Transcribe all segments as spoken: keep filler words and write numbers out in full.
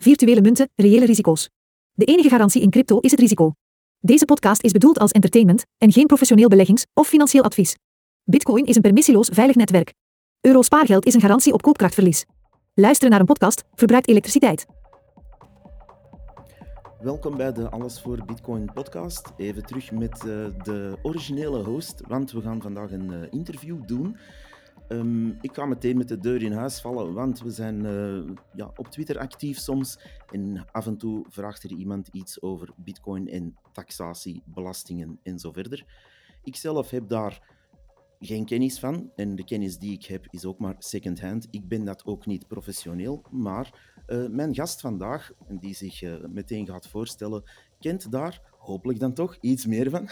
Virtuele munten, reële risico's. De enige garantie in crypto is het risico. Deze podcast is bedoeld als entertainment en geen professioneel beleggings- of financieel advies. Bitcoin is een permissieloos veilig netwerk. Euro spaargeld is een garantie op koopkrachtverlies. Luisteren naar een podcast verbruikt elektriciteit. Welkom bij de Alles voor Bitcoin podcast. Even terug met uh, de originele host, want we gaan vandaag een uh, interview doen. Um, ik ga meteen met de deur in huis vallen, want we zijn uh, ja, op Twitter actief soms. En af en toe vraagt er iemand iets over Bitcoin en taxatie, belastingen en zo verder. Ik zelf heb daar geen kennis van. En de kennis die ik heb is ook maar second-hand. Ik ben dat ook niet professioneel. Maar uh, mijn gast vandaag, en die zich uh, meteen gaat voorstellen, kent daar hopelijk dan toch iets meer van.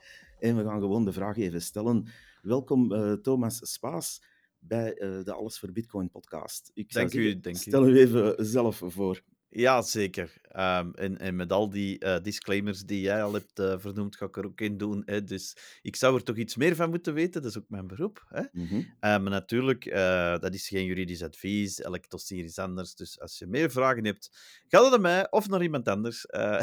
En we gaan gewoon de vraag even stellen. Welkom uh, Thomas Spaas bij uh, de Alles voor Bitcoin podcast. Ik zou Dank zeggen, u, dank stel u even zelf voor. Ja, zeker. Um, en, en met al die uh, disclaimers die jij al hebt uh, vernoemd, ga ik er ook in doen. Hè. Dus ik zou er toch iets meer van moeten weten. Dat is ook mijn beroep. Hè. Mm-hmm. Uh, maar natuurlijk, uh, dat is geen juridisch advies. Elk dossier is anders. Dus als je meer vragen hebt, ga dan naar mij of naar iemand anders. Uh,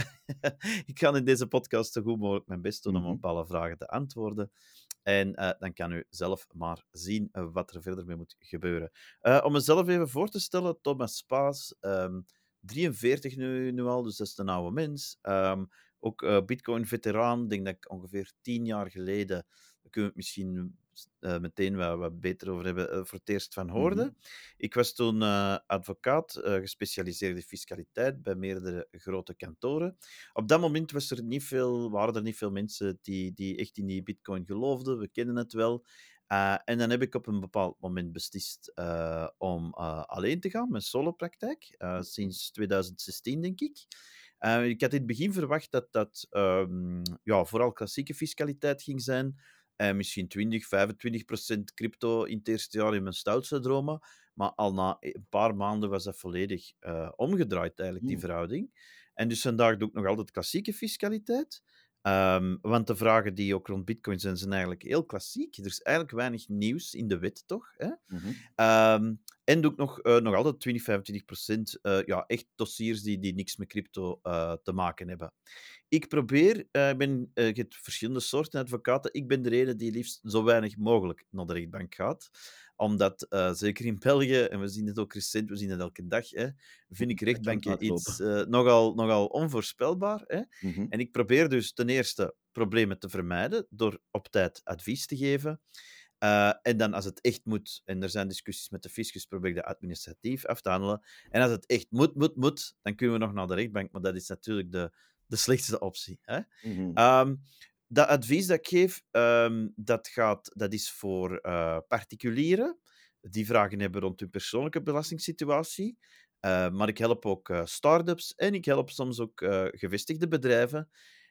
ik ga in deze podcast zo goed mogelijk mijn best doen om Mm-hmm. op alle vragen te antwoorden. En uh, dan kan u zelf maar zien uh, wat er verder mee moet gebeuren. Uh, om mezelf even voor te stellen, Thomas Spaas... Um, drieënveertig nu, nu al, dus dat is een oude mens. Um, ook uh, Bitcoin-veteraan. Ik denk dat ik ongeveer tien jaar geleden, daar kunnen we het misschien uh, meteen wat, wat beter over hebben, uh, voor het eerst van hoorde. Mm-hmm. Ik was toen uh, advocaat, uh, gespecialiseerd in fiscaliteit bij meerdere grote kantoren. Op dat moment was er niet veel, waren er niet veel mensen die, die echt in die Bitcoin geloofden. We kennen het wel. Uh, en dan heb ik op een bepaald moment beslist uh, om uh, alleen te gaan, mijn solopraktijk, uh, sinds twintig zestien, denk ik. Uh, ik had in het begin verwacht dat dat um, ja, vooral klassieke fiscaliteit ging zijn. Uh, misschien twintig, vijfentwintig procent crypto in het eerste jaar in mijn stoutste dromen. Maar al na een paar maanden was dat volledig uh, omgedraaid, eigenlijk, die verhouding. En dus vandaag doe ik nog altijd klassieke fiscaliteit. Um, want de vragen die ook rond Bitcoin zijn, zijn eigenlijk heel klassiek. Er is eigenlijk weinig nieuws in de wet, toch? Hè? Mm-hmm. Um, en doe ik nog, uh, nog altijd twintig, vijfentwintig procent uh, ja, echt dossiers die, die niks met crypto uh, te maken hebben. Ik probeer, uh, ik ben, uh, je hebt verschillende soorten advocaten. Ik ben de ene die liefst zo weinig mogelijk naar de rechtbank gaat. Omdat, uh, zeker in België, en we zien het ook recent, we zien het elke dag, hè, vind ik rechtbanken iets uh, nogal, nogal onvoorspelbaar. Hè. Mm-hmm. En ik probeer dus ten eerste problemen te vermijden door op tijd advies te geven. Uh, en dan als het echt moet, en er zijn discussies met de fiscus, probeer ik dat administratief af te handelen. En als het echt moet, moet, moet, dan kunnen we nog naar de rechtbank, maar dat is natuurlijk de, de slechtste optie. Hè? Mm-hmm. Um, dat advies dat ik geef, um, dat, gaat, dat is voor uh, particulieren die vragen hebben rond hun persoonlijke belastingssituatie. Uh, maar ik help ook uh, start-ups en ik help soms ook uh, gevestigde bedrijven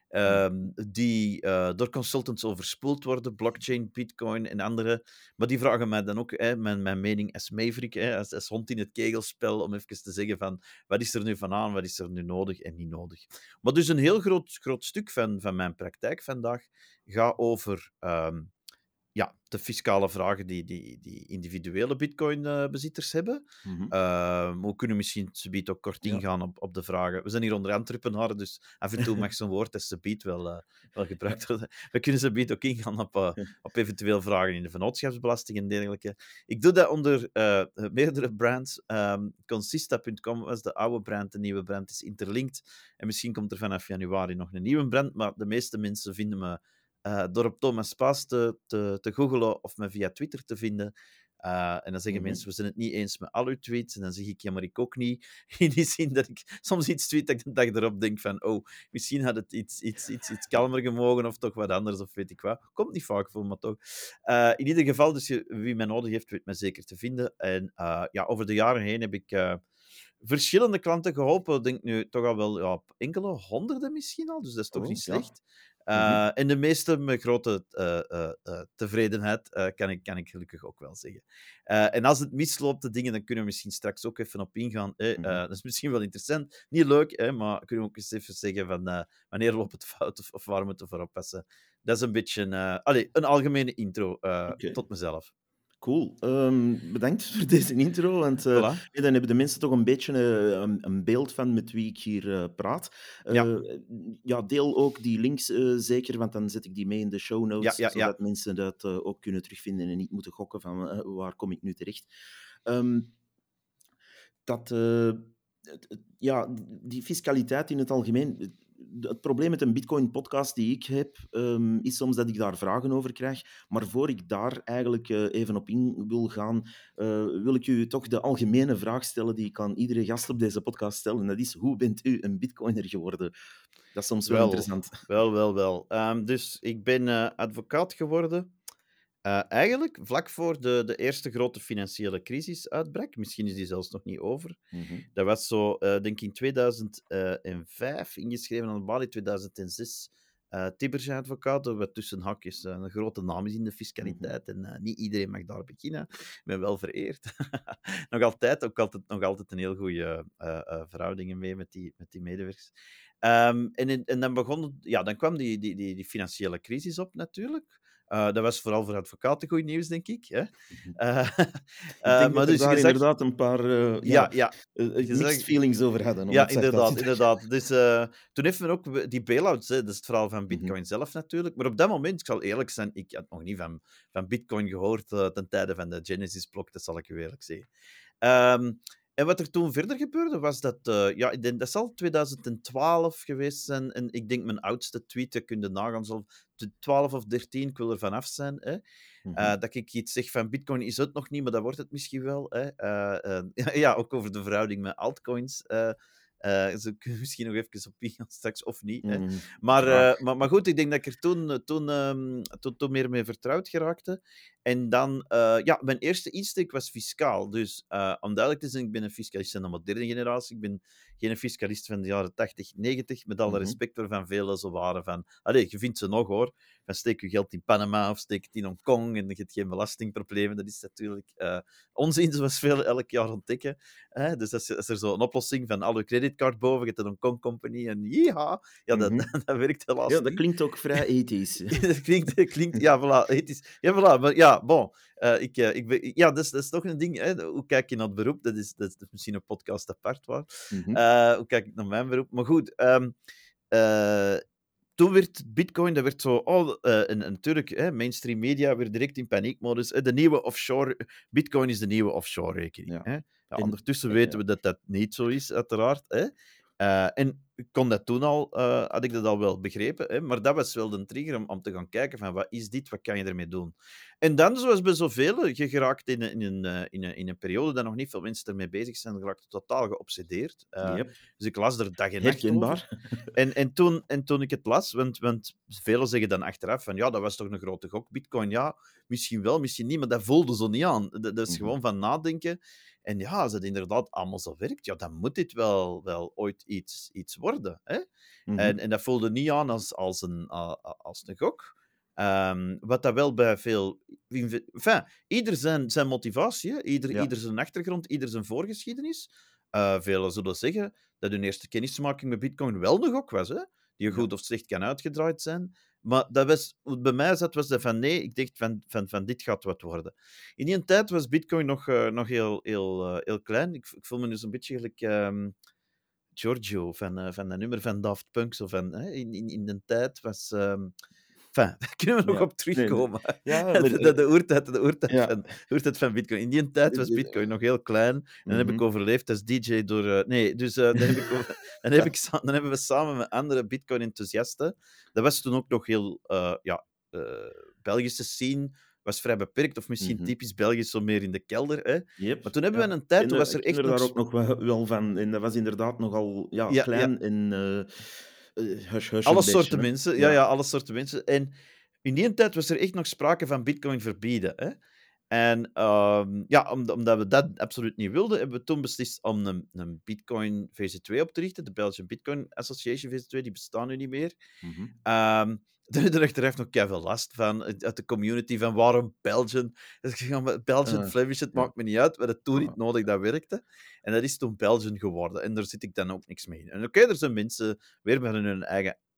um, die uh, door consultants overspoeld worden, blockchain, bitcoin en andere. Maar die vragen mij dan ook hè, mijn, mijn mening als maverick, hè, als, als hond in het kegelspel, om even te zeggen van wat is er nu van aan, wat is er nu nodig en niet nodig. Maar dus een heel groot, groot stuk van, van mijn praktijk vandaag gaat over... Um, Ja, de fiscale vragen die, die, die individuele bitcoin-bezitters hebben. Mm-hmm. Uh, we kunnen misschien subiet ook kort Ja. ingaan op, op de vragen. We zijn hier onder Antwerpenaren, dus af en toe mag zo'n woord als subiet wel, uh, wel gebruikt worden. We kunnen subiet ook ingaan op, uh, op eventueel vragen in de vennootschapsbelasting en dergelijke. Ik doe dat onder uh, meerdere brands. Um, Consista punt com was de oude brand, de nieuwe brand is interlinked. En misschien komt er vanaf januari nog een nieuwe brand, maar de meeste mensen vinden me Uh, door op Thomas Spaas te, te, te googlen of me via Twitter te vinden. Uh, en dan zeggen Mm-hmm. mensen, we zijn het niet eens met al uw tweets. En dan zeg ik, ja, maar ik ook niet. In die zin dat ik soms iets tweet dat ik de dag erop denk van, oh, misschien had het iets, iets, iets, iets kalmer gemogen of toch wat anders, of weet ik wat. Komt niet vaak voor, maar toch. Uh, in ieder geval, dus je, wie mij nodig heeft, weet mij zeker te vinden. En uh, ja, over de jaren heen heb ik... Uh, verschillende klanten geholpen. Ik denk nu toch al wel ja, enkele honderden misschien al, dus dat is toch Oh, niet ja. slecht. Uh, Mm-hmm. En de meeste met grote uh, uh, uh, tevredenheid, uh, kan, ik, kan ik gelukkig ook wel zeggen. Uh, en als het misloopt, de dingen, dan kunnen we misschien straks ook even op ingaan. Eh, uh, Mm-hmm. dat is misschien wel interessant. Niet leuk, eh, maar kunnen we ook eens even zeggen van uh, wanneer loopt het fout of, of waar moeten we voor oppassen. Dat is een beetje uh, allez, een algemene intro uh, Okay. tot mezelf. Cool. Um, bedankt voor deze intro, want uh, Voilà. dan hebben de mensen toch een beetje uh, een, een beeld van met wie ik hier uh, praat. Ja, Uh, ja, deel ook die links uh, zeker, want dan zet ik die mee in de show ja, notes, ja, ja. zodat mensen dat uh, ook kunnen terugvinden en niet moeten gokken van uh, waar kom ik nu terecht. Um, dat, uh, het, het, ja, die fiscaliteit in het algemeen. Het, het probleem met een Bitcoin-podcast die ik heb, um, is soms dat ik daar vragen over krijg. Maar voor ik daar eigenlijk uh, even op in wil gaan, uh, wil ik u toch de algemene vraag stellen die ik aan iedere gast op deze podcast stel. En dat is, hoe bent u een Bitcoiner geworden? Dat is soms wel Wel, interessant. wel, wel, wel. Um, dus ik ben uh, advocaat geworden. Uh, eigenlijk vlak voor de, de eerste grote financiële crisis uitbrak. Misschien is die zelfs nog niet over. Mm-hmm. Dat was zo, uh, denk ik, in tweeduizend vijf ingeschreven aan de balie, tweeduizend zes. Uh, Tiberge advocaat, wat tussen hakjes uh, een grote naam is in de fiscaliteit. Mm-hmm. En uh, niet iedereen mag daar beginnen. Ik ben wel vereerd. nog, altijd, ook altijd, nog altijd een heel goede uh, uh, verhoudingen mee met die, met die medewerkers. Um, en, en dan, begon, ja, dan kwam die, die, die, die financiële crisis op, natuurlijk. Uh, dat was vooral voor advocaten goed nieuws, denk ik. Hè? Uh, ik denk uh, dat we dus daar zag... inderdaad een paar uh, ja, ja, ja. uh, mixed zag... feelings over hadden. Om ja, het inderdaad. inderdaad. Dus, uh, toen heeft men ook die bailouts, hè, dat is het verhaal van Bitcoin mm-hmm. zelf natuurlijk. Maar op dat moment, ik zal eerlijk zijn, ik had nog niet van, van Bitcoin gehoord uh, ten tijde van de Genesis-blok, dat zal ik u eerlijk zeggen. Um, En wat er toen verder gebeurde, was dat... Uh, ja, ik denk, dat zal twintig twaalf geweest zijn. En ik denk mijn oudste tweet, dat kun je nagaan, zal twaalf of dertien, ik wil er vanaf zijn. Hè. Mm-hmm. Uh, dat ik iets zeg van Bitcoin is het nog niet, maar dat wordt het misschien wel. Hè. Uh, uh, ja, ook over de verhouding met altcoins. Uh, Uh, zo kunnen we misschien nog even op ingaan straks, of niet. Hè. Mm, maar, uh, maar, maar goed, ik denk dat ik er toen, toen, um, toen, toen meer mee vertrouwd geraakte. En dan, uh, ja, mijn eerste insteek was fiscaal. Dus uh, om duidelijk te zijn, ik ben een fiscalist van de moderne generatie. Ik ben geen fiscalist van de jaren tachtig, negentig, met alle mm-hmm. respect waarvan velen zo waren van... Allee, je vindt ze nog, hoor. Van steek je geld in Panama of steek het in Hongkong en je hebt geen belastingproblemen. Dat is natuurlijk uh, onzin, zoals velen elk jaar ontdekken. Hè? Dus als, als er zo een oplossing van al je creditcard boven, je hebt een Hongkong Company en jiha, ja, dat, mm-hmm. dat, dat werkt helaas Ja, dat niet. klinkt ook vrij ethisch. dat, klinkt, dat klinkt, ja, voilà, ethisch. Ja, voilà, maar ja, bon. Uh, ik, uh, ik ben, ja, dat is, dat is toch een ding. Hè? Hoe kijk je naar het beroep? Dat is, dat is misschien een podcast apart, waar. Mm-hmm. Uh, hoe kijk ik naar mijn beroep? Maar goed, um, uh, toen werd Bitcoin, dat werd zo, oh, uh, en, en natuurlijk, hè, mainstream media weer direct in paniekmodus. Hè, de nieuwe offshore, Bitcoin is de nieuwe offshore rekening. Ja. Hè. Ja, en, ondertussen en, weten ja. we dat dat niet zo is, uiteraard. Hè. Uh, en ik kon dat toen al, uh, had ik dat al wel begrepen, hè, maar dat was wel de trigger om, om te gaan kijken van wat is dit, wat kan je ermee doen? En dan, zoals bij zoveel, je geraakt in een, in, een, in, een, in een periode dat nog niet veel mensen ermee bezig zijn, geraakt totaal geobsedeerd. Uh, yep. Dus ik las er dag en nacht over. En, en, toen, en toen ik het las, want, want velen zeggen dan achteraf van ja, dat was toch een grote gok, Bitcoin, ja, misschien wel, misschien niet, maar dat voelde zo niet aan. Dat, dat is mm-hmm. gewoon van nadenken. En ja, als het inderdaad allemaal zo werkt, ja, dan moet dit wel, wel ooit iets, iets worden. Hè? Mm-hmm. En, en dat voelde niet aan als, als, een, uh, als een gok. Um, wat dat wel bij veel... Enfin, ieder zijn, zijn motivatie, ieder, ja. ieder zijn achtergrond, ieder zijn voorgeschiedenis. Uh, velen zullen zeggen dat hun eerste kennismaking met Bitcoin wel een gok was, hè? Die goed ja. of slecht kan uitgedraaid zijn. Maar dat was, bij mij zat, was dat van nee, ik dacht van, van, van dit gaat wat worden. In die tijd was Bitcoin nog, uh, nog heel, heel, uh, heel klein. Ik, ik voel me dus een beetje gelijk um, Giorgio van, uh, van dat nummer van Daft Punk. Zo van, hè? In, in, in de tijd was... Um, Enfin, daar kunnen we nog ja, op terugkomen. Nee, nee. Ja, de, de, de oertijd, de oertijd, ja. van, oertijd van Bitcoin. In die tijd was Bitcoin nog heel klein. En dan mm-hmm. heb ik overleefd als D J door... Uh, nee, dus uh, dan, heb ik over, dan, heb ik, dan hebben we samen met andere Bitcoin-enthousiasten... Dat was toen ook nog heel... Uh, ja, uh, Belgische scene was vrij beperkt. Of misschien mm-hmm. typisch Belgisch, zo meer in de kelder. Hè. Yep. Maar toen hebben ja. we een tijd... Toen was er echt er nog... daar ook nog wel van... En dat was inderdaad nogal ja, ja, klein ja. en... Uh, Uh, hush, hush, alle beetje, soorten hè? mensen, ja, ja, ja, alle soorten mensen. En in die tijd was er echt nog sprake van Bitcoin verbieden. Hè? En um, ja, om, omdat we dat absoluut niet wilden, hebben we toen beslist om een, een Bitcoin V C twee op te richten, de Belgian Bitcoin Association V C twee, die bestaan nu niet meer. Mm-hmm. Um, er achteraf nog keiveel last van uit de community van waarom Belgian? Belgian, uh, Flemish, het ja. maakt me niet uit, we hadden toen uh, niet nodig dat werkte. En dat is toen Belgian geworden. En daar zit ik dan ook niks mee in. En oké, okay, er zijn mensen weer met hun eigen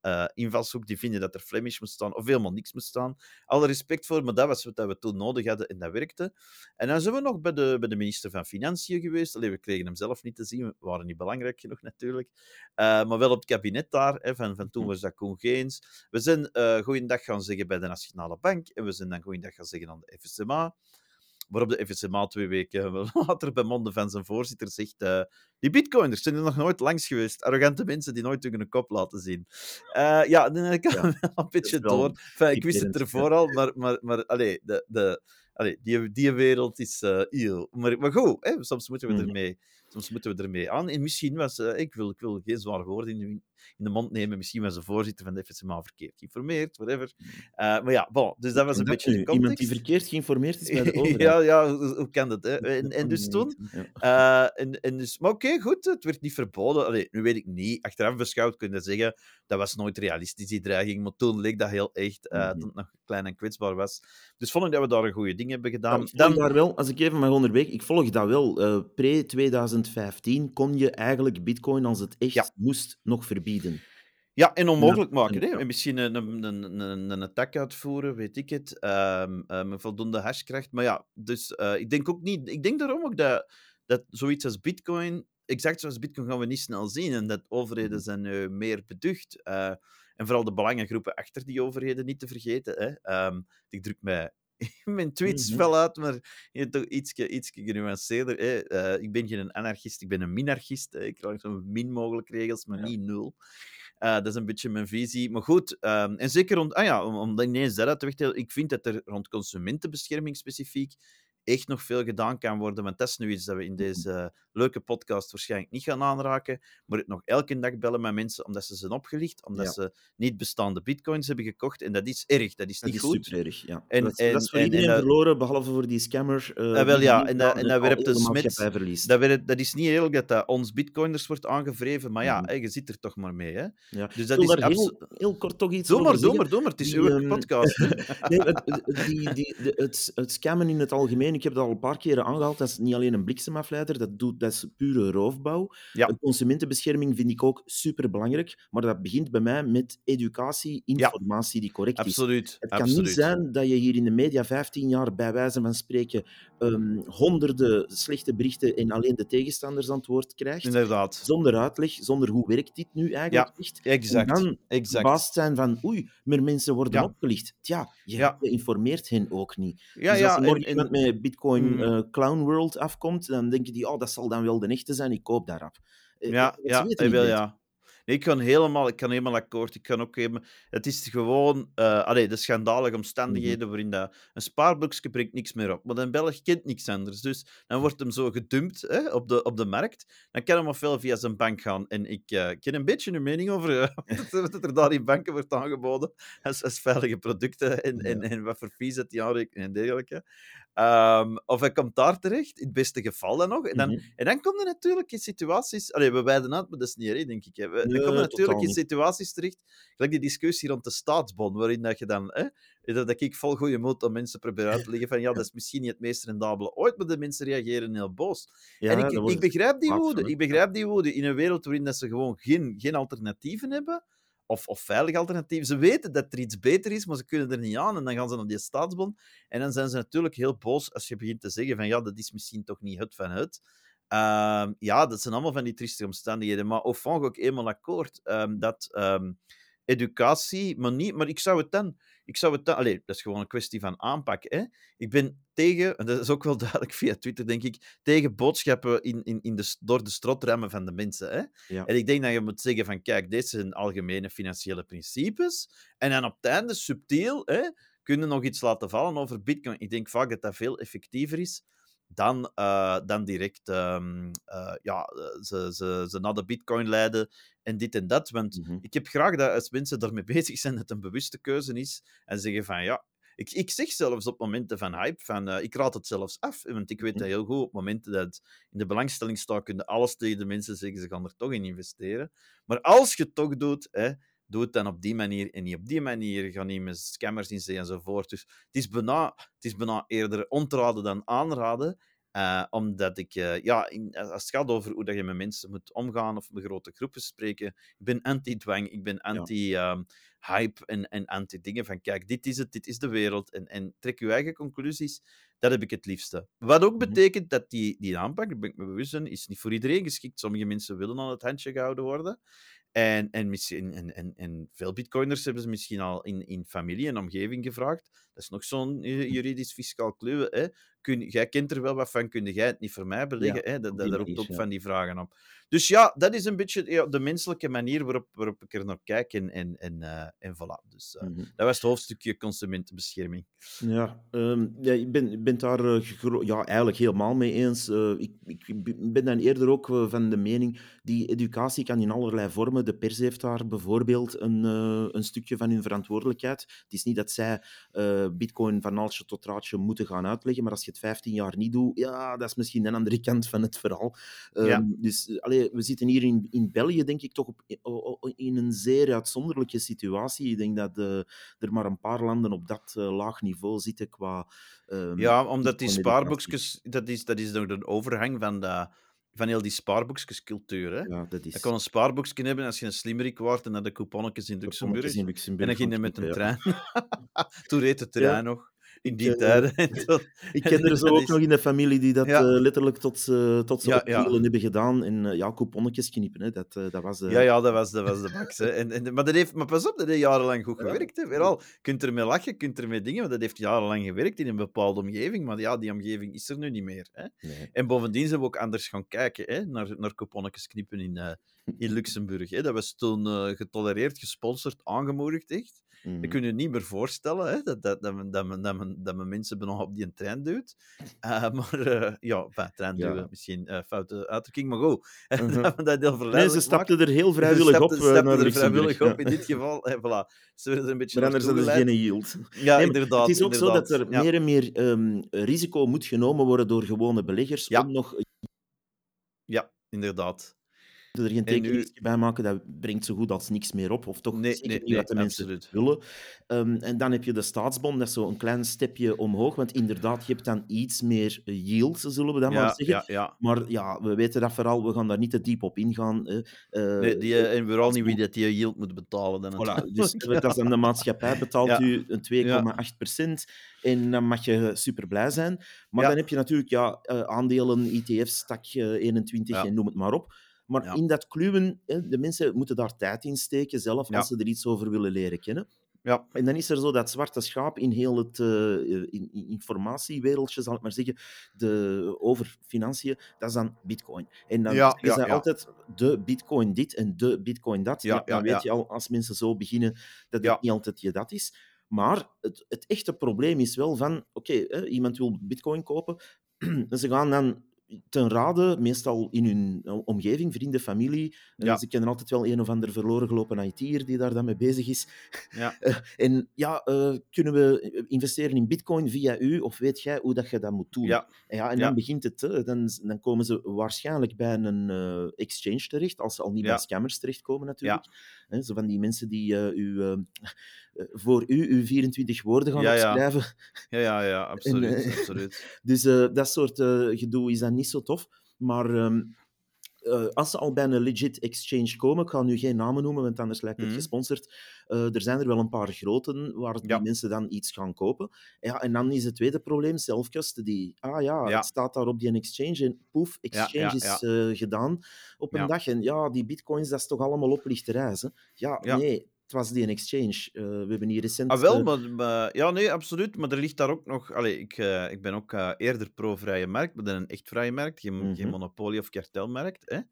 uh, invalshoek. Die vinden dat er Flemish moet staan of helemaal niks moet staan. Alle respect voor, maar dat was wat we toen nodig hadden en dat werkte. En dan zijn we nog bij de, bij de minister van Financiën geweest. Allee, we kregen hem zelf niet te zien, we waren niet belangrijk genoeg natuurlijk. Uh, maar wel op het kabinet daar, hè, van, van toen was dat Koen Geens. We zijn uh, goeiedag gaan zeggen bij de Nationale Bank en we zijn dan goeiedag gaan zeggen aan de F S M A. Waarop de F S M A twee weken later bij monden van zijn voorzitter zegt uh, die bitcoiners zijn er nog nooit langs geweest. Arrogante mensen die nooit hun kop laten zien. Uh, ja, dan heb ik ja, wel een beetje door. Enfin, ik wist het ervoor ja. al, maar, maar, maar allee, de, de, allee, die, die wereld is uh, heel... Maar, maar goed, hè, soms moeten we ermee... Mm-hmm. Soms moeten we ermee aan. En misschien was... Uh, ik, wil, ik wil geen zware woorden in, in de mond nemen. Misschien was de voorzitter van de F S M A verkeerd geïnformeerd. Whatever. Uh, maar ja, bon. Dus dat was een dat beetje nu? de context. Iemand die verkeerd geïnformeerd is bij de overheid. ja, ja, hoe, hoe kan dat? Hè? En, en dus toen... Uh, en, en dus, maar oké, okay, goed. Het werd niet verboden. Allee, nu weet ik niet. Achteraf beschouwd kun je zeggen... Dat was nooit realistisch, die dreiging. Maar toen leek dat heel echt. Uh, mm-hmm. Toen het nog klein en kwetsbaar was. Dus vond ik dat we daar een goede ding hebben gedaan. Ja, ik dan... daar wel, als ik even mag onderbreken, ik volg dat wel. Uh, pre twintig vijftien kon je eigenlijk bitcoin als het echt ja. moest nog verbieden. Ja, en onmogelijk ja, maken. Hè? Ja. En misschien een, een, een, een, een attack uitvoeren, weet ik het. Um, um, met voldoende hashkracht. Maar ja, dus uh, ik denk ook niet... Ik denk daarom ook dat, dat zoiets als bitcoin... Exact zoals bitcoin gaan we niet snel zien. En dat overheden zijn uh, meer beducht. Uh, en vooral de belangengroepen achter die overheden niet te vergeten. Hè? Um, ik druk mij... Mijn tweets mm-hmm. fel uit, maar je toch ietsje, ietsje genuanceerder. Hè? Uh, ik ben geen anarchist, ik ben een minarchist. Hè? Ik krijg zo min mogelijk regels, maar ja. niet nul. Uh, dat is een beetje mijn visie. Maar goed, um, en zeker rond... Ah ja, om, om ineens dat uit te wegtelen, ik vind dat er rond consumentenbescherming specifiek echt nog veel gedaan kan worden, want dat is nu iets dat we in deze uh, leuke podcast waarschijnlijk niet gaan aanraken, maar ik nog elke dag bellen met mensen omdat ze zijn opgelicht, omdat ja. ze niet bestaande bitcoins hebben gekocht, en dat is erg, dat is niet dat goed. Dat is super erg, ja. En, dat, is, en, dat is voor en, iedereen en, verloren, behalve voor die scammers. Uh, uh, wel ja, en, dat, en dat werpt een smet. Dat, werpt, dat is niet eerlijk dat dat ons bitcoiners wordt aangevreven, maar ja, mm-hmm. hey, je zit er toch maar mee. Hè? Ja. Dus dat ik wil is daar abso- heel, heel kort toch iets doe over maar, zeggen. Doe maar, doe maar, het is die, uw um... podcast. nee, het, die, die, de, het, het scammen in het algemeen, ik heb dat al een paar keren aangehaald, dat is niet alleen een bliksemafleider, dat, doet, dat is pure roofbouw. Ja. De consumentenbescherming vind ik ook superbelangrijk, maar dat begint bij mij met educatie, informatie ja. die correct absoluut, is. Het absoluut. kan niet zijn dat je hier in de media vijftien jaar bij wijze van spreken um, honderden slechte berichten en alleen de tegenstanders aan het woord krijgt. Inderdaad. Zonder uitleg, zonder hoe werkt dit nu eigenlijk ja, echt. Exact. En dan exact. verbaasd zijn van oei, maar mensen worden ja. opgelicht. Tja, je ja. informeert hen ook niet. Ja, dus ja, als er morgen en, iemand en... met Bitcoin mm. uh, Clown World afkomt, dan denken die, oh, dat zal dan wel de echte zijn, ik koop daarop. Uh, ja, ja, ja, wel, ja. Nee, ik kan helemaal, ik kan helemaal akkoord. Ik kan ook even, het is gewoon uh, allee, de schandalige omstandigheden mm-hmm. waarin dat, een spaarboekje brengt niks meer op. Maar een Belg kent niks anders. Dus dan wordt hem zo gedumpt hè, op, de, op de markt. Dan kan hem ofwel via zijn bank gaan. En ik uh, ken een beetje uw mening over uh, wat er daar in banken wordt aangeboden als, als veilige producten en, ja. en, en wat voor fees het die aanrekenen en dergelijke. Um, of hij komt daar terecht, in het beste geval dan nog. En dan, mm-hmm. en dan komt er natuurlijk in situaties... Allee, we wijden uit, maar dat is niet erg, denk ik. Hè. We, nee, dan komen er natuurlijk in situaties terecht, gelijk die discussie rond de staatsbond, waarin dat je dan... Hè, dat ik vol goede moed aan mensen probeer uit te leggen van ja, dat is misschien niet het meest rendabele ooit, maar de mensen reageren heel boos. Ja, en ik, ik begrijp die woede. Ik begrijp die woede in een wereld waarin dat ze gewoon geen, geen alternatieven hebben. Of, of veilig alternatief. Ze weten dat er iets beter is, maar ze kunnen er niet aan. En dan gaan ze naar die staatsbond. En dan zijn ze natuurlijk heel boos als je begint te zeggen van ja, dat is misschien toch niet het van het. Uh, ja, dat zijn allemaal van die trieste omstandigheden. Maar au fond ga ik eenmaal akkoord um, dat um, educatie, maar niet... Maar ik zou het dan... Ik zou het dan... Allee, dat is gewoon een kwestie van aanpak. Hè? Ik ben tegen, en dat is ook wel duidelijk via Twitter, denk ik, tegen boodschappen in, in, in de, door de strot rammen van de mensen. Hè? Ja. En ik denk dat je moet zeggen van, kijk, dit zijn algemene financiële principes. En dan op het einde, subtiel, hè, kunnen nog iets laten vallen over bitcoin. Ik denk vaak dat dat veel effectiever is dan, uh, dan direct um, uh, ja, ze, ze, ze naar de bitcoin leiden en dit en dat. Want mm-hmm. ik heb graag dat als mensen daarmee bezig zijn, dat het een bewuste keuze is en zeggen van ja, ik, ik zeg zelfs op momenten van hype, van, uh, ik raad het zelfs af, want ik weet dat heel goed, op momenten dat het in de belangstelling staat, kunnen alles tegen de mensen zeggen, ze gaan er toch in investeren. Maar als je het toch doet, hè, doe het dan op die manier en niet op die manier. Ga niet met scammers in zee enzovoort. Dus het is bijna, het is bijna eerder ontraden dan aanraden. Uh, omdat ik, uh, ja, in, als het gaat over hoe dat je met mensen moet omgaan of met grote groepen spreken, ik ben anti-dwang, ik ben anti-hype um, en, en anti-dingen van kijk, dit is het, dit is de wereld en, en trek je eigen conclusies, dat heb ik het liefste. Wat ook Mhm. betekent dat die, die aanpak, daar ben ik me bewust van, is niet voor iedereen geschikt. Sommige mensen willen aan het handje gehouden worden. En, en, misschien, en, en, en veel bitcoiners hebben ze misschien al in, in familie en omgeving gevraagd. Dat is nog zo'n juridisch-fiscaal kluwen. Hè? Kun, jij kent er wel wat van, kun jij het niet voor mij beleggen? Ja, Hè? Dat, op dat die roept manier, ook ja. van die vragen op. Dus ja, dat is een beetje ja, de menselijke manier waarop, waarop ik er naar kijk. En, en, en, uh, en voilà. Dus uh, Mhm. dat was het hoofdstukje consumentenbescherming. Ja, um, ja ik ben, ik ben daar uh, gegro- ja, eigenlijk helemaal mee eens. Uh, ik, ik ben dan eerder ook uh, van de mening, die educatie kan in allerlei vormen. De pers heeft daar bijvoorbeeld een, uh, een stukje van hun verantwoordelijkheid. Het is niet dat zij uh, bitcoin van aaltje tot raadje moeten gaan uitleggen, maar als je het vijftien jaar niet doet, ja, dat is misschien een andere kant van het verhaal. Um, Ja. Dus uh, allee, we zitten hier in, in België, denk ik, toch op, in een zeer uitzonderlijke situatie. Ik denk dat uh, er maar een paar landen op dat uh, laag niveau zitten qua um, ja, omdat die Bitcoin-educatie. spaarboekjes, dat is, dat is nog de overhang van, de, van heel die spaarboekjescultuur. Hè? Ja, dat Je is... kon een spaarboekje hebben als je een slimmerik wordt en naar de couponnetjes in Couponnetjes Luxemburg. in En Luxemburg dan ging gaan je met een knippen, ja. trein. Toen reed de trein Ja, nog, in ik, die uh, tijden. En toen, ik ken er zo dat ook is, nog in de familie die dat uh, ja, letterlijk tot, uh, tot ze ja, op de hielen ja. hebben gedaan. En uh, ja, couponnetjes knippen, hè. Dat, uh, dat was... Uh, Ja, ja, dat was, dat was de max. Hè. En, en, maar, dat heeft, maar pas op, dat heeft jarenlang goed ja, gewerkt. Hè. Vooral, je kunt ermee lachen, je kunt ermee dingen, maar dat heeft jarenlang gewerkt in een bepaalde omgeving. Maar ja, die omgeving is er nu niet meer. Hè. nee. En bovendien zijn we ook anders gaan kijken hè, naar, naar couponnetjes knippen in, uh, in Luxemburg. Hè. Dat was toen uh, getolereerd, gesponsord, aangemoedigd, echt. Mm-hmm. Dat kun je je niet meer voorstellen, hè, dat, dat, dat, men, dat, men, dat, men, dat men mensen nog op die trein duwt. Uh, maar uh, ja, enfin, trein duwen, ja. Misschien uh, foute uitdrukking, maar goed. Uh-huh. dat men dat heel verleidelijk Nee, ze stapten maakt. er heel vrijwillig ze stapten, op uh, stapten naar er Luxemburg. vrijwillig Ja. op, in dit geval. En voilà, ze werden er een beetje Maar anders hadden ze geleid. geen yield. Ja, nee, inderdaad. Het is ook inderdaad. zo dat er ja. meer en meer um, risico moet genomen worden door gewone beleggers ja. om nog... Ja, inderdaad. Er geen tekening nu... bij maken, dat brengt zo goed als niks meer op. Of toch nee, zeker nee, niet nee, wat de mensen absoluut. willen. Um, en dan heb je de staatsbond, dat is zo een klein stapje omhoog. Want inderdaad, je hebt dan iets meer yield, zullen we dat ja, maar zeggen. Ja, ja. Maar ja, we weten dat vooral, we gaan daar niet te diep op ingaan. Uh, nee, die, uh, en vooral niet wie dat die yield moet betalen. Dan voilà, dus dat is dan de maatschappij, betaalt ja. u een twee komma acht procent ja. En dan mag je super blij zijn. Maar ja. dan heb je natuurlijk ja, uh, aandelen, E T F's, tak uh, eenentwintig ja. en noem het maar op. Maar ja. in dat kluwen, de mensen moeten daar tijd in steken zelf, als ja. ze er iets over willen leren kennen. Ja. En dan is er zo dat zwarte schaap in heel het uh, in, in informatiewereldje, zal ik maar zeggen, de, over financiën, dat is dan bitcoin. En dan ja, zeggen ja, zij ja. altijd de bitcoin dit en de bitcoin dat. Ja, ja, dan ja, weet ja. je al, als mensen zo beginnen, dat het ja. niet altijd je dat is. Maar het, het echte probleem is wel van, oké, okay, iemand wil bitcoin kopen, en ze gaan dan ten rade, meestal in hun omgeving, vrienden, familie. Ja. Ze kennen altijd wel een of ander verloren gelopen I T'er die daar dan mee bezig is. Ja. en ja, uh, kunnen we investeren in bitcoin via u, of weet jij hoe dat je dat moet doen? Ja. En, ja, en ja. dan begint het. Hè. Dan, dan komen ze waarschijnlijk bij een uh, exchange terecht, als ze al niet ja. bij scammers terechtkomen natuurlijk. Ja. He, zo van die mensen die uh, u, uh, voor u uw vierentwintig woorden gaan ja, opschrijven. Ja, ja, ja, absoluut. en, uh, absoluut. Dus uh, dat soort uh, gedoe is dan niet zo tof. Maar um, uh, als ze al bij een legit exchange komen, ik ga nu geen namen noemen, want anders lijkt het mm-hmm. gesponsord. Uh, er zijn er wel een paar groten waar die ja. mensen dan iets gaan kopen. Ja, en dan is het tweede probleem, self-custody. Ah ja, ja, het staat daar op die exchange en poef, exchange ja, ja, ja. is uh, gedaan op een ja. dag. En ja, die bitcoins, dat is toch allemaal oplichterij. Hè? Ja, ja, nee. Het was die een exchange. Uh, we hebben hier recent... Ah, wel, maar, maar... Ja, nee, absoluut. Maar er ligt daar ook nog... Allee, ik, uh, ik ben ook uh, eerder pro-vrije markt, maar dan een echt vrije markt. Geen, mm-hmm. geen monopolie- of kartelmarkt. Hè.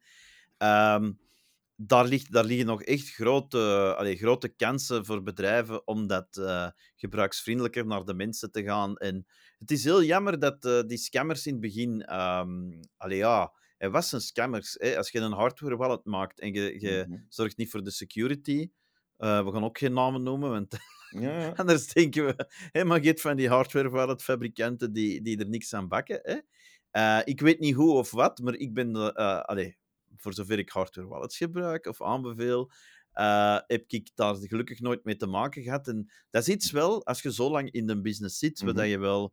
Um, daar, ligt, daar liggen nog echt grote, allee, grote kansen voor bedrijven om dat uh, gebruiksvriendelijker naar de mensen te gaan. En het is heel jammer dat uh, die scammers in het begin... Um, allee, ja... Er was een scammers. Hè. Als je een hardware wallet maakt en je, je mm-hmm. zorgt niet voor de security... Uh, we gaan ook geen namen noemen, want ja, ja. anders denken we... Hè, maar je hebt van die hardware-wallet-fabrikanten die, die er niks aan bakken. Hè. Uh, ik weet niet hoe of wat, maar ik ben... Uh, allez, voor zover ik hardware-wallets gebruik of aanbeveel, uh, heb ik daar gelukkig nooit mee te maken gehad. En dat is iets wel, als je zo lang in de business zit, mm-hmm. waar je wel...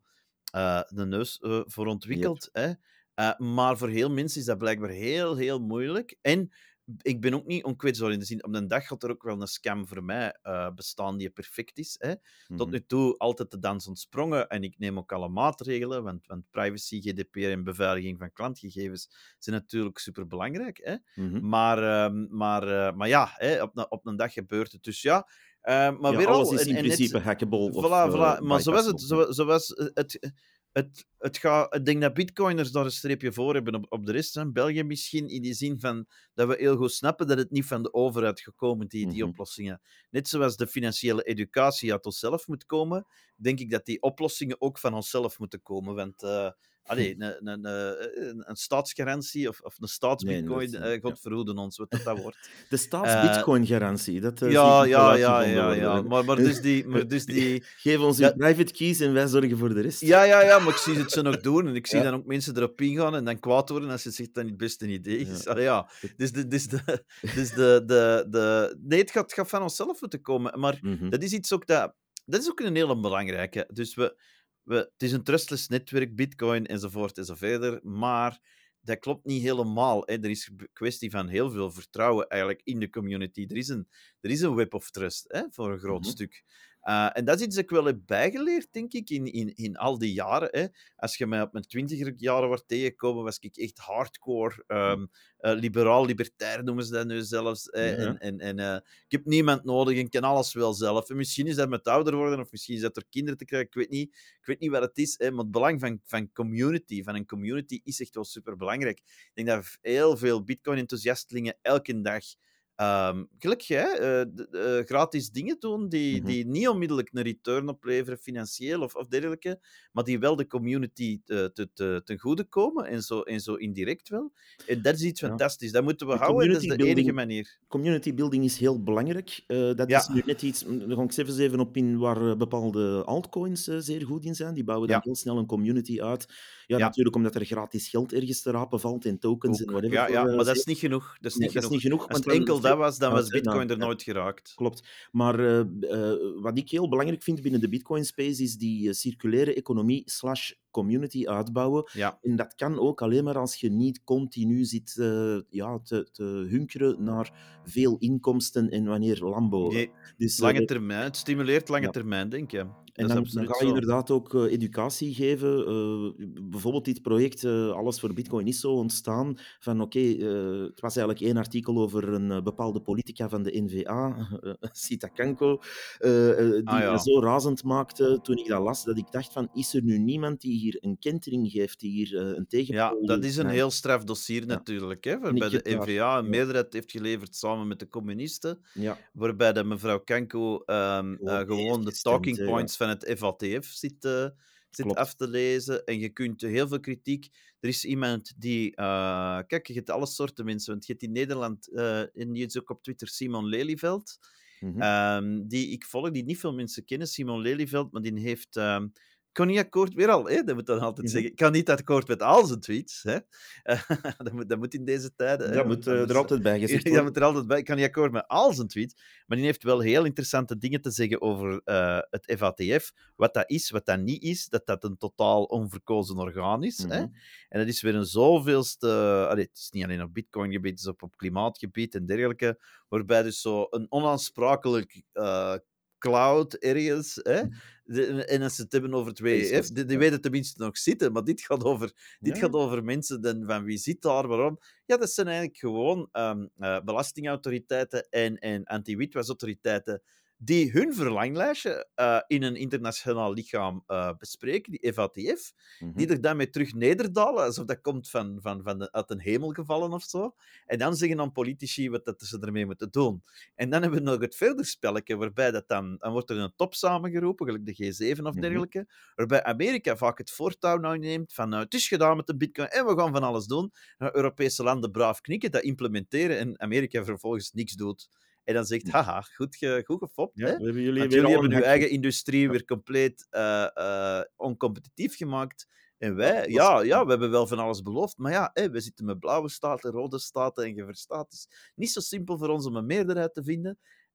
uh, de neus uh, voor Yep. ontwikkeld. Hè? Uh, maar voor heel mensen is dat blijkbaar heel, heel moeilijk. En ik ben ook niet onkwetsbaar in de zin, op een dag gaat er ook wel een scam voor mij uh, bestaan die perfect is. Hè? Mhm. Tot nu toe altijd de dans ontsprongen en ik neem ook alle maatregelen, want, want privacy, G D P R en beveiliging van klantgegevens zijn natuurlijk superbelangrijk. Hè? Mhm. Maar, uh, maar, uh, maar ja, hè, op, op een dag gebeurt het. Dus ja, uh, maar Ja, weer alles al... is En, in en principe net, hackable of voilà, uh, voilà. Maar zoals het... bypassable. Zo, zoals het Het, het gaat, ik denk dat bitcoiners daar een streepje voor hebben op, op de rest van België misschien, in die zin van dat we heel goed snappen dat het niet van de overheid gekomen die, die Mhm. oplossingen. Net zoals de financiële educatie uit onszelf moet komen, denk ik dat die oplossingen ook van onszelf moeten komen. Want uh, allee, een, een, een, een staatsgarantie of, of een Nee, staatsbitcoin, dat, uh, ja. God verhoede ons wat dat, dat wordt. De Uh, staatsbitcoin-garantie, dat uh, zie ja, ik nog wel ja, ja, uitgevonden ja, worden. ja. hè. Maar, maar dus die... Maar dus die Geef ons uw dat, private keys en wij zorgen voor de rest. ja, ja, ja, maar ik zie het ze nog doen. En ik zie Ja. dan ook mensen erop ingaan en dan kwaad worden als ze zegt dat het niet het beste idee is. Ja. Allee, ja. Dus, de, dus, de, dus de, de, de... Nee, het gaat, het gaat van onszelf moeten komen. Maar Mhm. dat is iets ook dat... Dat is ook een hele belangrijke. Dus we, we, het is een trustless netwerk, bitcoin enzovoort enzovoort. Maar dat klopt niet helemaal. Hè. Er is een kwestie van heel veel vertrouwen eigenlijk in de community. Er is een, er is een web of trust, hè, voor een groot Mhm. stuk. Uh, en dat is iets dat ik wel heb bijgeleerd, denk ik, in, in, in al die jaren. Hè. Als je mij op mijn twintiger jaren wordt tegengekomen, was ik echt hardcore um, uh, liberaal-libertair, noemen ze dat nu zelfs. Hè. Ja, ja. En, en, en, uh, ik heb niemand nodig en kan alles wel zelf. En misschien is dat met ouder worden, of misschien is dat door kinderen te krijgen, ik weet niet, ik weet niet wat het is. Hè. Maar het belang van, van community, van een community, is echt wel superbelangrijk. Ik denk dat heel veel bitcoin-enthousiastelingen elke dag... Um, gelukkig, hè, uh, uh, gratis dingen doen die, Mhm. die niet onmiddellijk een return opleveren, financieel of, of dergelijke, maar die wel de community te, te, te, ten goede komen en zo, en zo indirect wel. En dat is iets Ja. fantastisch. Dat moeten we De houden en dat is community de enige building, manier. community building is heel belangrijk. Uh, dat Ja. is nu net iets, daar ga ik even, even op in, waar uh, bepaalde altcoins uh, zeer goed in zijn. Die bouwen dan Ja. heel snel een community uit. Ja, Ja. natuurlijk omdat er gratis geld ergens te rapen valt en tokens Ook. en whatever. Ja, voor, ja, uh, maar dat is zeer... niet genoeg. Dat is Nee, niet dat genoeg. is niet genoeg. Als Want het enkel dat was, dan was uit, bitcoin nou, er nooit ja. geraakt. Klopt. Maar uh, uh, wat ik heel belangrijk vind binnen de Bitcoin-space is die uh, circulaire economie slash community uitbouwen. Ja. En dat kan ook alleen maar als je niet continu zit uh, ja, te, te hunkeren naar veel inkomsten en wanneer Lambo. Nee. Dus, Lange uh, termijn. Het stimuleert lange ja. termijn, denk je. En Dat is dan, dan absoluut ga je zo. inderdaad ook uh, educatie geven. Uh, bijvoorbeeld dit project, uh, Alles voor Bitcoin, is zo ontstaan van oké, okay, uh, het was eigenlijk één artikel over een uh, bepaalde politica van de N V A, uh, Sita Kanko, uh, uh, die Ah, ja. me zo razend maakte toen ik dat las, dat ik dacht van, is er nu niemand die hier een kentering geeft, die hier uh, een tegenpool... Ja, dat is een uh, heel straf dossier ja. natuurlijk. Hè, En waarbij ik heb de N V A daar, een ja. meerderheid heeft geleverd samen met de communisten. Ja. Waarbij de mevrouw Kanko um, Gewoon uh, gewoon heeft de gestemd, talking hè, ja. points van het F A T F zit, uh, zit Klopt. af te lezen. En je kunt heel veel kritiek... Er is iemand die... Uh, kijk, je hebt alle soorten mensen. Want je hebt in Nederland... Uh, en die is ook op Twitter Simon Lelyveld. Mhm. Um, die ik volg, die niet veel mensen kennen. Simon Lelyveld, maar die heeft... Um, ik kan niet akkoord, weer al, hè? Dat moet dan altijd Mhm. zeggen. Ik kan niet akkoord met al zijn tweets. Hè? dat, moet, dat moet in deze tijden. Hè? Dat Want moet uh, anders- er altijd bij gezegd dat worden. moet er altijd bij. Ik kan niet akkoord met al zijn tweets. Maar die heeft wel heel interessante dingen te zeggen over uh, het F A T F. Wat dat is, wat dat niet is. Dat dat een totaal onverkozen orgaan is. Mhm. Hè? En dat is weer een zoveelste... Allee, het is niet alleen op bitcoin-gebied, het is ook op klimaatgebied en dergelijke. Waarbij dus zo een onaanspraakelijk... Uh, cloud ergens. Hè? De, en als ze het hebben over het W E F, Facebook, die, die ja. weten tenminste nog zitten, maar dit gaat over, dit Ja. gaat over mensen dan, van wie zit daar, waarom. Ja, dat zijn eigenlijk gewoon um, uh, belastingautoriteiten en, en anti-witwasautoriteiten die hun verlanglijstje uh, in een internationaal lichaam uh, bespreken, die F A T F, Mhm. die er dan mee terug nederdalen, alsof dat komt van, van, van de, uit een hemel gevallen of zo. En dan zeggen aan politici wat dat ze ermee moeten doen. En dan hebben we nog het verder spelletje, waarbij dat dan, dan wordt er een top samengeroepen, gelijk de G zeven of Mhm. dergelijke, waarbij Amerika vaak het voortouw nou neemt van uh, het is gedaan met de bitcoin en we gaan van alles doen. En Europese landen braaf knikken, dat implementeren en Amerika vervolgens niks doet. En dan zegt, haha, goed, ge, goed gefopt. Ja, Hè? we hebben jullie Want weer jullie al hebben een uw hackje. eigen industrie Ja. weer compleet uh, uh, oncompetitief gemaakt. En Ja, wij, dat is- ja, ja, we hebben wel van alles beloofd, maar ja, hé, we zitten met blauwe staten, rode staten en je verstaat. Het is niet zo simpel voor ons om een meerderheid te vinden.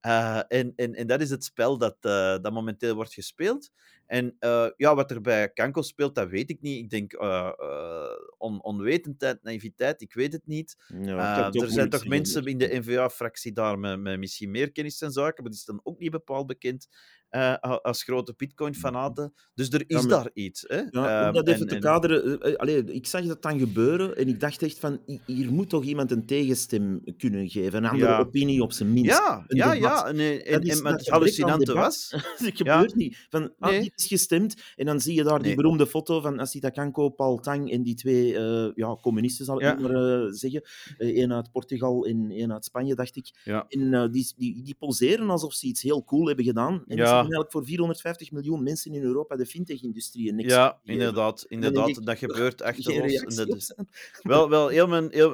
Uh, en, en, en dat is het spel dat, uh, dat momenteel wordt gespeeld. En uh, ja, wat er bij Kanko speelt, dat weet ik niet. Ik denk uh, uh, on, onwetendheid, naïviteit, ik weet het niet. Ja, uh, er zijn toch zeggen, mensen in de N V A-fractie daar met, met misschien meer kennis en zaken, maar die is dan ook niet bepaald bekend uh, als grote Bitcoin-fanaten. Dus er is ja, maar, daar iets. Hè? Ja, um, om dat even en, te en... kaderen... Uh, allee, ik zag dat dan gebeuren en ik dacht echt van, hier moet toch iemand een tegenstem kunnen geven, een andere ja. opinie op zijn minst. Ja, een ja, debat. ja. En, en, is, en het hallucinante was... dat gebeurt ja. niet. Van, ah, nee. dit is gestemd en dan zie je daar die nee. beroemde foto van Assita Kanko, Paul Tang en die twee uh, ja, communisten, zal ik ja. maar uh, zeggen. Eén uh, uit Portugal en één uit Spanje, dacht ik. Ja. En uh, die, die, die poseren alsof ze iets heel cool hebben gedaan. En ja. die zijn eigenlijk voor vierhonderdvijftig miljoen mensen in Europa de fintech-industrie een niks. Ja, inderdaad. inderdaad ik, dat gebeurt achterlos. Dat is... Wel, wel heel mijn, heel,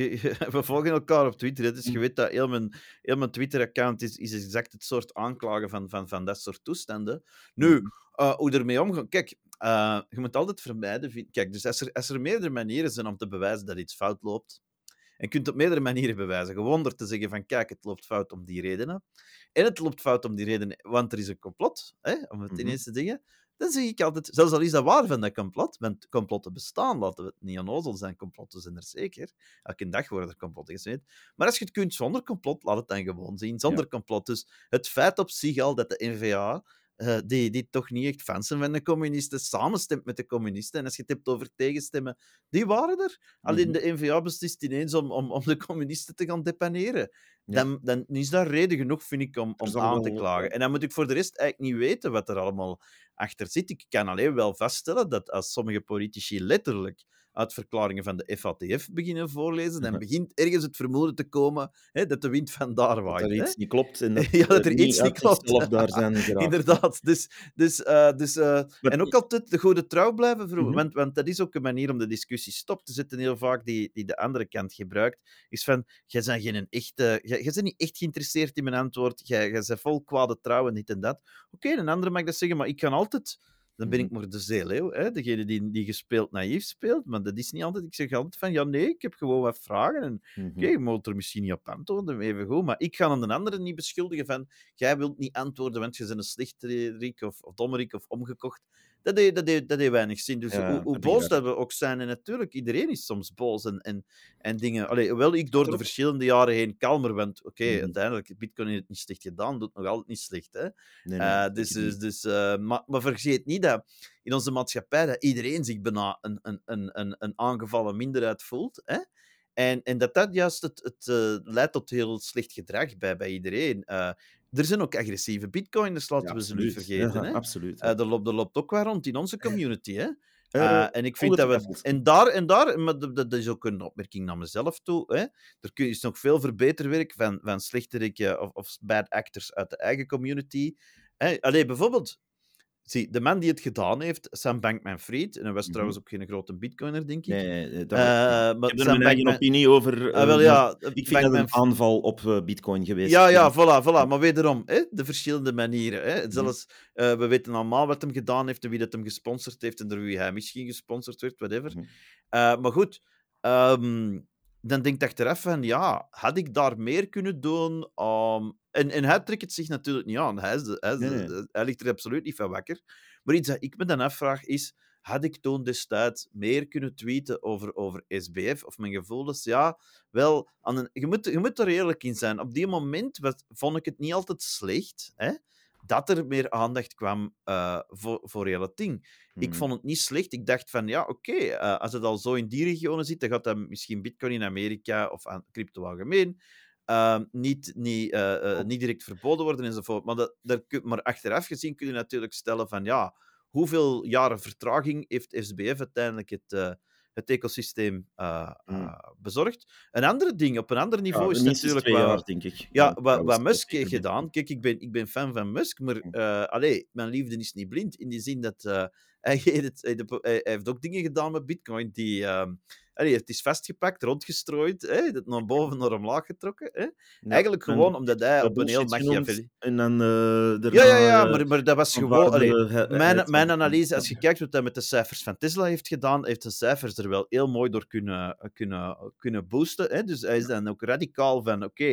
we volgen elkaar op Twitter, hè, dus je weet dat heel mijn, heel mijn Twitter-account is, is exact het soort aanklagen van, van, van dat soort toestanden. Nu, uh, hoe ermee omgaan... Kijk, uh, je moet altijd vermijden... Vind... Kijk, dus als er, als er meerdere manieren zijn om te bewijzen dat iets fout loopt, en je kunt het op meerdere manieren bewijzen. Gewoon door te zeggen van, kijk, het loopt fout om die redenen. En het loopt fout om die redenen, want er is een complot, hè, om het ineens te zeggen. Dan zeg ik altijd, zelfs al is dat waar van dat complot, want complotten bestaan, laten we het niet onnozel zijn, complotten zijn er zeker. Elke dag worden er complotten gezien. Maar als je het kunt zonder complot, laat het dan gewoon zien, zonder ja. complot. Dus het feit op zich al dat de N V A, uh, die, die toch niet echt fans zijn van de communisten, samenstemt met de communisten, en als je het hebt over tegenstemmen, die waren er. Alleen mm-hmm. de N V A beslist ineens om, om, om de communisten te gaan depaneren. Ja. Dan, dan is daar reden genoeg, vind ik, om, om aan te klagen. En dan moet ik voor de rest eigenlijk niet weten wat er allemaal achter zit. Ik kan alleen wel vaststellen dat als sommige politici letterlijk uit verklaringen van de F A T F beginnen voorlezen, dan begint ergens het vermoeden te komen hè, dat de wind van daar waait. Dat er hè? iets niet klopt. En dat, ja, dat er niet iets niet klopt. Daar zijn Inderdaad. Dus, dus, uh, dus, uh, en ook altijd de goede trouw blijven, voor, mm-hmm. want, want dat is ook een manier om de discussie stop te zetten, heel vaak, die, die de andere kant gebruikt, is van, jij bent geen echte, jij, jij bent niet echt geïnteresseerd in mijn antwoord, jij, jij bent vol kwade trouw en dit en dat. Oké, okay, een andere mag dat zeggen, maar ik kan altijd... Dan ben ik maar de zeeleeuw, hè? Degene die, die gespeeld naïef speelt, maar dat is niet altijd. Ik zeg altijd van, ja nee, ik heb gewoon wat vragen. En mm-hmm. oké, okay, je moet er misschien niet op antwoorden, even goed, maar ik ga aan de andere niet beschuldigen van, jij wilt niet antwoorden, want je bent een slechterik of, of dommerik of omgekocht. Dat heeft dat dat dat weinig zin. Dus ja, hoe, hoe boos dat we ook zijn, en natuurlijk, iedereen is soms boos en, en, en dingen. Allee, hoewel ik door de verschillende jaren heen kalmer ben, oké, okay, mm-hmm. uiteindelijk, Bitcoin heeft het niet slecht gedaan, doet nog altijd niet slecht. Hè? Nee, nee, uh, dus, dus, dus, uh, maar, maar vergeet niet dat in onze maatschappij dat iedereen zich bijna een, een, een, een, een aangevallen minderheid voelt. Hè? En, en dat dat juist het, het uh, leidt tot heel slecht gedrag bij, bij iedereen. Uh, er zijn ook agressieve bitcoiners, laten ja, we ze niet vergeten. Ja, hè? Absoluut. Uh, er, loopt, er loopt ook wel rond in onze community. Hè? Uh, uh, en ik vind dat we... En daar, en daar maar dat, dat is ook een opmerking naar mezelf toe, hè? Er is nog veel verbeterwerk van, van slechteriken of, of bad actors uit de eigen community. Hè? Allee, bijvoorbeeld... Zie, de man die het gedaan heeft, Sam Bankman-Fried, en hij was mm-hmm. trouwens ook geen grote bitcoiner, denk ik. Nee, nee dat uh, maar ik heb er mijn eigen opinie over. Uh, uh, wel, ja, ik vind Bankman... dat een aanval op uh, bitcoin geweest. Ja, ja, voilà, voilà. Maar wederom, hè, de verschillende manieren. Hè. Zelfs, uh, we weten allemaal wat hem gedaan heeft en wie dat hem gesponsord heeft en door wie hij misschien gesponsord werd, whatever. Mm-hmm. Uh, maar goed, um, dan denk ik achteraf van, ja, had ik daar meer kunnen doen? Um, en, en hij trekt het zich natuurlijk niet aan. Hij, is de, hij, is de, nee, nee. hij ligt er absoluut niet van wakker. Maar iets dat ik me dan afvraag is, had ik toen destijds meer kunnen tweeten over, over S B F of mijn gevoelens? Ja, wel, aan een, je, moet, je moet er eerlijk in zijn. Op die moment was, vond ik het niet altijd slecht, hè, dat er meer aandacht kwam uh, voor, voor heel het ding. Hmm. Ik vond het niet slecht. Ik dacht van, ja, oké, okay, uh, als het al zo in die regionen zit, dan gaat dat misschien Bitcoin in Amerika of aan crypto algemeen uh, niet, niet, uh, uh, oh. niet direct verboden worden enzovoort. Maar, dat, dat, maar achteraf gezien kun je natuurlijk stellen van, ja, hoeveel jaren vertraging heeft S B F uiteindelijk het... Uh, het ecosysteem uh, uh, mm. bezorgd. Een ander ding, op een ander niveau, ja, is natuurlijk... twee jaar, denk ik. Ja, ja wat, wat Musk heeft gedaan... Kijk, ik ben, ik ben fan van Musk, maar uh, allee, mijn liefde is niet blind, in die zin dat uh, hij, heeft, hij, hij heeft ook dingen gedaan met Bitcoin die... Uh, allee, het is vastgepakt, rondgestrooid, hè, het naar boven, naar omlaag getrokken. Hè. Ja, Eigenlijk gewoon omdat hij op een heel machiavelli... En dan... Uh, ja, ja, ja, maar, maar dat was gewoon... Allee, de, mijn, mijn analyse, als je kijkt wat hij met de cijfers van Tesla heeft gedaan, heeft de cijfers er wel heel mooi door kunnen, kunnen, kunnen boosten. Hè. Dus hij is dan ook radicaal van, oké, okay,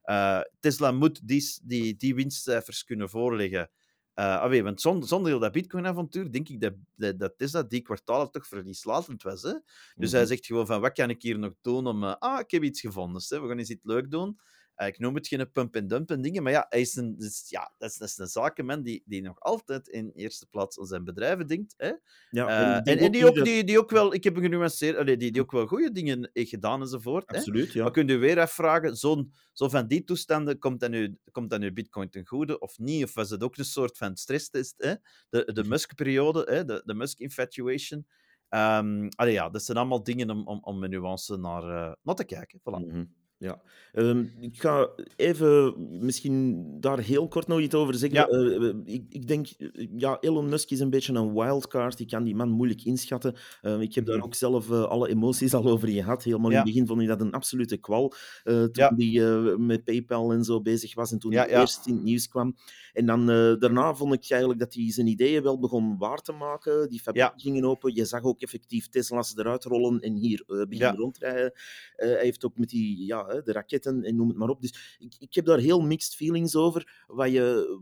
Uh, Tesla moet die, die, die winstcijfers kunnen voorleggen. Uh, ah, weet, want zonder, zonder heel dat Bitcoin-avontuur denk ik dat, dat, dat Tesla die kwartalen toch verlieslatend was. Hè? Dus Mhm. hij zegt gewoon van, wat kan ik hier nog doen om... Uh, ah, ik heb iets gevonden. Hè? We gaan eens iets leuk doen. Uh, ik noem het geen pump-and-dump en dingen, maar ja, hij is een, dus, ja dat, is, dat is een zakenman die, die nog altijd in eerste plaats aan zijn bedrijven denkt. Hè? Ja, Uh, en ik denk en, en ook die, niet ook, dat... die, die ook wel, ik heb hem genuanceerd, allee, die, die ook wel goede dingen heeft gedaan enzovoort. Hè? Absoluut, ja. Maar kun je weer afvragen, zo'n, zo van die toestanden, komt dat, nu, komt dat nu Bitcoin ten goede of niet? Of was het ook een soort van stresstest? Hè? De, de Musk-periode, hè? de, de Musk-infatuation. Um, allee, ja, dat zijn allemaal dingen om, om, om met nuance naar, uh, naar te kijken. Voilà. Mm-hmm. Ja, um, ik ga even misschien daar heel kort nog iets over zeggen. Ja. Uh, ik, ik denk, ja, Elon Musk is een beetje een wildcard. Ik kan die man moeilijk inschatten. Uh, ik heb Mm-hmm. daar ook zelf uh, alle emoties al over gehad. Helemaal Ja. in het begin vond ik dat een absolute kwal. Uh, toen Ja. die uh, met PayPal en zo bezig was en toen Ja, hij ja. eerst in het nieuws kwam. En dan uh, daarna vond ik eigenlijk dat hij zijn ideeën wel begon waar te maken. Die fabrieken Ja. gingen open. Je zag ook effectief Tesla's eruit rollen en hier uh, beginnen Ja. rondrijden. Uh, hij heeft ook met die, ja, de raketten en noem het maar op. Dus ik, ik heb daar heel mixed feelings over. Wat, je,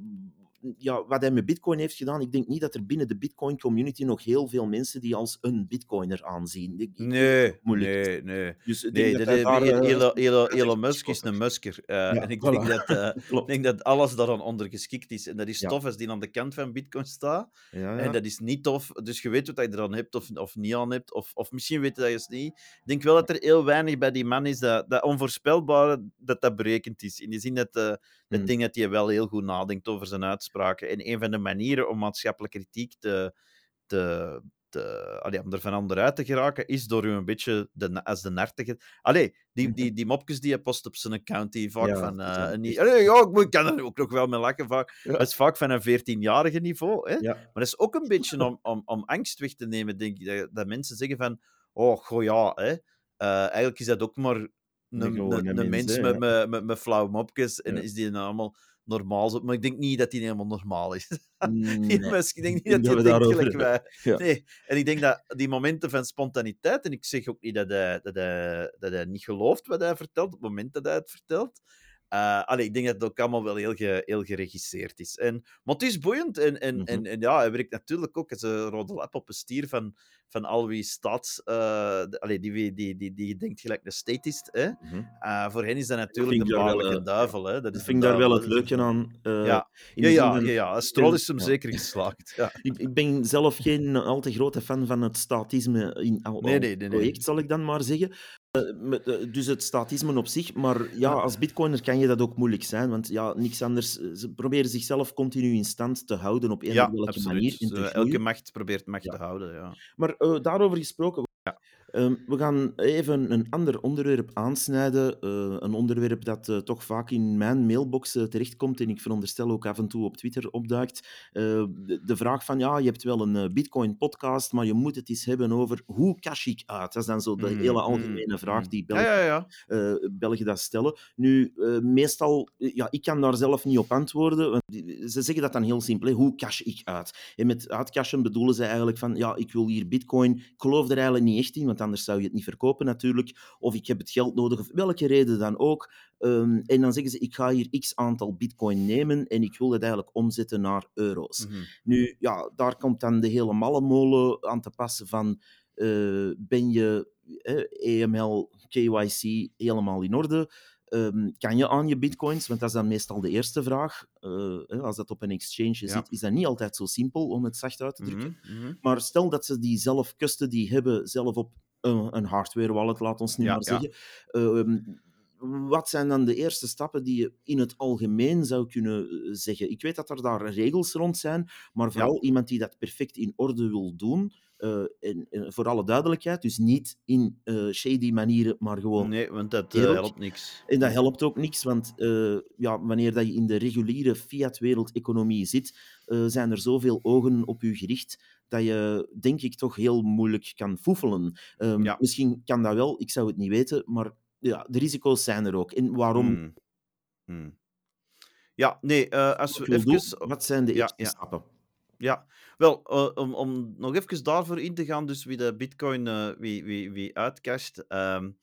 ja, wat hij met Bitcoin heeft gedaan, ik denk niet dat er binnen de Bitcoin-community nog heel veel mensen die als een Bitcoiner aanzien. Ik, ik nee, moeilijk nee, is. nee. Dus ik nee, denk de, dat de, hij daar... Uh, Elon, Elon, Elon Musk is een Musker. Uh, ja, en ik voilà. denk dat, uh, denk dat alles daaraan ondergeschikt is. En dat is ja. tof als die aan de kant van Bitcoin staat. Ja, ja. En dat is niet tof. Dus je weet wat je eraan hebt of, of niet aan hebt. Of, of misschien weet je dat je het niet. Ik denk wel dat er heel weinig bij die man is dat, dat onvoorspelbare, dat dat berekend is. In de zin dat, uh, dat Hmm. ding dat hij wel heel goed nadenkt over zijn uitspraken. En een van de manieren om maatschappelijke kritiek te... te te, allee, om er van onderuit te geraken, is door u een beetje de, als de nar te ge... Allee, die, die, die mopjes die je post op zijn account, die vaak ja, van... Uh, een niet, allee, ja, ik kan er ook nog wel mee lachen. Vaak. ja. Dat is vaak van een veertienjarige niveau. Hè? Ja. Maar dat is ook een beetje om, om, om angst weg te nemen, denk ik. Dat, dat mensen zeggen van... Oh, goh, ja, hè. Uh, eigenlijk is dat ook maar een, een, een, een mens hè, met, ja. met, met, met flauwe mopjes. En Ja. is die nou allemaal normaal? Maar ik denk niet dat die helemaal normaal is. Nee. Musk, ik denk niet Ik dat denk hij dat we denkt daarover- gelijk wij. Ja. Nee, en ik denk dat die momenten van spontaniteit, en ik zeg ook niet dat hij, dat hij, dat hij niet gelooft wat hij vertelt, op het moment dat hij het vertelt. Uh, allee, ik denk dat het ook allemaal wel heel, ge, heel geregisseerd is. En, maar het is boeiend. En, en, Mhm. en, en ja, hij werkt natuurlijk ook als een rode lap op een stier van, van al wie staats... Uh, allee, die, die, die, die, die denkt gelijk een statist. Hè? Mhm. Uh, voor hen is dat vind natuurlijk ik de daar wel, baarlijke uh, duivel. Hè? Dat is Dat de vind ik daar duivel, wel hè. het leuke aan. Uh, Ja, in ja, de zin ja, van- ja, ja. Stroll is hem Ja. zeker geslaagd. Ja. Ik, ik ben zelf geen al te grote fan van het statisme in al Nee, nee, nee, nee. project, zal ik dan maar zeggen. Uh, met, uh, dus het statisme op zich, maar ja, Ja. als bitcoiner kan je dat ook moeilijk zijn, want ja, niks anders. Ze proberen zichzelf continu in stand te houden op een Ja, of welke absoluut. manier. En te Uh, groeien. elke macht probeert macht Ja. te houden. Ja. Maar uh, daarover gesproken, Ja. um, we gaan even een ander onderwerp aansnijden. Uh, een onderwerp dat uh, toch vaak in mijn mailbox uh, terechtkomt en ik veronderstel ook af en toe op Twitter opduikt. Uh, de, de vraag van, ja, je hebt wel een uh, Bitcoin-podcast, maar je moet het eens hebben over hoe cash ik uit? Dat is dan zo de Mm, hele algemene mm, vraag mm. die Ja, Belgen, ja, ja. uh, Belgen dat stellen. Nu, uh, meestal, ja, ik kan daar zelf niet op antwoorden, want ze zeggen dat dan heel simpel, hè, hoe cash ik uit? En met uitcashen bedoelen ze eigenlijk van, ja, ik wil hier bitcoin, ik geloof er eigenlijk niet echt in, want anders zou je het niet verkopen natuurlijk, of ik heb het geld nodig, of welke reden dan ook. Um, en dan zeggen ze, ik ga hier x aantal bitcoin nemen en ik wil het eigenlijk omzetten naar euro's. Mm-hmm. Nu, ja, daar komt dan de hele malle molen aan te passen van, uh, ben je uh, A M L, K Y C helemaal in orde? Um, kan je aan je bitcoins? Want dat is dan meestal de eerste vraag. Uh, als dat op een exchange Ja. zit, is dat niet altijd zo simpel, om het zacht uit te drukken. Mm-hmm. Mm-hmm. Maar stel dat ze die zelf custody hebben, zelf op uh, een hardware wallet, laat ons nu Ja, maar ja. zeggen. Um, wat zijn dan de eerste stappen die je in het algemeen zou kunnen zeggen? Ik weet dat er daar regels rond zijn, maar vooral Ja. iemand die dat perfect in orde wil doen, uh, en, en voor alle duidelijkheid, dus niet in uh, shady manieren, maar gewoon Nee, want dat uh, eerlijk. helpt niks. En dat helpt ook niks, want uh, ja, wanneer dat je in de reguliere fiat-wereldeconomie zit, uh, zijn er zoveel ogen op je gericht dat je, denk ik, toch heel moeilijk kan foefelen. Um, Ja. Misschien kan dat wel, ik zou het niet weten, maar ja, de risico's zijn er ook. En waarom? Mm. Mm. Ja, nee, uh, als we Wat, wil even... doen, wat zijn de Ja, eerste ja. stappen? Ja, wel, uh, om, om nog even daarvoor in te gaan, dus wie de bitcoin, uh, wie, wie, wie uitcasht. Um,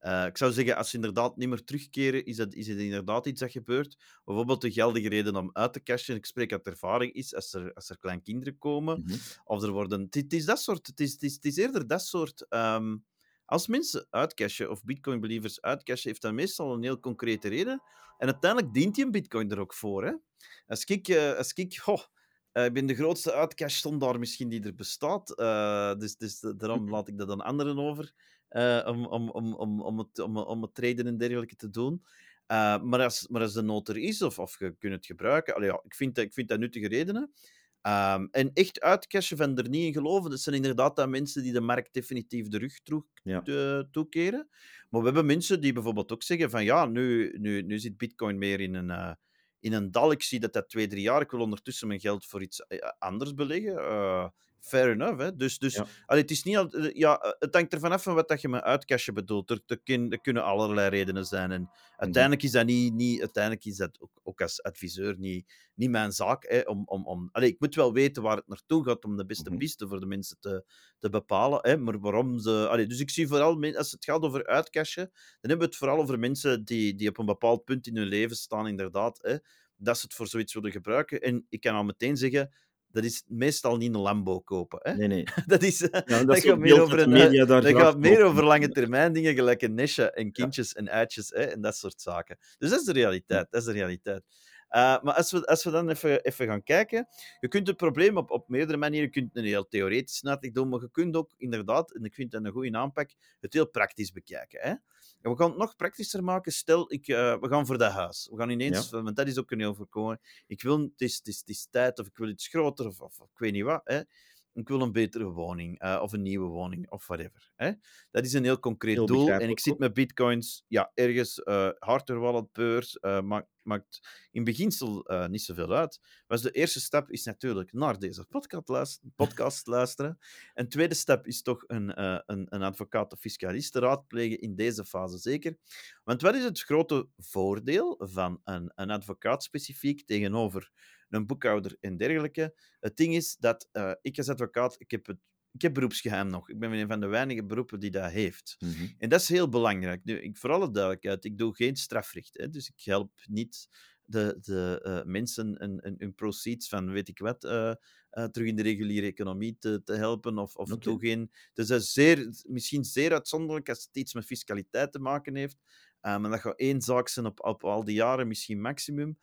Uh, ik zou zeggen, als ze inderdaad niet meer terugkeren, is het, is het inderdaad iets dat gebeurt. Bijvoorbeeld de geldige reden om uit te cashen. Ik spreek uit ervaring, is als er, als er kleinkinderen komen, Mm-hmm. of er worden... Het, het is dat soort... Het is, het is, het is eerder dat soort... Um, als mensen uitcashen, of bitcoin-believers uitcashen, heeft dat meestal een heel concrete reden. En uiteindelijk dient die een bitcoin er ook voor. Hè? Als ik... Uh, als ik oh, uh, ik ben de grootste uitcash-zondaar misschien die er bestaat. Uh, dus, dus daarom laat ik dat aan anderen over. Uh, om, om, om, om, om, het, om, om het traden en dergelijke te doen. Uh, maar, als, maar als de nood er is, of, of je kunt het gebruiken, allee, ja, ik, vind, ik vind dat nuttige redenen. Um, en echt uitcashen van er niet in geloven, dat zijn inderdaad dat mensen die de markt definitief de rug toe, Ja. uh, toekeren. Maar we hebben mensen die bijvoorbeeld ook zeggen van ja, nu, nu, nu zit bitcoin meer in een, uh, in een dal. Ik zie dat dat twee, drie jaar, ik wil ondertussen mijn geld voor iets anders beleggen. Uh, Fair enough, hè. Dus, dus Ja. allee, het is niet al, ja, het hangt ervan af van wat dat je met uitcashen bedoelt. Er, er, kun, er kunnen allerlei redenen zijn. En uiteindelijk is dat, niet, niet, uiteindelijk is dat ook, ook als adviseur niet, niet mijn zaak. Hè, om, om, om, allee, ik moet wel weten waar het naartoe gaat om de beste Mm-hmm. piste voor de mensen te, te bepalen. Hè, maar waarom ze... Allee, dus ik zie vooral, als het gaat over uitcashen, dan hebben we het vooral over mensen die, die op een bepaald punt in hun leven staan, inderdaad, hè, dat ze het voor zoiets willen gebruiken. En ik kan al meteen zeggen... Dat is meestal niet een Lambo kopen. Hè? Nee, nee. dat, is, ja, dat, dat is gaat meer over, een, media daar dat gaat meer kopen. over lange termijn dingen, gelijk een nestje en kindjes ja. en eitjes hè, en dat soort zaken. Dus dat is de realiteit. Dat is de realiteit. Uh, maar als we, als we dan even, even gaan kijken, je kunt het probleem op, op meerdere manieren, je kunt een heel theoretisch uitleg doen, maar je kunt ook inderdaad, en ik vind dat een goede aanpak, het heel praktisch bekijken. Hè? En we gaan het nog praktischer maken. Stel, ik, uh, we gaan voor dat huis. We gaan ineens, ja. want dat is ook een heel voorkomen. Ik wil, het is, het is, het is tijd, of ik wil iets groter, of, of, of ik weet niet wat. Hè? Ik wil een betere woning, uh, of een nieuwe woning, of whatever. Hè? Dat is een heel concreet heel doel. En ik zit met bitcoins, ja, ergens, uh, hardware wallet, beurs, uh, maakt, maakt in beginsel uh, niet zoveel uit. Maar de eerste stap is natuurlijk naar deze podcast, luisteren, podcast luisteren. En de tweede stap is toch een, uh, een, een advocaat of fiscalist raadplegen in deze fase zeker. Want wat is het grote voordeel van een, een advocaat specifiek tegenover een boekhouder en dergelijke? Het ding is dat uh, ik als advocaat, ik heb, het, ik heb beroepsgeheim nog. Ik ben een van de weinige beroepen die dat heeft. Mm-hmm. En dat is heel belangrijk. Nu, ik, voor alle duidelijkheid, ik doe geen strafrecht. Hè, dus ik help niet de, de uh, mensen een, een, een proceeds van weet ik wat uh, uh, terug in de reguliere economie te, te helpen. Of, of okay. doe geen... Dus dat is zeer, misschien zeer uitzonderlijk als het iets met fiscaliteit te maken heeft. Uh, maar dat gaat één zaak zijn op, op al die jaren, misschien maximum.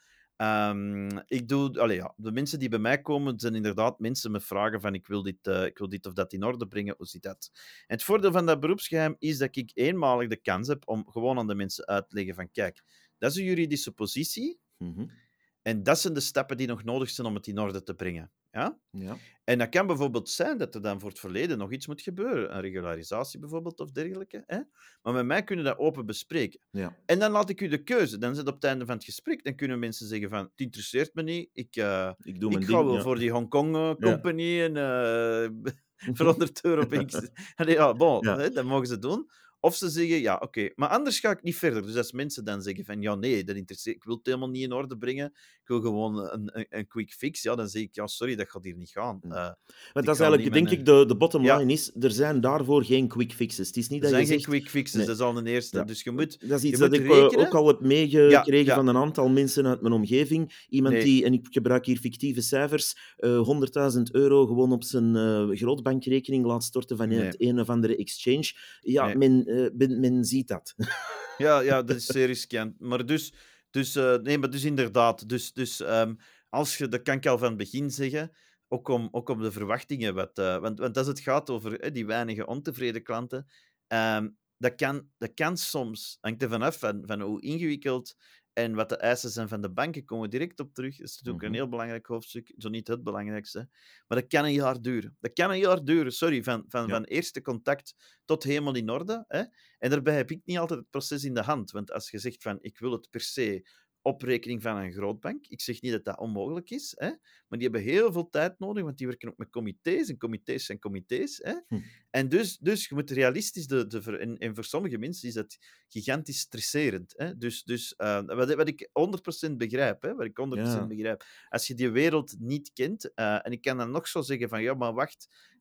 Um, ik doe, allee, ja, de mensen die bij mij komen, zijn inderdaad mensen met vragen van ik wil dit, uh, ik wil dit of dat in orde brengen, hoe zit dat? En het voordeel van dat beroepsgeheim is dat ik eenmalig de kans heb om gewoon aan de mensen uit te leggen van kijk, dat is een juridische positie mm-hmm. en dat zijn de stappen die nog nodig zijn om het in orde te brengen. Ja? Ja. En dat kan bijvoorbeeld zijn dat er dan voor het verleden nog iets moet gebeuren. Een regularisatie bijvoorbeeld of dergelijke. Hè? Maar met mij kunnen we dat open bespreken. Ja. En dan laat ik u de keuze. Dan zit op het einde van het gesprek. Dan kunnen mensen zeggen van, het interesseert me niet. Ik, uh, ik, doe ik mijn ga ding, wel ja. voor die Hongkong uh, Company ja. en uh, voor honderd euro op X. Ja, bon, ja. Hè, dat mogen ze doen. Of ze zeggen, ja, oké, okay, maar anders ga ik niet verder. Dus als mensen dan zeggen van, ja, nee, dat interesseert, ik wil het helemaal niet in orde brengen, ik wil gewoon een, een, een quick fix, ja, dan zeg ik, ja, sorry, dat gaat hier niet gaan. Uh, maar dat is eigenlijk, denk mijn... ik, de, de bottom line ja. is, er zijn daarvoor geen quick fixes. Het is niet er dat zijn je geen zegt... quick fixes, nee. dat is al een eerste. Ja. Dus je moet Dat is iets je dat ik rekenen. ook al heb meegekregen ja, ja. van een aantal mensen uit mijn omgeving. Iemand nee. die, en ik gebruik hier fictieve cijfers, uh, honderdduizend euro gewoon op zijn uh, grootbankrekening laat storten van nee. het een of andere exchange. Ja, nee. men, uh, men, men ziet dat. Ja, ja, dat is zeer riskant. Maar dus, dus, uh, nee, maar dus inderdaad, dus, dus um, als je, dat kan ik al van het begin zeggen, ook om, ook om de verwachtingen, wat, uh, want, want als het gaat over uh, die weinige ontevreden klanten, um, dat, kan, dat kan soms, hangt er vanaf van, van hoe ingewikkeld en wat de eisen zijn van de banken, komen we direct op terug. Dat is natuurlijk mm-hmm. een heel belangrijk hoofdstuk, zo niet het belangrijkste. Maar dat kan een jaar duren. Dat kan een jaar duren, sorry, van, van, ja. van eerste contact tot helemaal in orde. Hè? En daarbij heb ik niet altijd het proces in de hand. Want als je zegt van, ik wil het per se op rekening van een grootbank, ik zeg niet dat dat onmogelijk is, hè? Maar die hebben heel veel tijd nodig, want die werken ook met comité's, en comité's zijn comité's. Hè? Hm. En dus, dus je moet realistisch, de, de, en, en voor sommige mensen is dat gigantisch stresserend. Hè? Dus, dus uh, wat, wat ik honderd procent begrijp, hè? wat ik honderd procent ja. begrijp, als je die wereld niet kent, uh, en ik kan dan nog zo zeggen van, ja, maar wacht,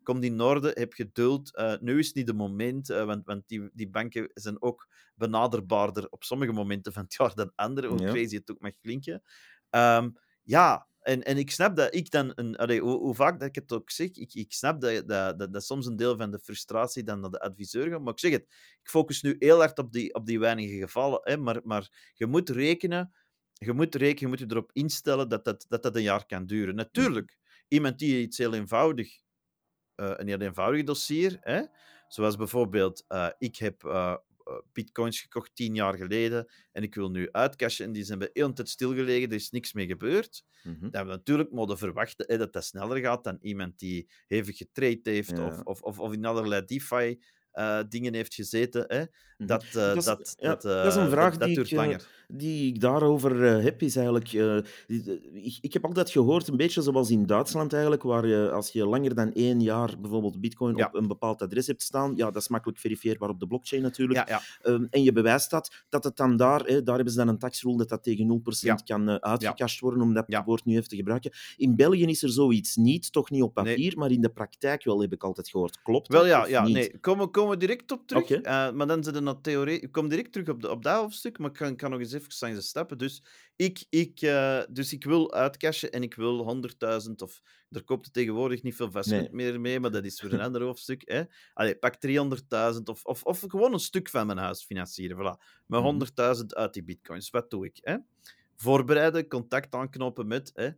kom in orde, heb geduld. Uh, nu is niet de moment, uh, want, want die, die banken zijn ook benaderbaarder op sommige momenten van het jaar dan andere, hoe Ja. crazy het ook mag klinken. Um, ja, en, en ik snap dat ik dan... Een, allee, hoe, hoe vaak dat ik het ook zeg, ik, ik snap dat, dat, dat, dat soms een deel van de frustratie dan naar de adviseur gaat, maar ik zeg het, ik focus nu heel hard op die, op die weinige gevallen, hè, maar, maar je moet rekenen, je moet rekenen, je moet je erop instellen dat dat, dat, dat een jaar kan duren. Natuurlijk, iemand die iets heel eenvoudig, uh, een heel eenvoudig dossier, hè, zoals bijvoorbeeld, uh, ik heb... Uh, bitcoins gekocht tien jaar geleden en ik wil nu uitcashen en die zijn bij heel tijd stilgelegen, er is niks mee gebeurd. Mm-hmm. Dan we natuurlijk moeten verwachten hè, dat dat sneller gaat dan iemand die hevig getrade heeft ja. of, of, of, of in allerlei DeFi uh, dingen heeft gezeten. Hè. Dat, uh, dat, is, dat, ja, dat, uh, dat is een vraag dat, dat die, duurt ik, langer. die ik daarover uh, heb, is eigenlijk... Uh, ik, ik heb altijd gehoord, een beetje zoals in Duitsland eigenlijk, waar je, als je langer dan één jaar bijvoorbeeld bitcoin ja. op een bepaald adres hebt staan, ja, dat is makkelijk verifieerbaar op de blockchain natuurlijk, ja, ja. Um, en je bewijst dat, dat het dan daar, hè, daar hebben ze dan een taxrule dat dat tegen nul procent ja. kan uh, uitgecashed worden, om dat ja. woord nu even te gebruiken. In België is er zoiets niet, toch niet op papier, nee. maar in de praktijk wel, heb ik altijd gehoord. Klopt wel, dat ja, of ja, niet? Nee, komen we direct op terug. Okay. Uh, maar dan zit er theorie. Ik kom direct terug op, de, op dat hoofdstuk, maar ik kan, kan nog eens even zijn stappen. Dus ik, ik, uh, dus ik wil uitcashen en ik wil honderdduizend, of er koopt er tegenwoordig niet veel vastgoed nee. meer mee, maar dat is voor een ander hoofdstuk. Hè. Allee, pak driehonderdduizend of, of, of gewoon een stuk van mijn huis financieren. Voilà. Met honderdduizend uit die bitcoins. Wat doe ik? Hè? Voorbereiden, contact aanknopen met... Hè.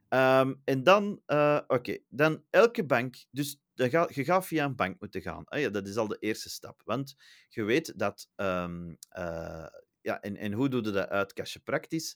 Um, en dan, uh, oké, okay, dan elke bank... Dus Ga, je gaat via een bank moeten gaan. Ah, ja, dat is al de eerste stap. Want je weet dat... Um, uh, ja, en, en hoe doe je dat uitcashen praktisch?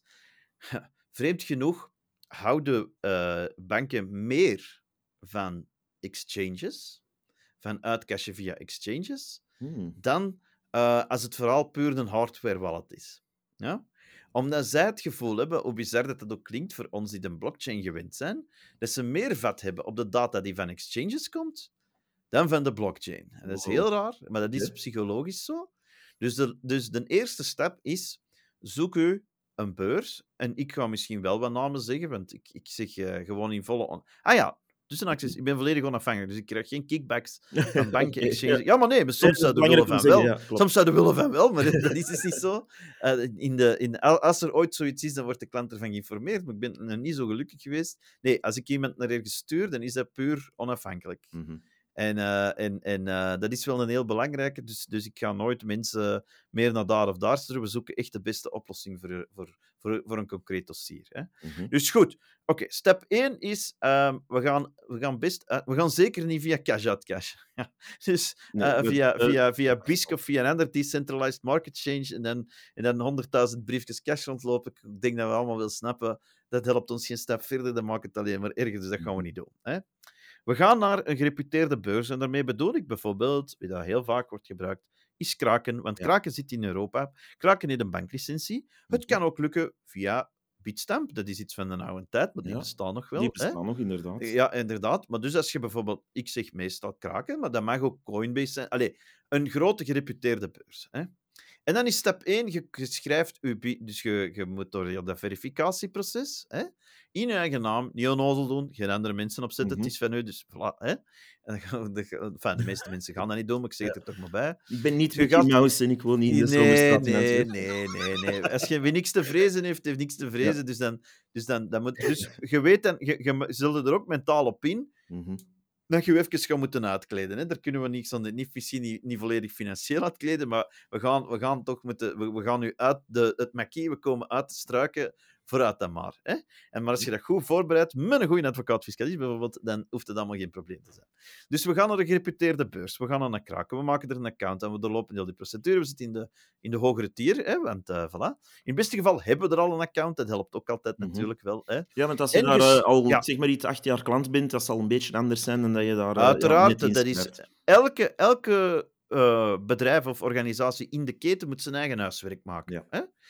Vreemd genoeg houden uh, banken meer van exchanges, van uitcashen via exchanges, hmm. dan uh, als het vooral puur een hardware wallet is. Ja? Omdat zij het gevoel hebben, hoe bizar dat dat ook klinkt voor ons die de blockchain gewend zijn, dat ze meer vat hebben op de data die van exchanges komt, dan van de blockchain. En dat is heel raar, maar dat is psychologisch zo. Dus de, dus de eerste stap is, zoek u een beurs. En ik ga misschien wel wat namen zeggen, want ik, ik zeg uh, gewoon in volle... On- ah ja, tussen acties, ik ben volledig onafhankelijk, dus ik krijg geen kickbacks van banken, exchanges. Ja, maar nee, maar soms zouden we willen van wel. Ja, soms zouden we willen van wel, maar dat is dus niet zo. Uh, in de, in, als er ooit zoiets is, dan wordt de klant ervan geïnformeerd, maar ik ben nog niet zo gelukkig geweest. Nee, als ik iemand naar ergens stuur, dan is dat puur onafhankelijk. Mm-hmm. En, uh, en, en uh, dat is wel een heel belangrijke, dus, dus ik ga nooit mensen meer naar daar of daar sturen. We zoeken echt de beste oplossing voor, voor, voor, voor een concreet dossier. Hè. Mm-hmm. Dus goed, oké, okay, stap één is, um, we, gaan, we, gaan best, uh, we gaan zeker niet via cash out cash. Dus uh, nee, via, uh, via, via B I S C of via een ander decentralized market change en dan, en dan honderdduizend briefjes cash rondlopen. Ik denk dat we allemaal wel snappen, dat helpt ons geen stap verder, dat maakt het alleen maar erger, dus dat gaan we niet doen. Hè. We gaan naar een gereputeerde beurs en daarmee bedoel ik bijvoorbeeld, wie dat heel vaak wordt gebruikt, is Kraken, want ja. Kraken zit in Europa. Kraken heeft een banklicentie. Het kan ook lukken via Bitstamp, dat is iets van een oude tijd, maar die ja, bestaan nog wel. Die bestaan hè? nog, inderdaad. Ja, inderdaad. Maar dus als je bijvoorbeeld, ik zeg meestal Kraken, maar dat mag ook Coinbase zijn. Allee, een grote gereputeerde beurs. Hè? En dan is stap één, je, je schrijft je, dus je, je moet door dat verificatieproces, hè, in je eigen naam, niet onnozel doen, geen andere mensen opzetten, mm-hmm. Het is van u, dus voilà. Hè. En de, enfin, de meeste mensen gaan dat niet doen, maar ik zeg het er toch maar bij. Ik ben niet Mickey gaat... Mouse en ik woon niet in de nee, Zomerstraat. Nee, nee, nee, nee. Als je niks te vrezen heeft, heeft niks te vrezen, ja. dus, dan, dus, dan, dan moet, dus je weet dan, je, je zult er ook mentaal op in, mm-hmm. dat je je even gaat moeten uitkleden. Hè. Daar kunnen we niet, zonder, niet, niet, niet volledig financieel uitkleden, maar we gaan, we gaan toch moeten, we, we gaan nu uit de, het makkie, we komen uit de struiken, vooruit dan maar. Hè. En maar als je dat goed voorbereidt, met een goede advocaat-fiscalist bijvoorbeeld, dan hoeft het allemaal geen probleem te zijn. Dus we gaan naar een gereputeerde beurs, we gaan naar een Kraken, we maken er een account en we doorlopen heel die procedure, we zitten in de, in de hogere tier, hè, want uh, voilà. In het beste geval hebben we er al een account, dat helpt ook altijd mm-hmm. natuurlijk wel. Hè. Ja, want als je en daar dus, uh, al ja. zeg maar iets acht jaar klant bent, dat zal een beetje anders zijn dan dat je daar... Uh, Uiteraard, ja, dat is... Elke... elke Uh, bedrijf of organisatie in de keten moet zijn eigen huiswerk maken. Ja. Hè?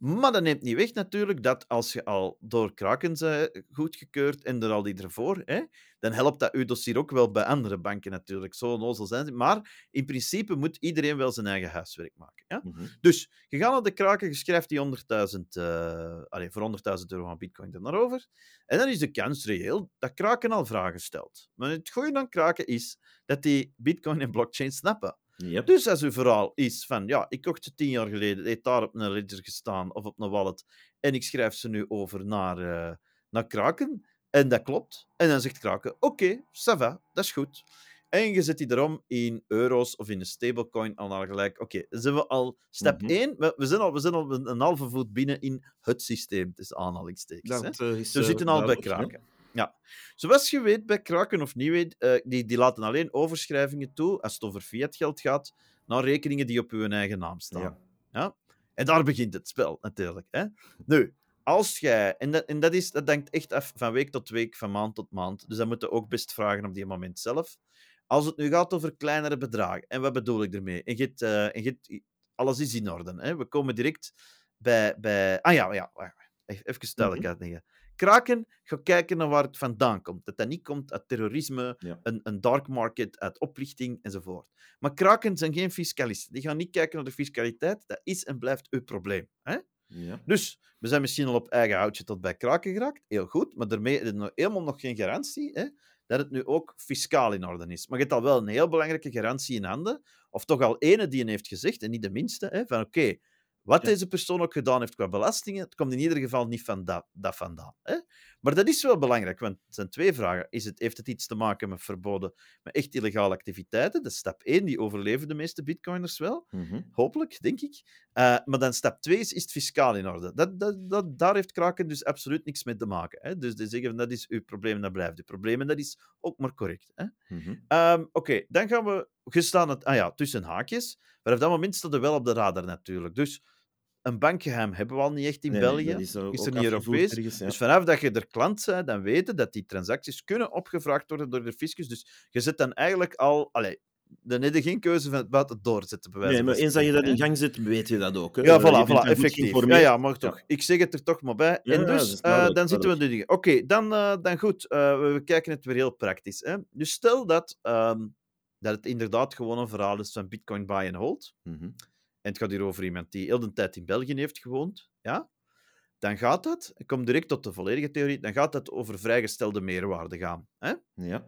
Maar dat neemt niet weg natuurlijk dat als je al door Kraken bent goedgekeurd en er al die ervoor, hè, dan helpt dat uw dossier ook wel bij andere banken natuurlijk. Zo onnozel zijn ze. Maar in principe moet iedereen wel zijn eigen huiswerk maken. Ja? Mhm. Dus je gaat naar de Kraken, je schrijft die honderdduizend, uh, allez, voor honderdduizend euro aan bitcoin er naar over. En dan is de kans reëel dat Kraken al vragen stelt. Maar het goede aan Kraken is dat die bitcoin en blockchain snappen. Yep. Dus als uw verhaal is van, ja, ik kocht ze tien jaar geleden, het heeft daar op een ledger gestaan of op een wallet, en ik schrijf ze nu over naar, uh, naar Kraken, en dat klopt, en dan zegt Kraken, oké, okay, ça va, dat is goed. En je zet die erom in euro's of in een stablecoin al naar gelijk. Oké, okay, dan zijn we al stap Mhm. één. We, we, zijn al, we zijn al een, een halve voet binnen in het systeem, dus aanhalingstekens. Dat hè. uh, is We uh, zitten al bij duidelijk, Kraken. hè? Ja. Zoals je weet, bij Kraken of niet weet, uh, die, die laten alleen overschrijvingen toe, als het over fiat geld gaat, naar rekeningen die op uw eigen naam staan. Ja. Ja? En daar begint het spel, natuurlijk. Hè? Nu, als jij... En, dat, en dat, is, dat hangt echt af van week tot week, van maand tot maand. Dus dat moet je ook best vragen op die moment zelf. Als het nu gaat over kleinere bedragen, en wat bedoel ik ermee? En je hebt, uh, en je hebt, alles is in orde. Hè? We komen direct bij... bij ah ja, ja even duidelijkheid nemen. Kraken gaat kijken naar waar het vandaan komt. Dat dat niet komt uit terrorisme, Ja. een, een dark market, uit oplichting enzovoort. Maar Kraken zijn geen fiscalisten. Die gaan niet kijken naar de fiscaliteit. Dat is en blijft uw probleem. Hè? Ja. Dus we zijn misschien al op eigen houtje tot bij Kraken geraakt. Heel goed, maar daarmee is er helemaal nog geen garantie hè, dat het nu ook fiscaal in orde is. Maar je hebt al wel een heel belangrijke garantie in handen. Of toch al ene die een heeft gezegd, en niet de minste, hè, van oké, okay, wat ja. deze persoon ook gedaan heeft qua belastingen, het komt in ieder geval niet van dat, dat vandaan. Hè? Maar dat is wel belangrijk, want het zijn twee vragen. Is het, heeft het iets te maken met verboden, met echt illegale activiteiten? Dat is stap één, die overleven de meeste bitcoiners wel. Mm-hmm. Hopelijk, denk ik. Uh, maar dan stap twee is, is het fiscaal in orde. Dat, dat, dat, daar heeft Kraken dus absoluut niks mee te maken. Hè? Dus die zeggen, dat is uw probleem en dat blijft uw probleem. En dat is ook maar correct. Hè? Mm-hmm. Um, Oké, okay, dan gaan we... Gestaan het, ah ja, tussen haakjes. Maar op dat moment staat er wel op de radar natuurlijk. Dus een bankgeheim hebben we al niet echt in nee, België. Nee, is, uh, is er niet Europees. Ergens, ja. Dus vanaf dat je er klant bent, dan weten dat die transacties kunnen opgevraagd worden door de fiscus. Dus je zet dan eigenlijk al... Allez, dan heb je geen keuze van het buiten doorzetten. Bij wijze nee, maar eens dat je dat in gang zet, weet je dat ook. Hè? Ja, voilà, je voilà effectief. Ja, ja, maar toch. Ja. Ik zeg het er toch maar bij. Ja, en dus, ja, uh, dan zitten we de dingen. Oké, okay, dan, uh, dan goed. Uh, we, we kijken het weer heel praktisch. Hè? Dus stel dat... Um, dat het inderdaad gewoon een verhaal is van Bitcoin buy and hold. Mm-hmm. En het gaat hier over iemand die heel de tijd in België heeft gewoond. Ja? Dan gaat het, ik kom direct tot de volledige theorie, dan gaat het over vrijgestelde meerwaarde gaan. Hè? Ja.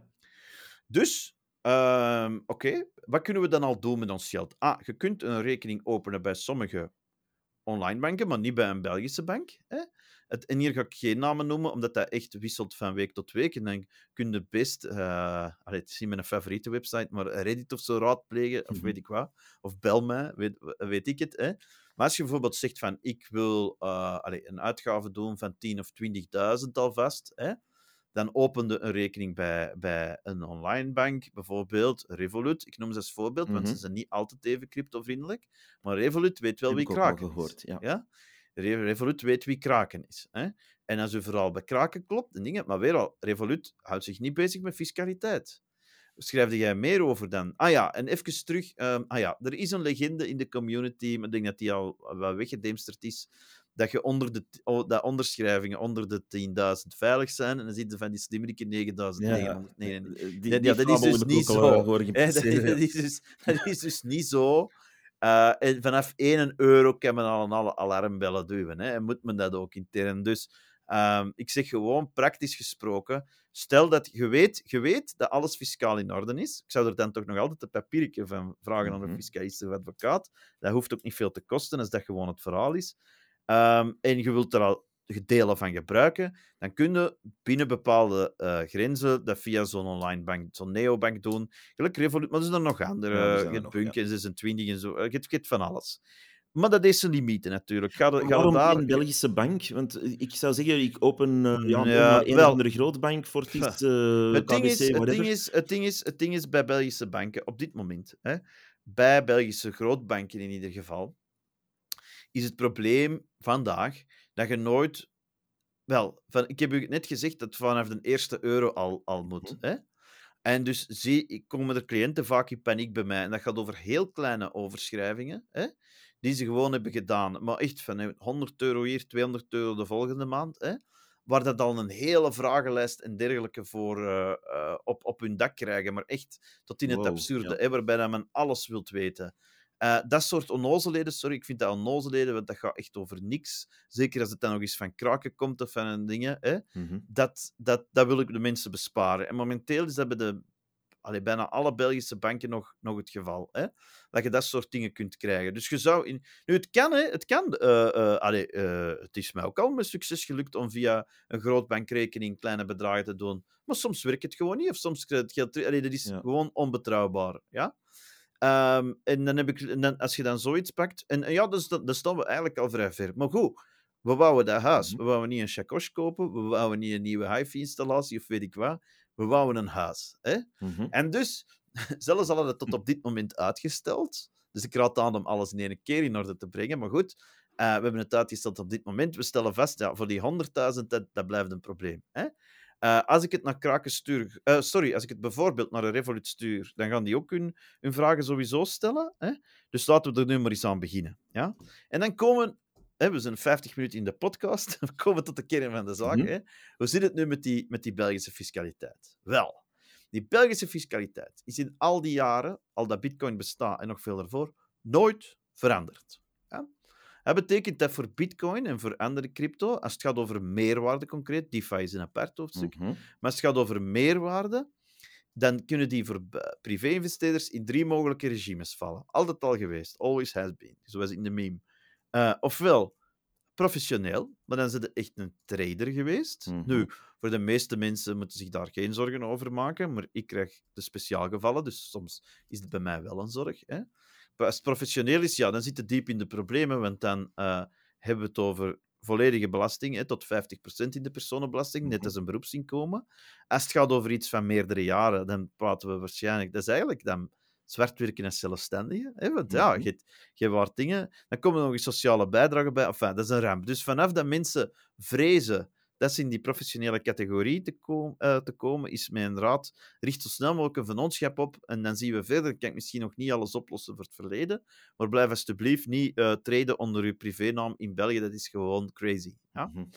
Dus, uh, oké, okay, wat kunnen we dan al doen met ons geld? Ah, je kunt een rekening openen bij sommige online banken, maar niet bij een Belgische bank. Hè? Het, en hier ga ik geen namen noemen, omdat dat echt wisselt van week tot week. En dan kun je best, uh, allee, het is niet mijn favoriete website, maar Reddit of zo raadplegen, of mm-hmm. weet ik wat. Of bel mij, weet, weet ik het. Hè? Maar als je bijvoorbeeld zegt van, ik wil uh, allee, een uitgave doen van tien of twintigduizend alvast, hè? Dan opende een rekening bij, bij een online bank, bijvoorbeeld Revolut. Ik noem ze als voorbeeld, mm-hmm. want ze zijn niet altijd even cryptovriendelijk. Maar Revolut weet wel wie Kraken gehoord, is. Ja. Ja? Revolut weet wie Kraken is. Hè? En als u vooral bij Kraken klopt, en dingen, maar weer al, Revolut houdt zich niet bezig met fiscaliteit. Schrijfde jij meer over dan? Ah ja, en even terug. Um, ah ja, er is een legende in de community, maar ik denk dat die al wel weggedemsterd is, dat je onder de dat onderschrijvingen onder de tienduizend veilig zijn en dan zit je van die slimmerikke negenduizend negenhonderdnegenennegentig. Ja, die, die, ja, dat is dus niet zo. Hè, dat, dat, is dus, dat is dus niet zo. Uh, en vanaf één euro kan men al alle alarmbellen duwen. Hè, en moet men dat ook intern. Dus um, ik zeg gewoon, praktisch gesproken, stel dat je weet, je weet dat alles fiscaal in orde is. Ik zou er dan toch nog altijd een papiertje van vragen aan een fiscalist of advocaat. Dat hoeft ook niet veel te kosten, als dat gewoon het verhaal is. Um, en je wilt er al delen van gebruiken, dan kun je binnen bepaalde uh, grenzen dat via zo'n online bank, zo'n neobank doen. Gelijk Revolut, maar er zijn er nog andere. Ja, je hebt Bunk en ja. zesentwintig en zo. Je hebt, je hebt van alles. Maar dat is een limiete natuurlijk. Ga de, ga waarom daar... geen Belgische bank? Want ik zou zeggen, ik open uh, ja, ja, een wel. of andere grootbank, Fortis, uh, het, K ding B C, is, het, ding is, het, ding is, het ding is bij Belgische banken, op dit moment, hè, bij Belgische grootbanken in ieder geval, is het probleem vandaag dat je nooit... Wel, van, ik heb u net gezegd dat vanaf de eerste euro al, al moet. Hè? En dus zie, komen er cliënten vaak in paniek bij mij. En dat gaat over heel kleine overschrijvingen. Hè? die ze gewoon hebben gedaan. Maar echt van honderd euro hier, tweehonderd euro de volgende maand. Hè? Waar dat al een hele vragenlijst en dergelijke voor uh, uh, op, op hun dak krijgen. Maar echt tot in het Wow, absurde, ja. hè, waarbij men alles wilt weten. Uh, dat soort onnozelheden, sorry, ik vind dat onnozelheden, want dat gaat echt over niks. Zeker als het dan nog eens van kraken komt of van dingen. Hè? Mm-hmm. Dat, dat, dat wil ik de mensen besparen. En momenteel is dat bij de, allee, bijna alle Belgische banken nog, nog het geval. Hè? Dat je dat soort dingen kunt krijgen. Dus je zou... In... Nu, het kan, hè. Het kan. Uh, uh, allee, uh, het is mij ook al met succes gelukt om via een grootbankrekening kleine bedragen te doen. Maar soms werkt het gewoon niet. Of soms krijg je het geld terug. Allee, dat is Ja. gewoon onbetrouwbaar. Ja? Um, en dan heb ik... En dan, als je dan zoiets pakt... En, en ja, dus, dan staan we eigenlijk al vrij ver. Maar goed... We wouden dat huis. Mm-hmm. We wouden niet een chacoche kopen. We wouden niet een nieuwe hi-fi-installatie of weet ik wat. We wouden een huis. Hè? Mm-hmm. En dus, zelfs al hadden we het tot op dit moment uitgesteld. Dus ik raad aan om alles in één keer in orde te brengen. Maar goed, uh, we hebben het uitgesteld op dit moment. We stellen vast, ja, voor die honderdduizend, dat, dat blijft een probleem. Hè? Uh, als ik het naar Kraken stuur... Uh, sorry, als ik het bijvoorbeeld naar een Revolut stuur, dan gaan die ook hun, hun vragen sowieso stellen. Hè? Dus laten we er nu maar eens aan beginnen. Ja? En dan komen... Hè, we zijn vijftig minuten in de podcast. We komen tot de kern van de zaak. Mm-hmm. Hè? Hoe zit het nu met die, met die Belgische fiscaliteit? Wel, die Belgische fiscaliteit is in al die jaren, al dat bitcoin bestaat en nog veel ervoor, nooit veranderd. Ja? Dat betekent dat voor bitcoin en voor andere crypto, als het gaat over meerwaarde concreet, DeFi is een apart hoofdstuk, Mm-hmm. maar als het gaat over meerwaarde, dan kunnen die voor privé-investeerders in drie mogelijke regimes vallen. Altijd al geweest. Always has been. Zoals in de meme. Uh, ofwel professioneel, maar dan zijn ze echt een trader geweest. Mm-hmm. Nu, voor de meeste mensen moeten zich daar geen zorgen over maken, maar ik krijg de speciaalgevallen, dus soms is het bij mij wel een zorg. Hè? Maar als het professioneel is, ja, dan zit het diep in de problemen, want dan uh, hebben we het over volledige belasting, hè, tot vijftig procent in de personenbelasting, net Mm-hmm. als een beroepsinkomen. Als het gaat over iets van meerdere jaren, dan praten we waarschijnlijk... Dat is eigenlijk dan zwart werken als zelfstandige. Hè? Want ja, Mm-hmm. je, je waard dingen... Dan komen er nog eens sociale bijdragen bij. Enfin, dat is een ramp. Dus vanaf dat mensen vrezen dat ze in die professionele categorie te, kom, uh, te komen, is mijn raad, richt zo snel mogelijk een vennootschap op en dan zien we verder. Ik kan misschien nog niet alles oplossen voor het verleden, maar blijf alsjeblieft niet uh, treden onder uw privénaam in België. Dat is gewoon crazy. Ja? Mm-hmm.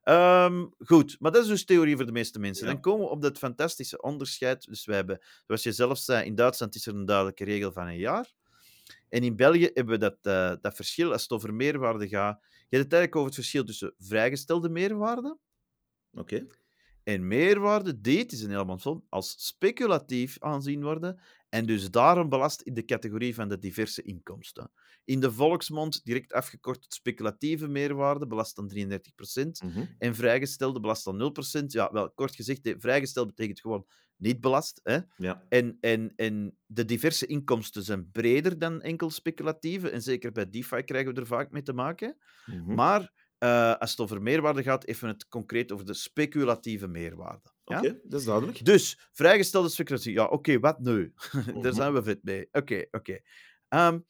Um, goed, maar dat is dus theorie voor de meeste mensen. Ja. Dan komen we op dat fantastische onderscheid. Dus wij hebben, zoals je zelf zei, in Duitsland is er een duidelijke regel van een jaar. En in België hebben we dat, uh, dat verschil, als het over meerwaarde gaat. Je hebt het eigenlijk over het verschil tussen vrijgestelde meerwaarde. Oké. Okay. En meerwaarde, dit is een helemaal van, als speculatief aanzien worden en dus daarom belast in de categorie van de diverse inkomsten. In de volksmond direct afgekort tot speculatieve meerwaarde belast dan drieëndertig procent Mm-hmm. en vrijgestelde belast dan nul procent. Ja, wel, kort gezegd, vrijgesteld betekent gewoon niet belast. Hè? Ja. En, en, en de diverse inkomsten zijn breder dan enkel speculatieve en zeker bij DeFi krijgen we er vaak mee te maken. Mm-hmm. Maar Uh, als het over meerwaarde gaat, even het concreet over de speculatieve meerwaarde. Oké, ja? okay, dat is duidelijk. Dus, vrijgestelde speculatie. Ja, oké, okay, wat nu? Daar zijn we vet mee. Oké, okay, oké. Okay. Um,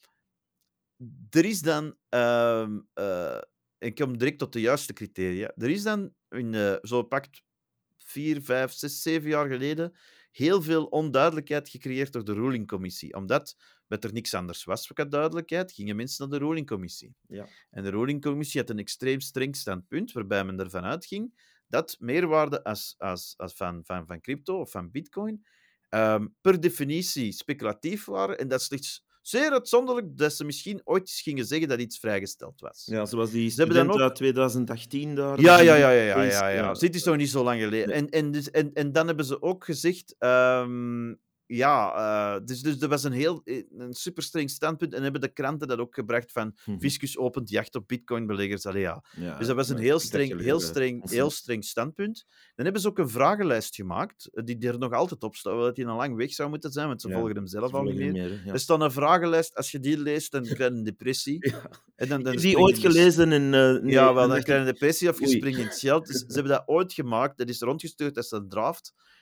er is dan... Um, uh, ik kom direct tot de juiste criteria. Er is dan, in, uh, zo pakt vier, vijf, zes, zeven jaar geleden, heel veel onduidelijkheid gecreëerd door de rulingcommissie. Omdat met er niks anders was qua duidelijkheid, gingen mensen naar de rulingcommissie. Ja. En de rulingcommissie had een extreem streng standpunt, waarbij men ervan uitging dat meerwaarde als, als, als van, van, van crypto of van bitcoin um, per definitie speculatief waren. En dat is slechts zeer uitzonderlijk dat ze misschien ooit eens gingen zeggen dat iets vrijgesteld was. Ja, zoals die ze hebben student dan ook... uit twintig achttien daar. Ja, ja, ja, ja, ja, ja, ja. ja. Dit is nog niet zo lang geleden. Nee. En, en, dus, en, en dan hebben ze ook gezegd... Um, ja, uh, dus, dus dat was een heel een super streng standpunt. En hebben de kranten dat ook gebracht van Mm-hmm. Fiscus opent jacht op bitcoinbeleggers. Allee, ja. Ja, dus dat was een ja, heel streng, heel, streng, uh, heel streng standpunt. Dan hebben ze ook een vragenlijst gemaakt, die er nog altijd op staat, dat die al lang weg zou moeten zijn, want ze ja, volgen hem zelf al niet meer. meer ja. Er staat een vragenlijst, als je die leest, dan krijg je een depressie. Ja. En dan, dan ik heb die ooit gelezen en... Uh, nee, ja, wel, dan dan krijg je een depressie of je Oei. springt in het geld. Dus ze hebben dat ooit gemaakt, dat is rondgestuurd als een draft.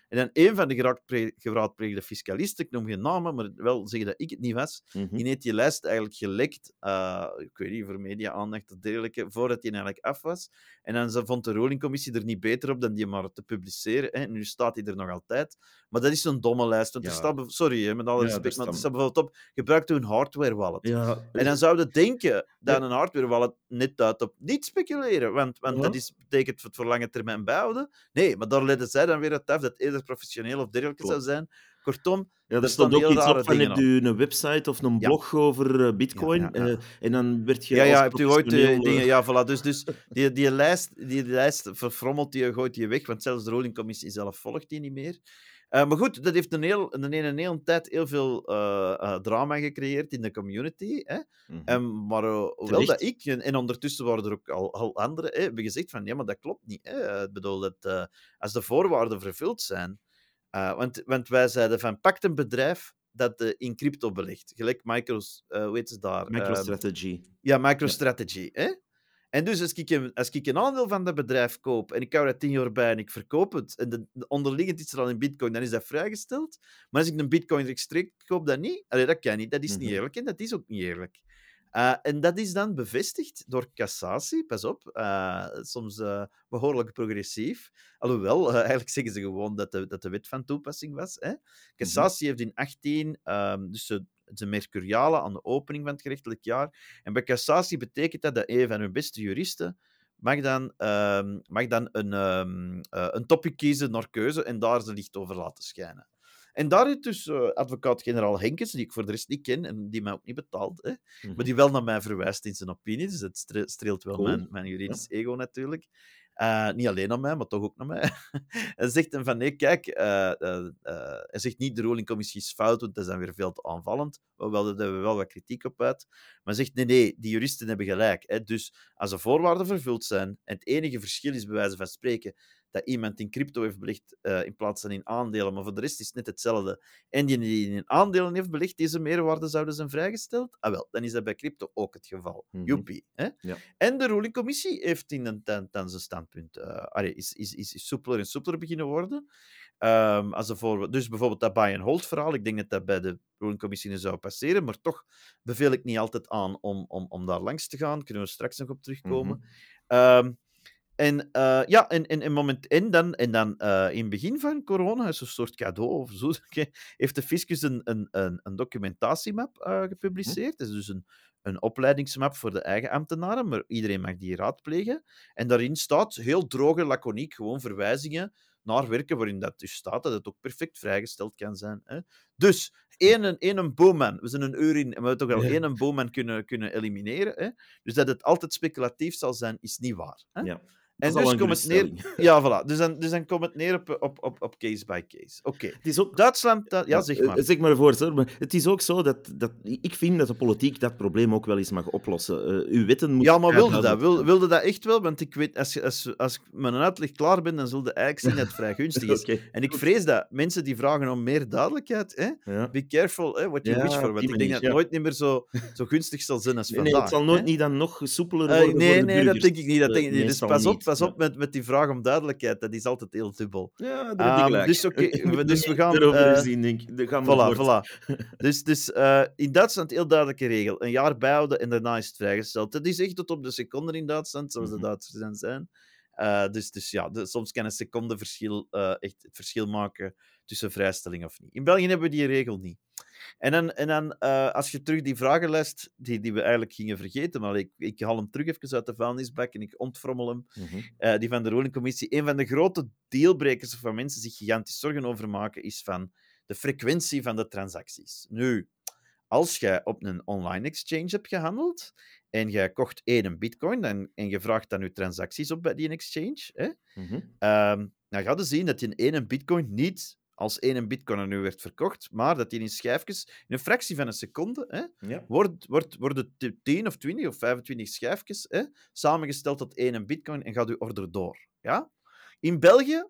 En dan een van de geraadpre- geraadpleegde fiscalisten, ik noem geen namen, maar wel zeggen dat ik het niet was, Mhm. die heeft die lijst eigenlijk gelekt, uh, ik weet niet, voor media-aandacht of dergelijke, voordat die eigenlijk af was. En dan ze- vond de rulingcommissie er niet beter op dan die maar te publiceren. Hè. Nu staat hij er nog altijd. Maar dat is zo'n domme lijst. Want er Ja. staat, bev- sorry, hè, met alle Ja, respect, daar maar er staan- staat bijvoorbeeld op, gebruik een hardware wallet. Ja, En dan zouden denken dat Ja. een hardware wallet net duidt op niet speculeren, want, want Ja. dat is, betekent het voor lange termijn bijhouden. Nee, maar daar leiden zij dan weer het af dat het eerder professioneel of dergelijke Klopt. zou zijn. Kortom, Ja, er er staan stond ook heel iets rare op van, dingen heb op. je een website of een Ja. blog over eh, bitcoin? Ja, ja, ja. Eh, en dan werd je Ja, als ja, hebt u ooit eh, professioneel... dingen... eh, Ja, voilà. Dus, dus die, die, lijst, die lijst verfrommelt die, gooit die weg, want zelfs de rulingcommissie zelf volgt die niet meer. Uh, maar goed, dat heeft een, heel, een, een hele tijd heel veel uh, uh, drama gecreëerd in de community. Hè? mhm. Um, maar uh, hoewel Terecht. dat ik, en, en ondertussen waren er ook al, al anderen, hè, hebben gezegd van, ja, maar dat klopt niet. Hè? Ik bedoel, dat, uh, als de voorwaarden vervuld zijn... Uh, want, want wij zeiden van, pak een bedrijf dat uh, in crypto belegt. Gelijk Micros, uh, hoe heet ze daar? MicroStrategy. Ja, MicroStrategy. Ja. Hè? En dus als ik, een, als ik een aandeel van dat bedrijf koop en ik hou dat tien jaar bij en ik verkoop het, en de, de onderliggend is er al in bitcoin, dan is dat vrijgesteld. Maar als ik een bitcoin rechtstreeks koop, dat niet. Allee, dat kan niet. Dat is Mhm. niet eerlijk en dat is ook niet eerlijk. Uh, en dat is dan bevestigd door cassatie, pas op, uh, soms uh, behoorlijk progressief. Alhoewel, uh, eigenlijk zeggen ze gewoon dat de, dat de wet van toepassing was. Hè. Cassatie heeft in achttien, um, dus de, de mercuriale aan de opening van het gerechtelijk jaar. En bij cassatie betekent dat dat een van hun beste juristen mag dan, um, mag dan een, um, uh, een topic kiezen naar keuze en daar zijn licht over laten schijnen. En daar heeft dus uh, advocaat-generaal Henkes, die ik voor de rest niet ken en die mij ook niet betaalt, hè, Mhm. maar die wel naar mij verwijst in zijn opinie, dus het stre- streelt wel Cool. mijn, mijn juridisch ja. ego natuurlijk. Uh, niet alleen naar mij, maar toch ook naar mij. Hij zegt hem van, nee, kijk, uh, uh, uh, hij zegt niet de rulingcommissie is fout, want dat is dan weer veel te aanvallend. Hoewel, daar hebben we wel wat kritiek op uit. Maar hij zegt, nee, nee, die juristen hebben gelijk. Hè. Dus als de voorwaarden vervuld zijn, en het enige verschil is bij wijze van spreken dat iemand in crypto heeft belegd uh, in plaats van in aandelen, maar voor de rest is het net hetzelfde. En die die in aandelen heeft belegd, deze meerwaarden zouden zijn vrijgesteld. Ah wel, dan is dat bij crypto ook het geval. Mhm. Joepie. Hè? Ja. En de rulingcommissie heeft in een dan zijn standpunt uh, allee, is, is, is, is soepeler en soepeler beginnen worden. Um, als voor, dus bijvoorbeeld dat buy-and-hold verhaal, ik denk dat dat bij de rulingcommissie zou passeren, maar toch beveel ik niet altijd aan om, om, om daar langs te gaan. Kunnen we straks nog op terugkomen. Mm-hmm. Um, En uh, ja, en, en, en, moment, en dan, en dan uh, in het begin van corona, is een soort cadeau of zo, heeft de fiscus een, een, een, een documentatiemap uh, gepubliceerd. Dat is dus een, een opleidingsmap voor de eigen ambtenaren, maar iedereen mag die raadplegen. En daarin staat heel droge, laconiek, gewoon verwijzingen naar werken waarin dat dus staat, dat het ook perfect vrijgesteld kan zijn. Hè. Dus, één, één boomman, we zijn een uur in, en we hebben toch wel Ja. één boomman kunnen, kunnen elimineren. Hè. Dus dat het altijd speculatief zal zijn, is niet waar. Hè. Ja. En dus komt het neer... Ja, voilà. Dus dan, dus dan komt het neer op, op, op, op case by case. Oké. Okay. Duitsland... Dat... Ja, zeg maar. Uh, zeg maar voor, hoor. Maar het is ook zo dat, dat... Ik vind dat de politiek dat probleem ook wel eens mag oplossen. Uh, uw wetten moeten... Ja, maar wilde dat? Wil, wilde dat echt wel? Want ik weet, als, als, als ik met een uitleg klaar ben, dan zul je eigenlijk zien dat het vrij gunstig is. Okay. En ik vrees dat mensen die vragen om meer duidelijkheid... Hè, ja. Be careful hè, what you ja, wish for. Want ik manier, denk dat het ja. nooit niet meer zo, zo gunstig zal zijn als nee, vandaag. Nee, het zal nooit hè? niet dan nog soepeler worden uh, nee, voor de nee, burgers. dat denk ik niet. Dat denk ik niet. Dus pas op, niet. pas op ja. met, met die vraag om duidelijkheid. Dat is altijd heel dubbel. Ja, dat heb ik gelijk. Um, dus, okay, dus we gaan... erover uh, zien, denk ik. Gaan voilà, voilà. Dus, dus uh, in Duitsland een heel duidelijke regel. Een jaar bijhouden en daarna is het vrijgesteld. Dat is echt tot op de seconde in Duitsland, zoals mm-hmm. de Duitsers dan zijn. Uh, dus, dus ja, de, soms kan een seconde verschil, uh, echt het verschil maken tussen vrijstelling of niet. In België hebben we die regel niet. En dan, en dan uh, als je terug die vragenlijst, die, die we eigenlijk gingen vergeten, maar ik, ik haal hem terug even uit de vuilnisbak en ik ontfrommel hem, mm-hmm. uh, die van de rulingcommissie. Een van de grote dealbreakers waar mensen zich gigantisch zorgen over maken, is van de frequentie van de transacties. Nu, als jij op een online exchange hebt gehandeld en jij kocht één bitcoin dan, en je vraagt dan je transacties op bij die exchange, hè, mm-hmm. um, dan ga je zien dat die één bitcoin niet als één bitcoin aan u werd verkocht, maar dat die in schijfjes, in een fractie van een seconde, hè, ja. wordt, wordt, worden tien of twintig of vijfentwintig schijfjes hè, samengesteld tot één bitcoin en gaat uw order door. Ja? In België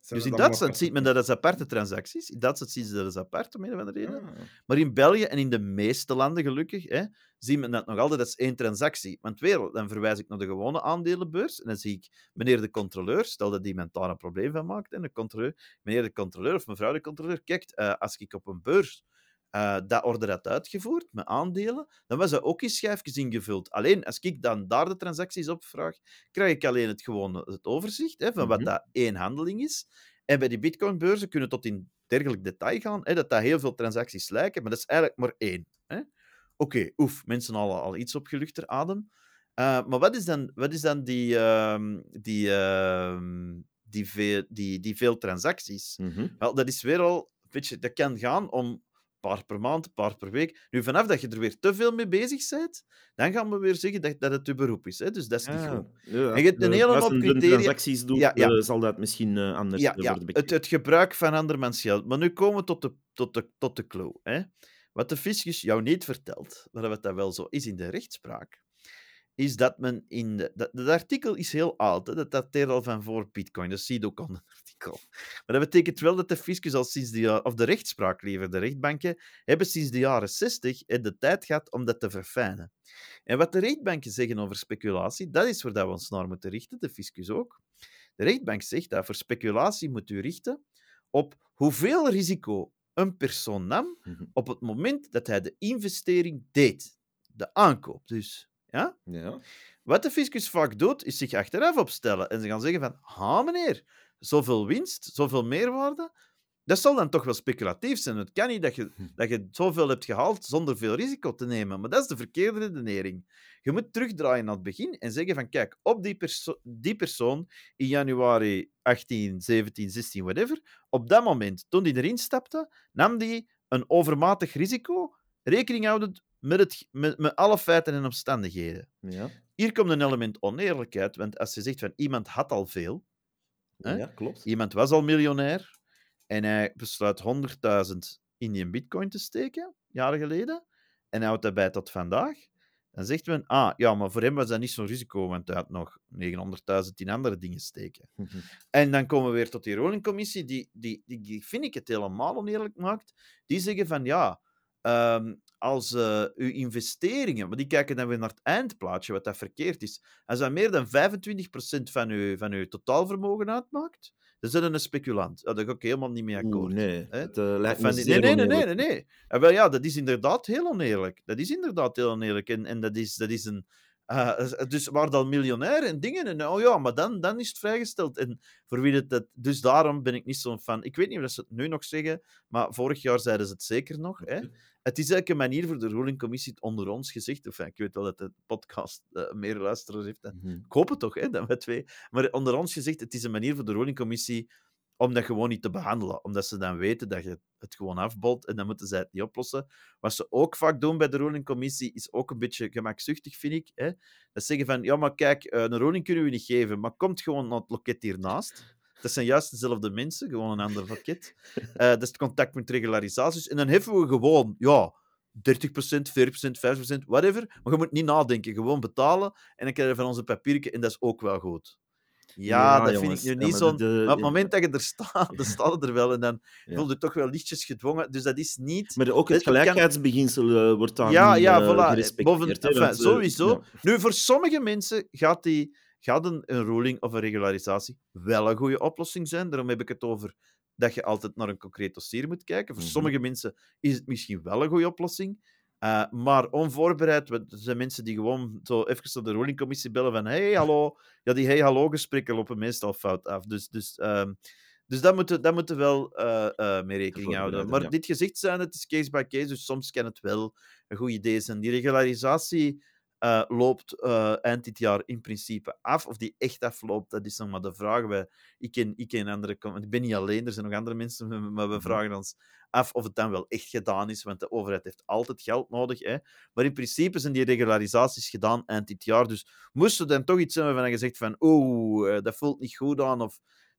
Zijn Dus in dat dan Duitsland aparte ziet men dat als aparte transacties. In Duitsland zien ze dat als apart, om een of andere reden. Ah. Maar in België en in de meeste landen, gelukkig, hè, zien men dat nog altijd als één transactie. Want weer, dan verwijs ik naar de gewone aandelenbeurs en dan zie ik meneer de controleur, stel dat iemand daar een probleem van maakt, en de controleur, meneer de controleur of mevrouw de controleur, kijkt, uh, als ik op een beurs uh, dat order had uitgevoerd met aandelen, dan was dat ook in schijfjes ingevuld. Alleen, als ik dan daar de transacties op vraag, krijg ik alleen het gewone het overzicht hè, van wat Mhm. dat één handeling is. En bij die bitcoinbeurzen kunnen tot in dergelijk detail gaan, hè, dat dat heel veel transacties lijken, maar dat is eigenlijk maar één. Oké, okay, oef, mensen halen al iets opgeluchter adem. Uh, maar wat is dan, wat is dan die, uh, die, uh, die, veel, die, die veel transacties? Mm-hmm. Wel, dat is weer al, weet je, dat kan gaan om een paar per maand, een paar per week. Nu, vanaf dat je er weer te veel mee bezig bent, dan gaan we weer zeggen dat, dat het je beroep is. Hè? Dus dat is niet Ja, goed. ja, En je hebt een de- hele als hoop een de criteria. transacties doet, Ja, ja. uh, zal dat misschien uh, anders Ja, uh, ja. worden Het, bekeken. het gebruik van andermans geld. Maar nu komen we tot de, tot de, tot de clue. Hè? Wat de fiscus jou niet vertelt, maar wat dat wel zo is in de rechtspraak, is dat men in... De, dat, dat artikel is heel oud, hè? Dat dateert al van voor Bitcoin. Dat zie je ook aan het artikel. Maar dat betekent wel dat de fiscus al sinds de jaren... Of de rechtspraak, liever, de rechtbanken, hebben sinds de jaren zestig de tijd gehad om dat te verfijnen. En wat de rechtbanken zeggen over speculatie, dat is waar we ons naar moeten richten, de fiscus ook. De rechtbank zegt dat voor speculatie moet u richten op hoeveel risico een persoon nam op het moment dat hij de investering deed. De aankoop dus. Ja? Ja. Wat de fiscus vaak doet, is zich achteraf opstellen en ze gaan zeggen van, ha meneer, zoveel winst, zoveel meerwaarde, dat zal dan toch wel speculatief zijn. Het kan niet dat je, dat je zoveel hebt gehaald zonder veel risico te nemen. Maar dat is de verkeerde redenering. Je moet terugdraaien naar het begin en zeggen van, kijk, op die, perso- die persoon in januari achttien, zeventien, zestien, whatever, op dat moment, toen die erin stapte, nam die een overmatig risico, rekening houdend met, het, met, met alle feiten en omstandigheden. Ja. Hier komt een element oneerlijkheid, want als je zegt van, iemand had al veel, hè? Ja, klopt. Iemand was al miljonair, en hij besluit honderdduizend in die bitcoin te steken, jaren geleden, en hij houdt dat bij tot vandaag, dan zegt men, ah, ja, maar voor hem was dat niet zo'n risico, want hij had nog negenhonderdduizend in andere dingen steken. En dan komen we weer tot die rolingcommissie, die, die, die, die vind ik het helemaal oneerlijk maakt. Die zeggen van, ja, um, als uh, uw investeringen, maar die kijken dan weer naar het eindplaatje, wat dat verkeerd is. Als dat meer dan vijfentwintig procent van uw, van uw totaalvermogen uitmaakt, dan zijn we een speculant. Ja, daar ga ik helemaal niet mee akkoord. Oeh, nee, hè? het uh, lijkt Van me die- zeer nee, nee, nee, nee, oneerlijk. nee, nee. En wel, ja, dat is inderdaad heel oneerlijk. Dat is inderdaad heel oneerlijk. En, en dat, is, dat is een... Uh, dus waar dan miljonair en dingen. En, oh ja, maar dan, dan is het vrijgesteld. En voor wie het, dat, dus daarom ben ik niet zo'n fan. Ik weet niet of ze het nu nog zeggen, maar vorig jaar zeiden ze het zeker nog. Hè? Het is eigenlijk een manier voor de rulingcommissie het onder ons gezegd. Enfin, ik weet wel dat de podcast uh, meer luisteraars heeft. Dan. Mhm. Ik hoop het toch, hè, dat we twee. Maar onder ons gezegd, het is een manier voor de rulingcommissie om dat gewoon niet te behandelen. Omdat ze dan weten dat je het gewoon afbolt en dan moeten zij het niet oplossen. Wat ze ook vaak doen bij de rulingcommissie is ook een beetje gemakzuchtig, vind ik. Hè? Dat zeggen van, ja, maar kijk, een ruling kunnen we niet geven, maar komt gewoon naar het loket hiernaast. Dat zijn juist dezelfde mensen, gewoon een ander loket. Uh, dat is het contactpunt regularisaties. En dan heffen we gewoon, ja, dertig procent, veertig procent, vijftig procent, whatever. Maar je moet niet nadenken, gewoon betalen. En dan krijg je van onze papiertje en dat is ook wel goed. Ja, Ja, dat jongens. vind ik nu Ja, niet maar zo'n... de- de- Maar op het moment dat je er staat, dan staat het er wel. En dan Ja. voel je toch wel lichtjes gedwongen. Dus dat is niet... Maar ook het Het kan- gelijkheidsbeginsel uh, wordt daar Ja, niet ja, uh, voilà. gerespecteerd. Boven, hè, enfin, want, uh, sowieso. ja. Nu, voor sommige mensen gaat, die, gaat een, een ruling of een regularisatie wel een goede oplossing zijn. Daarom heb ik het over dat je altijd naar een concreet dossier moet kijken. Voor Mhm. sommige mensen is het misschien wel een goede oplossing. Uh, maar onvoorbereid, er zijn mensen die gewoon zo even naar de rulingcommissie bellen van hey, hallo. Ja, die hey, hallo gesprekken lopen meestal fout af. Dus, dus, um, dus dat moeten dat moeten wel uh, uh, mee rekening houden. Maar ja. dit gezegd zijn, het is case by case, dus soms kan het wel een goed idee zijn. Die regularisatie uh, loopt uh, eind dit jaar in principe af. Of die echt afloopt, dat is nog maar de vraag. Wij, ik, ken, ik ken andere... Ik ben niet alleen, er zijn nog andere mensen, maar we Mm-hmm. vragen ons af of het dan wel echt gedaan is, want de overheid heeft altijd geld nodig. Hè. Maar in principe zijn die regularisaties gedaan eind dit jaar. Dus moest er dan toch iets zijn waarvan je zegt van oeh, dat voelt niet goed aan, of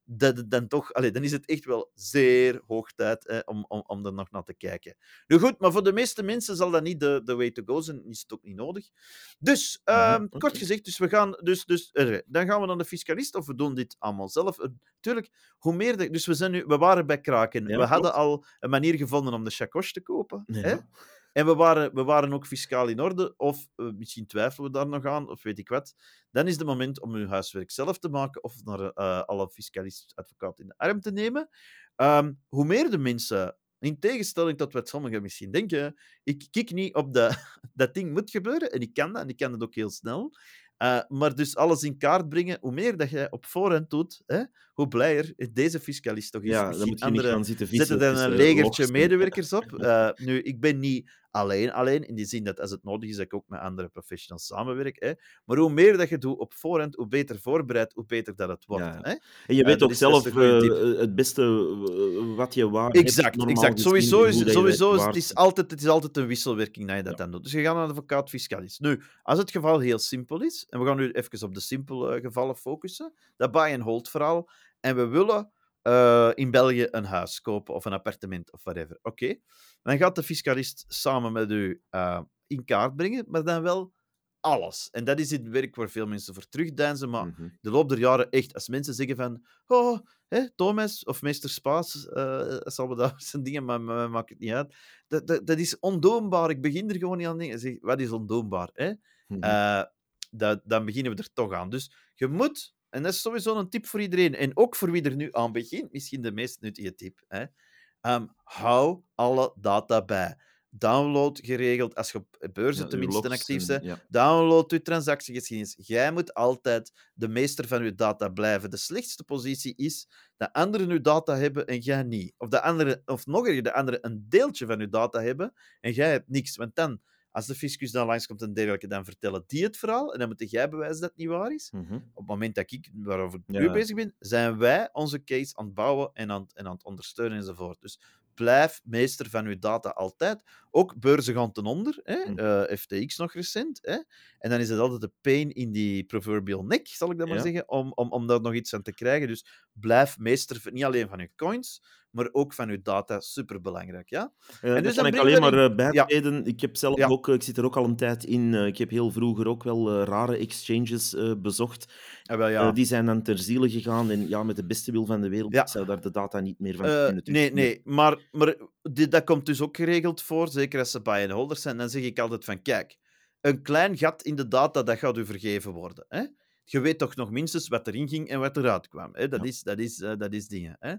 dat het dan toch... Allee, dan is het echt wel zeer hoog tijd hè, om, om, om er nog naar te kijken. Nu goed, maar voor de meeste mensen zal dat niet de, de way to go zijn. Is het ook niet nodig. Dus, Mhm, ehm, oké. kort gezegd, dus we gaan, dus, dus, eh, dan gaan we naar de fiscalist of we doen dit allemaal zelf. Eh, tuurlijk, hoe meer... De, dus we, zijn nu, we waren bij Kraken. Ja, we hadden klopt. al een manier gevonden om de chakos te kopen. Hè? Ja. En we waren, we waren ook fiscaal in orde, of eh, misschien twijfelen we daar nog aan, of weet ik wat. Dan is het moment om uw huiswerk zelf te maken, of naar eh, alle fiscalist-advocaat in de arm te nemen. Ehm, hoe meer de mensen, in tegenstelling tot wat sommigen misschien denken, ik kik niet op de, dat ding moet gebeuren, en ik kan dat, en ik kan het ook heel snel. Uh, maar dus alles in kaart brengen, hoe meer dat je op voorhand doet, hè, hoe blijer deze fiscalist toch is. Ja, dan Misschien moet je niet andere gaan zitten zetten vissen er een tussen legertje logs. medewerkers op. Uh, nu, ik ben niet alleen, alleen, in die zin dat als het nodig is, dat ik ook met andere professionals samenwerk. Hè. Maar hoe meer dat je doet op voorhand, hoe beter voorbereid, hoe beter dat het wordt. Ja. Hè. En je Uh, weet dat ook is, dat is zelf een goede tip. uh, het beste uh, wat je waar hebt, Exact, normaal exact. gezien, Sowieso hoe is, dat je sowieso dat is, het, waard. is altijd, het is altijd een wisselwerking dat je dat Ja. dan doet. Dus je gaat naar een advocaat-fiscalist. Nu, als het geval heel simpel is, en we gaan nu even op de simpele uh, gevallen focussen, dat buy-and-hold verhaal, en we willen uh, in België een huis kopen of een appartement of whatever. Oké, okay. Dan gaat de fiscalist samen met u uh, in kaart brengen, maar dan wel alles. En dat is het werk waar veel mensen voor terugdeinzen, maar Mm-hmm. de loop der jaren echt, als mensen zeggen van oh, hé, Thomas of meester Spaas, uh, zal we daar zijn dingen, maar, maar maakt het niet uit. Dat, dat, dat is ondoenbaar. Ik begin er gewoon niet aan te denken. Zeg, wat is ondoenbaar? Hè? Mm-hmm. Uh, dat, dan beginnen we er toch aan. Dus je moet, en dat is sowieso een tip voor iedereen, en ook voor wie er nu aan begint, misschien de meest nuttige tip, hè? Um, hou alle data bij. Download geregeld, als je op beurzen Ja, tenminste logs actief en, bent, ja. download je transactiegeschiedenis. Jij moet altijd de meester van je data blijven. De slechtste positie is dat anderen je data hebben en jij niet. Of, de andere, of nog erger, de anderen een deeltje van je data hebben en jij hebt niks. Want dan, als de fiscus dan langskomt en dergelijke, dan vertellen die het verhaal en dan moet jij bewijzen dat het niet waar is. Mm-hmm. Op het moment dat ik, waarover ik Ja. nu bezig ben, zijn wij onze case aan het bouwen en aan, en aan het ondersteunen enzovoort. Dus blijf meester van uw data altijd. Ook beurzen gaan ten onder. Hè? Uh, F T X nog recent. Hè? En dan is het altijd de pain in die proverbial neck, zal ik dat maar Ja. zeggen, om, om, om daar nog iets aan te krijgen. Dus blijf meester, niet alleen van uw coins, maar ook van uw data. Superbelangrijk, ja? Uh, en dus dat kan dan ik alleen maar in... uh, bijtreden. Ja. Ik heb zelf ja. ook, ik zit er ook al een tijd in. Uh, ik heb heel vroeger ook wel uh, rare exchanges uh, bezocht. Ja, wel, ja. Uh, die zijn dan ter ziele gegaan. En ja, met de beste wil van de wereld, ja. Ik zou daar de data niet meer van uh, kunnen Nee, nee. Maar, maar dit, dat komt dus ook geregeld voor. Zeker als ze buy-and-holders zijn. Dan zeg ik altijd van, kijk, een klein gat in de data, dat gaat u vergeven worden. Hè? Je weet toch nog minstens wat erin ging en wat eruit kwam. Hè? Dat, ja. is, dat, is, uh, dat is dingen. Hè?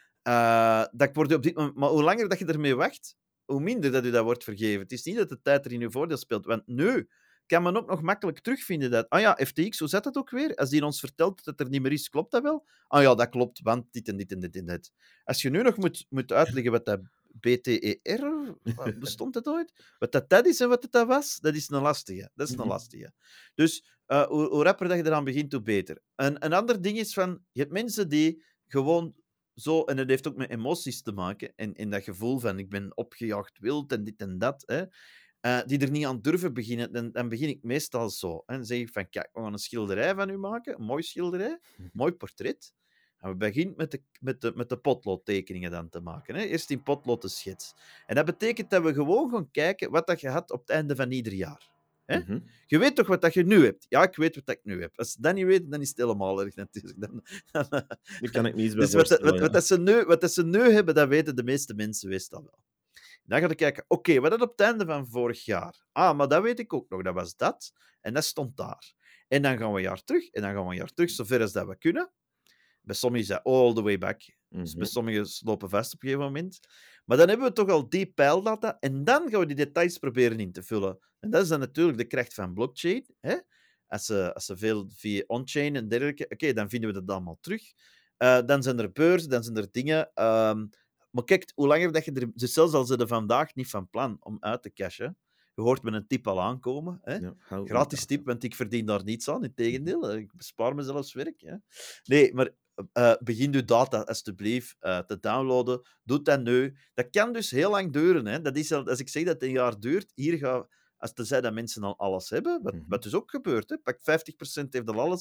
Uh, dat wordt op dit moment... Maar hoe langer dat je ermee wacht, hoe minder dat u dat wordt vergeven. Het is niet dat de tijd er in uw voordeel speelt. Want nu kan men ook nog makkelijk terugvinden dat... Ah ja, F T X, hoe zat dat ook weer? Als die ons vertelt dat er niet meer is, klopt dat wel? Ah ja, dat klopt, want dit en dit en dit en dit. Als je nu nog moet, moet uitleggen wat dat B T E R... Bestond dat ooit? Wat dat, dat is en wat dat was, dat is een lastige. Dat is een lastige. Dus uh, hoe, hoe rapper dat je eraan begint, hoe beter. Een, een ander ding is van... Je hebt mensen die gewoon... Zo, en het heeft ook met emoties te maken. En, en dat gevoel van, ik ben opgejaagd wild en dit en dat. Hè, uh, die er niet aan durven beginnen. Dan, dan begin ik meestal zo. Hè, dan zeg ik van, kijk, we gaan een schilderij van u maken. Een mooi schilderij. Een mooi portret. En we beginnen met de, met de, met de potloodtekeningen dan te maken. Hè. Eerst in potlood de schets. En dat betekent dat we gewoon gaan kijken wat dat je had op het einde van ieder jaar. Hè? Mm-hmm. Je weet toch wat dat je nu hebt? Ja, ik weet wat ik nu heb. Als je dat niet weet, dan is het helemaal erg natuurlijk. Dan, dan, dat kan ik niet dus wat, wat, wat, wat, dat ze nu, wat dat ze nu hebben, dat weten de meeste mensen wist al wel. Dan ga je kijken, oké, okay, wat had op het einde van vorig jaar? Ah, maar dat weet ik ook nog, dat was dat. En dat stond daar. En dan gaan we een jaar terug, en dan gaan we een jaar terug, zover als dat we kunnen. Bij sommigen is dat all the way back. Mm-hmm. Dus bij sommigen lopen vast op een gegeven moment. Maar dan hebben we toch al die pijldata en dan gaan we die details proberen in te vullen. En dat is dan natuurlijk de kracht van blockchain. Hè? Als, ze, als ze veel via on-chain en dergelijke... Oké, okay, dan vinden we dat allemaal terug. Uh, dan zijn er beurzen, dan zijn er dingen... Um, maar kijk, hoe langer dat je er... Dus zelfs al zijn ze vandaag niet van plan om uit te cashen, je hoort met een tip al aankomen. Hè? Ja, gratis tip, want ik verdien daar niets aan. Integendeel, ik bespaar mezelf werk. Hè? Nee, maar... Uh, begin uw data alsjeblieft uh, te downloaden. Doe dat nu. Dat kan dus heel lang duren. Hè. Dat is al, als ik zeg dat het een jaar duurt, hier gaat, als tenzij dat mensen al alles hebben, wat, wat dus ook gebeurt. Hè. Pak vijftig procent heeft al alles.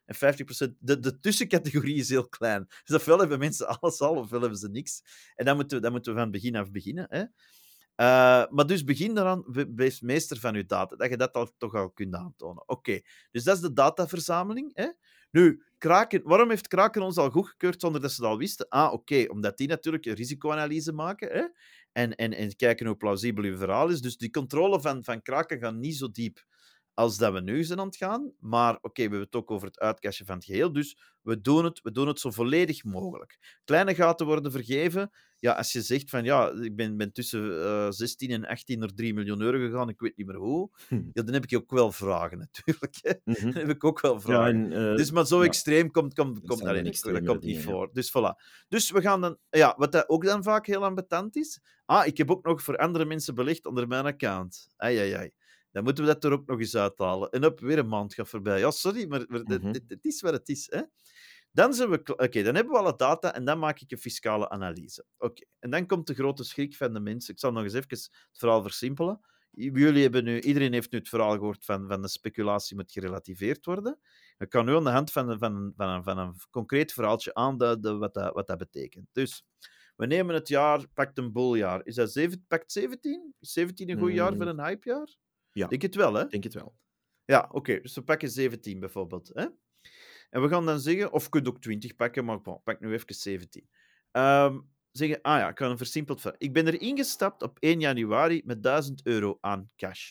En vijftig procent... De, de tussencategorie is heel klein. Dus ofwel hebben mensen alles al, ofwel hebben ze niks. En dan moeten we, dan moeten we van begin af beginnen. Hè. Uh, maar dus begin daaraan, wees meester van je data. Dat je dat al, toch al kunt aantonen. Oké, okay. Dus dat is de dataverzameling. Hè. Nu, Kraken, waarom heeft Kraken ons al goedgekeurd zonder dat ze het al wisten? Ah, oké, okay, omdat die natuurlijk een risicoanalyse maken hè, en, en, en kijken hoe plausibel je verhaal is. Dus die controle van, van Kraken gaat niet zo diep als dat we nu zijn aan het gaan. Maar oké, okay, we hebben het ook over het uitkastje van het geheel. Dus we doen het, we doen het zo volledig mogelijk. Kleine gaten worden vergeven. Ja, als je zegt van ja, ik ben, ben tussen uh, zestien en achttien naar drie miljoen euro gegaan, ik weet niet meer hoe. Hm. Ja, dan heb ik ook wel vragen natuurlijk. Hè. Mm-hmm. Dan heb ik ook wel vragen. Ja, en, uh, dus, maar zo ja. extreem komt, komt, komt, allee, dat, dat komt niet dingen, voor. Ja. Dus voilà. Dus we gaan dan... Ja, wat dat ook dan vaak heel ambetant is... Ah, ik heb ook nog voor andere mensen belegd onder mijn account. Ai, ai, ai. Dan moeten we dat er ook nog eens uithalen. En op, weer een maand gaat voorbij. Ja, sorry, maar, maar mm-hmm. het, het is wat het is. Hè. Dan, zijn we, okay, dan hebben we alle data en dan maak ik een fiscale analyse. Oké, okay. En dan komt de grote schrik van de mensen. Ik zal nog eens even het verhaal versimpelen. Jullie hebben nu, iedereen heeft nu het verhaal gehoord van, van de speculatie moet gerelativeerd worden. Ik kan nu aan de hand van, van, van, een, van een concreet verhaaltje aanduiden wat dat, wat dat betekent. Dus... We nemen het jaar, pakt een boeljaar. Is dat zeven, pakt zeventien? Is zeventien een goed jaar voor een hypejaar? Ja. Denk het wel, hè? Denk het wel. Ja, oké. Okay. Dus we pakken zeventien bijvoorbeeld. Hè? En we gaan dan zeggen, of je kunt ook twintig pakken, maar bon, pak nu even zeventien. Um, zeggen, ah ja, ik ga een versimpeld verhaal. Ik ben er ingestapt op één januari met duizend euro aan cash.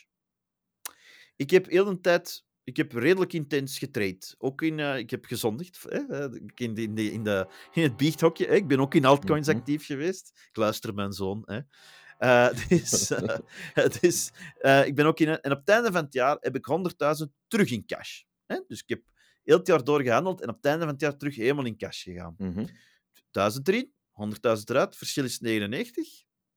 Ik heb heel een tijd... Ik heb redelijk intens getraind. Ook in... Uh, ik heb gezondigd. Hè? In, de, in, de, in, de, in het biechthokje. Hè? Ik ben ook in altcoins mm-hmm. actief geweest. Ik luister mijn zoon. Hè? Uh, dus, uh, dus uh, ik ben ook in... En op het einde van het jaar heb ik honderdduizend terug in cash. Hè? Dus ik heb heel het jaar doorgehandeld en op het einde van het jaar terug helemaal in cash gegaan. Mm-hmm. duizend erin, honderdduizend eruit. Verschil is negenennegentig.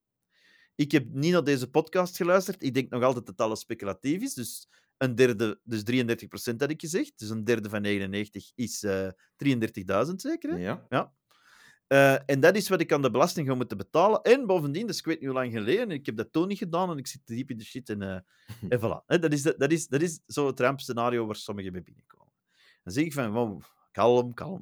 Ik heb niet naar deze podcast geluisterd. Ik denk nog altijd dat alles speculatief is. Dus... Een derde, dus drieëndertig procent had ik gezegd. Dus een derde van negenennegentig is uh, drieëndertigduizend zeker. Hè? Ja. ja. Uh, en dat is wat ik aan de belasting ga moeten betalen. En bovendien, dus ik weet niet hoe lang geleden, ik heb dat toen niet gedaan en ik zit te diep in de shit. En, uh, en voilà. Hè, dat, is, dat, is, dat is zo het rampscenario waar sommigen bij binnenkomen. Dan zeg ik van, wow, kalm, kalm.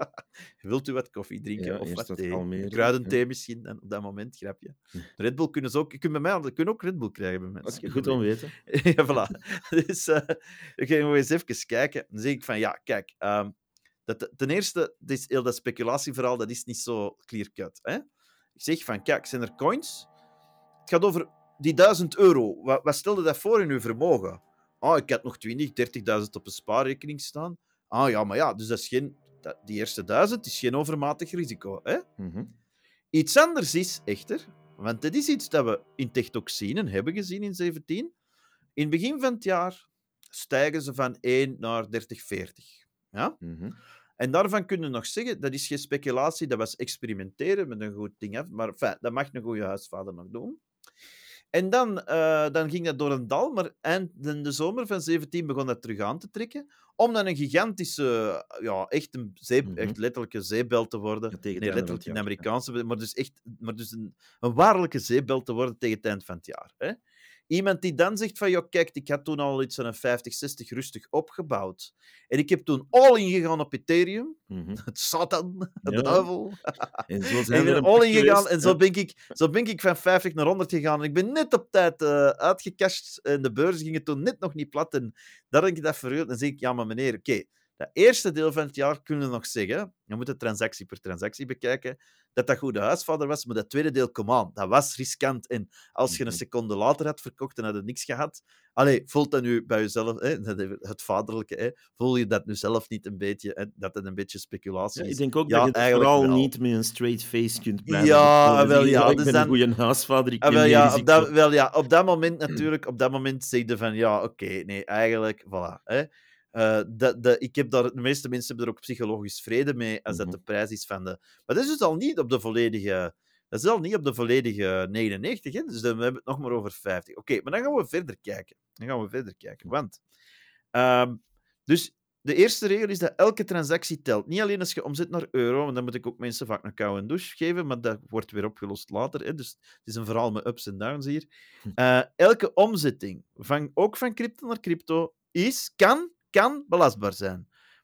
Wilt u wat koffie drinken ja, of wat wat thee? Kruidenthee ja. misschien dan, op dat moment, grapje. Red Bull kunnen ze ook... Je kunt bij mij je kunt ook Red Bull krijgen bij mensen. Dat is goed om te weten. ja, voilà. Dus uh, ik ga eens even kijken. Dan zeg ik van, ja, kijk... Um, dat, ten eerste, dit, heel dat speculatieverhaal, dat is niet zo clear-cut. Hè? Ik zeg van, kijk, zijn er coins? Het gaat over die duizend euro. Wat, wat stelde dat voor in uw vermogen? Ah, ik had nog twintig, dertigduizend op een spaarrekening staan. Ah, ja, maar ja, dus dat is geen... Die eerste duizend is geen overmatig risico. Hè? Mm-hmm. Iets anders is echter, want dit is iets dat we in techtoxinen hebben gezien in zeventien. In het begin van het jaar stijgen ze van één naar dertig, veertig. Ja? Mm-hmm. En daarvan kunnen we nog zeggen, dat is geen speculatie, dat was experimenteren met een goed ding af, maar enfin, dat mag een goede huisvader nog doen. En dan, uh, dan ging dat door een dal, maar eind in de zomer van zeventien begon dat terug aan te trekken, om dan een gigantische, ja, echt een zee, mm-hmm. echt letterlijke zeebel te worden. Ja, tegen nee, letterlijk in de Amerikaanse, maar dus echt maar dus een, een waarlijke zeebel te worden tegen het eind van het jaar. Hè? Iemand die dan zegt van, ja, kijk, ik had toen al iets van een vijftig, zestig rustig opgebouwd. En ik heb toen all in gegaan op Ethereum. Mm-hmm. Het Satan, het ja. duivel. En zo zijn ik ben all in gegaan en ja. zo, ben ik, zo ben ik van vijftig naar honderd gegaan. En ik ben net op tijd uh, uitgecashed en de beurs ging toen net nog niet plat. En daar denk ik dat verhuurd. En dan zeg ik, ja, maar meneer, oké, okay, dat eerste deel van het jaar kunnen we nog zeggen, je moet het transactie per transactie bekijken, dat dat goede huisvader was, maar dat tweede deel, come on, dat was riskant. En als je een seconde later had verkocht en had het niks gehad, allee, voelt dat nu bij jezelf, hè, het vaderlijke, hè, voel je dat nu zelf niet een beetje, hè, dat het een beetje speculatie ja, is? Ik denk ook ja, dat je het vooral wel. niet met een straight face kunt blijven. Ja, wel ja. Ik dus ben dan, een goede huisvader, ik ah, ken wel, die ja, risico. op dat, wel ja, op dat moment natuurlijk, op dat moment zeg je van, ja, oké, okay, nee, eigenlijk, voilà, hè. Uh, de, de, ik heb daar, de meeste mensen hebben er ook psychologisch vrede mee als mm-hmm. dat de prijs is van de... Maar dat is dus al niet op de volledige... Dat is al niet op de volledige negenennegentig, hè? Dus dan hebben we het nog maar over vijftig. Oké, okay, maar dan gaan we verder kijken. Dan gaan we verder kijken, want... Uh, dus de eerste regel is dat elke transactie telt. Niet alleen als je omzet naar euro, want dan moet ik ook mensen vaak een kou en douche geven, maar dat wordt weer opgelost later. Hè? Dus het is een verhaal met ups en downs hier. Uh, elke omzetting, van, ook van crypto naar crypto, is, kan... kan belastbaar zijn.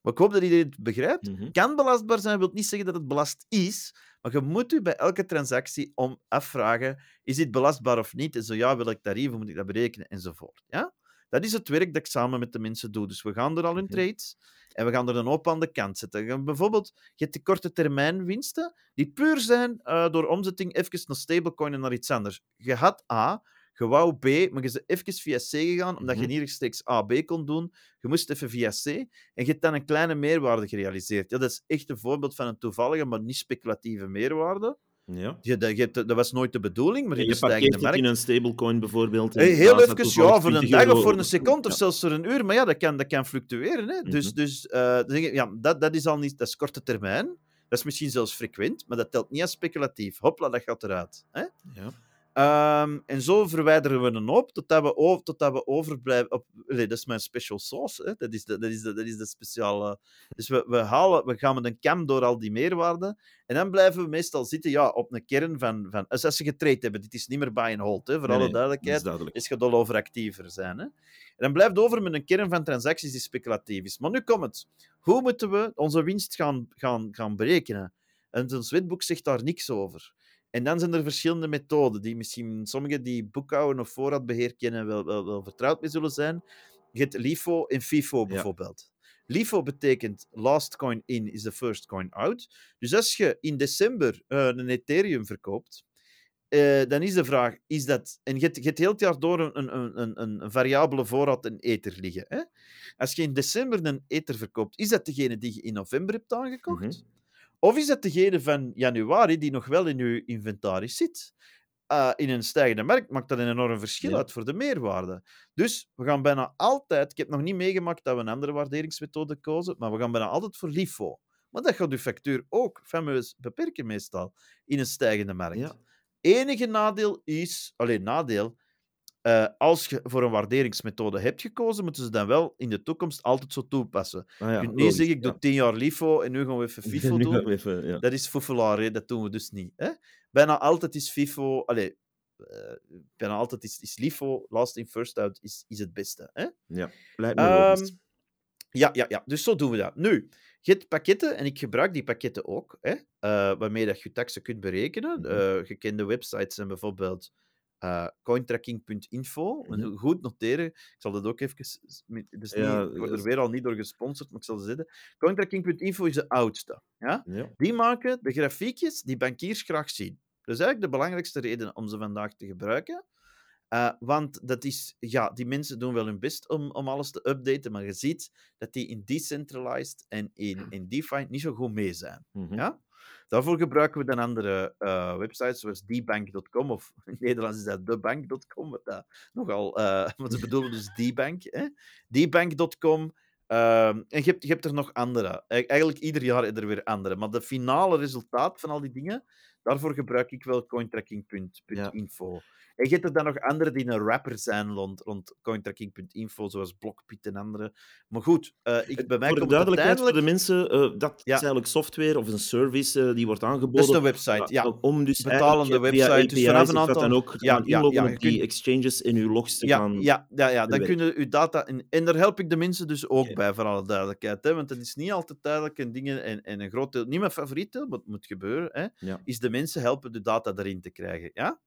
Maar ik hoop dat iedereen het begrijpt. Mhm. Kan belastbaar zijn, wil niet zeggen dat het belast is. Maar je moet je bij elke transactie om afvragen, is dit belastbaar of niet? En zo ja, wil ik tarief, hoe moet ik dat berekenen? Enzovoort. Ja? Dat is het werk dat ik samen met de mensen doe. Dus we gaan er al in Mhm. trades en we gaan er een hoop aan de kant zetten. Je- Bijvoorbeeld, je hebt de korte termijn winsten, die puur zijn uh, door omzetting even naar stablecoin en naar iets anders. Je had A, je wou B, maar je bent even via C gegaan, omdat je Mhm. niet rechtstreeks A, B kon doen. Je moest even via C en je hebt dan een kleine meerwaarde gerealiseerd. Ja, dat is echt een voorbeeld van een toevallige, maar niet speculatieve meerwaarde. Ja. Je, dat, je hebt- dat was nooit de bedoeling, maar En in de je parkeert stijgende het in markt... een stablecoin bijvoorbeeld. En Hey, heel naast dat even, toevallig ja, voor een twintig dag of euro- voor een seconde of Ja. zelfs voor een uur. Maar ja, dat kan, dat kan fluctueren. Hè. Dus, Mhm. dus eh, dan zeg ik, ja, dat, dat is al niet... Dat is korte termijn. Dat is misschien zelfs frequent, maar dat telt niet als speculatief. Hopla, dat gaat eruit. Hè. Ja. Ehm, en zo verwijderen we een hoop totdat we, over, totdat we overblijven. Op, nee, dat is mijn special sauce. Hè. Dat, is de, dat, is de, dat is de speciale. Dus we, we, halen, we gaan met een kam door al die meerwaarden. En dan blijven we meestal zitten ja, op een kern van. van als als ze getrade hebben, dit is niet meer buy and hold. Hè, voor Nee, alle nee, dat duidelijkheid. is duidelijk. Is gedol over actiever zijn. Hè. En dan blijft het over met een kern van transacties die speculatief is. Maar nu komt het. Hoe moeten we onze winst gaan, gaan, gaan berekenen? En ons wetboek zegt daar niks over. En dan zijn er verschillende methoden, die misschien sommigen die boekhouden of voorraadbeheer kennen wel, wel, wel vertrouwd mee zullen zijn. Je hebt LIFO en FIFO bijvoorbeeld. LIFO betekent last coin in is the first coin out. Dus als je in december uh, een Ethereum verkoopt, uh, dan is de vraag, is dat... En je hebt, je hebt heel het jaar door een, een, een, een variabele voorraad in Ether liggen. Hè? Als je in december een Ether verkoopt, is dat degene die je in november hebt aangekocht? Mhm. Of is dat degene van januari die nog wel in uw inventaris zit? Uh, in een stijgende markt maakt dat een enorm verschil Ja. uit voor de meerwaarde. Dus we gaan bijna altijd... Ik heb nog niet meegemaakt dat we een andere waarderingsmethode kozen, maar we gaan bijna altijd voor LIFO. Maar dat gaat uw factuur ook fameus beperken meestal in een stijgende markt. Ja. Enige nadeel is... Alleen nadeel... Uh, als je voor een waarderingsmethode hebt gekozen, moeten ze dan wel in de toekomst altijd zo toepassen. Ah, ja, je kunt niet logisch, zeggen, ik ja. doe tien jaar LIFO en nu gaan we even FIFO Nu doen. gaan we even, ja. Dat is foefelaar, hè? Dat doen we dus niet. Hè? Bijna altijd is FIFO... Allez, uh, bijna altijd is, is LIFO, last in, first out, is, is het beste. Hè? Ja, lijkt me logisch. Um, ja, ja, ja, dus zo doen we dat. Nu, je hebt pakketten, en ik gebruik die pakketten ook, hè, uh, waarmee dat je taxen kunt berekenen. Mhm. Uh, gekende websites zijn bijvoorbeeld uh, cointracking punt info. Mhm. Goed noteren. Ik zal dat ook even... Dus Ja, niet, ik word is- er weer al niet door gesponsord, maar ik zal het zeggen. cointracking punt info is de oudste. Ja? Ja. Die maken de grafiekjes die bankiers graag zien. Dat is eigenlijk de belangrijkste reden om ze vandaag te gebruiken. Uh, want dat is, ja, die mensen doen wel hun best om, om alles te updaten, maar je ziet dat die in decentralized en in, in DeFi niet zo goed mee zijn. Mhm. Ja? Daarvoor gebruiken we dan andere uh, websites, zoals dbank punt com, of in het Nederlands is dat debank punt com, wat dat nogal, uh, wat ze bedoelen dus dbank. Hè? dbank punt com. Uh, en je hebt, je hebt er nog andere. Eigenlijk ieder jaar is er weer andere. Maar de finale resultaat van al die dingen, daarvoor gebruik ik wel cointracking punt info. Ja. En je hebt er dan nog andere die een rapper zijn rond, rond cointracking punt info, zoals Blockpit en andere. Maar goed, uh, ik, bij mij voor de komt duidelijkheid uiteindelijk... voor de mensen, uh, dat ja. is eigenlijk software of een service uh, die wordt aangeboden. Dat is een website, ja. Om dus betalende website. via Dus vanaf een aantal... dan ook ja, gaan inloggen ja, ja, op die kunt... exchanges en uw logs te ja, gaan... Ja, ja, ja. dan werken. kunnen uw data... In... En daar help ik de mensen dus ook Okay. bij, voor alle duidelijkheid. Hè? Want het is niet altijd duidelijk en dingen... En, en een groot deel... Niet mijn favoriet deel, maar het moet gebeuren. Hè? Ja. Is de mensen helpen de data erin te krijgen. Ja?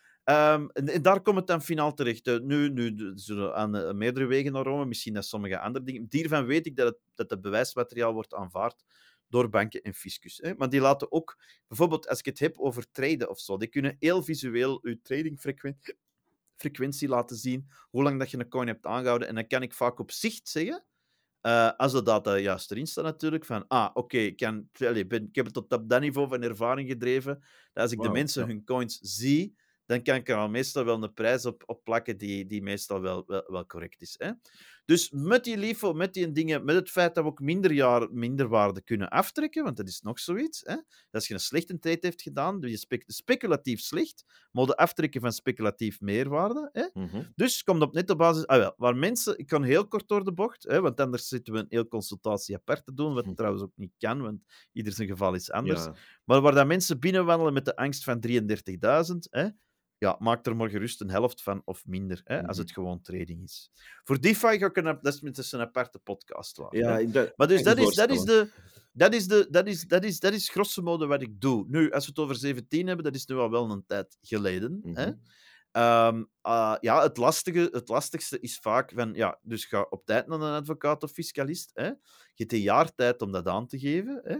Um, en, en daar komt het dan finaal terecht. Uh, nu, nu zullen aan uh, meerdere wegen naar Rome, misschien naar sommige andere dingen. Hiervan weet ik dat het, dat het bewijsmateriaal wordt aanvaard door banken en fiscus. Hè. Maar die laten ook, bijvoorbeeld als ik het heb over traden of zo, die kunnen heel visueel uw tradingfrequentie laten zien, hoe lang dat je een coin hebt aangehouden. En dan kan ik vaak op zicht zeggen, uh, als de data juist erin staat natuurlijk, van ah, oké, okay, ik, ik heb het tot op dat niveau van ervaring gedreven, dat als ik wow, de mensen ja. hun coins zie, dan kan ik er al meestal wel een prijs op, op plakken die, die meestal wel, wel, wel correct is. Hè? Dus met die LIFO, met die dingen, met het feit dat we ook minder jaar minder waarde kunnen aftrekken, want dat is nog zoiets. Hè? Als je een slechte trade hebt gedaan, doe je spe- speculatief slecht, maar de aftrekken van speculatief meerwaarde. Hè? Mm-hmm. Dus komt op net de basis... Ah, wel, waar mensen... Ik kan heel kort door de bocht, hè, want anders zitten we een heel consultatie apart te doen, wat mm-hmm. trouwens ook niet kan, want ieder zijn geval is anders. Ja. Maar waar dat mensen binnenwandelen met de angst van drieëndertigduizend, hè, ja, maak er maar gerust een helft van of minder, hè, als Mhm. het gewoon trading is. Voor DeFi ga ik een, dat is met een aparte podcast waard. Ja, Hè. ik- dat Maar dus kan ik dat me is, dat is voorstellen. de... Dat is, de, dat, is, dat, is, dat is grosso modo wat ik doe. Nu, als we het over zeventien hebben, dat is nu al wel een tijd geleden. Mhm. Hè. Ehm, ah, ja, het, lastige, het lastigste is vaak van... Ja, dus ga op tijd naar een advocaat of fiscalist. Hè. Je hebt een jaar tijd om dat aan te geven. Hè.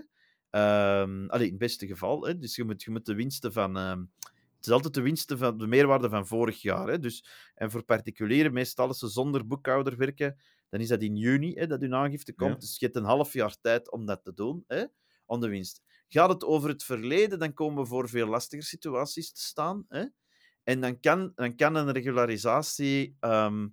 Ehm, allee, in het beste geval. Hè. Dus je moet, je moet de winsten van... ehm, het is altijd de winsten van de meerwaarde van vorig jaar. Hè. Dus, en voor particulieren, meestal als ze zonder boekhouder werken, dan is dat in juni hè, dat hun aangifte komt. Ja. Dus je hebt een half jaar tijd om dat te doen, hè, om de winst. Gaat het over het verleden, dan komen we voor veel lastiger situaties te staan. Hè. En dan kan, dan kan een regularisatie ehm,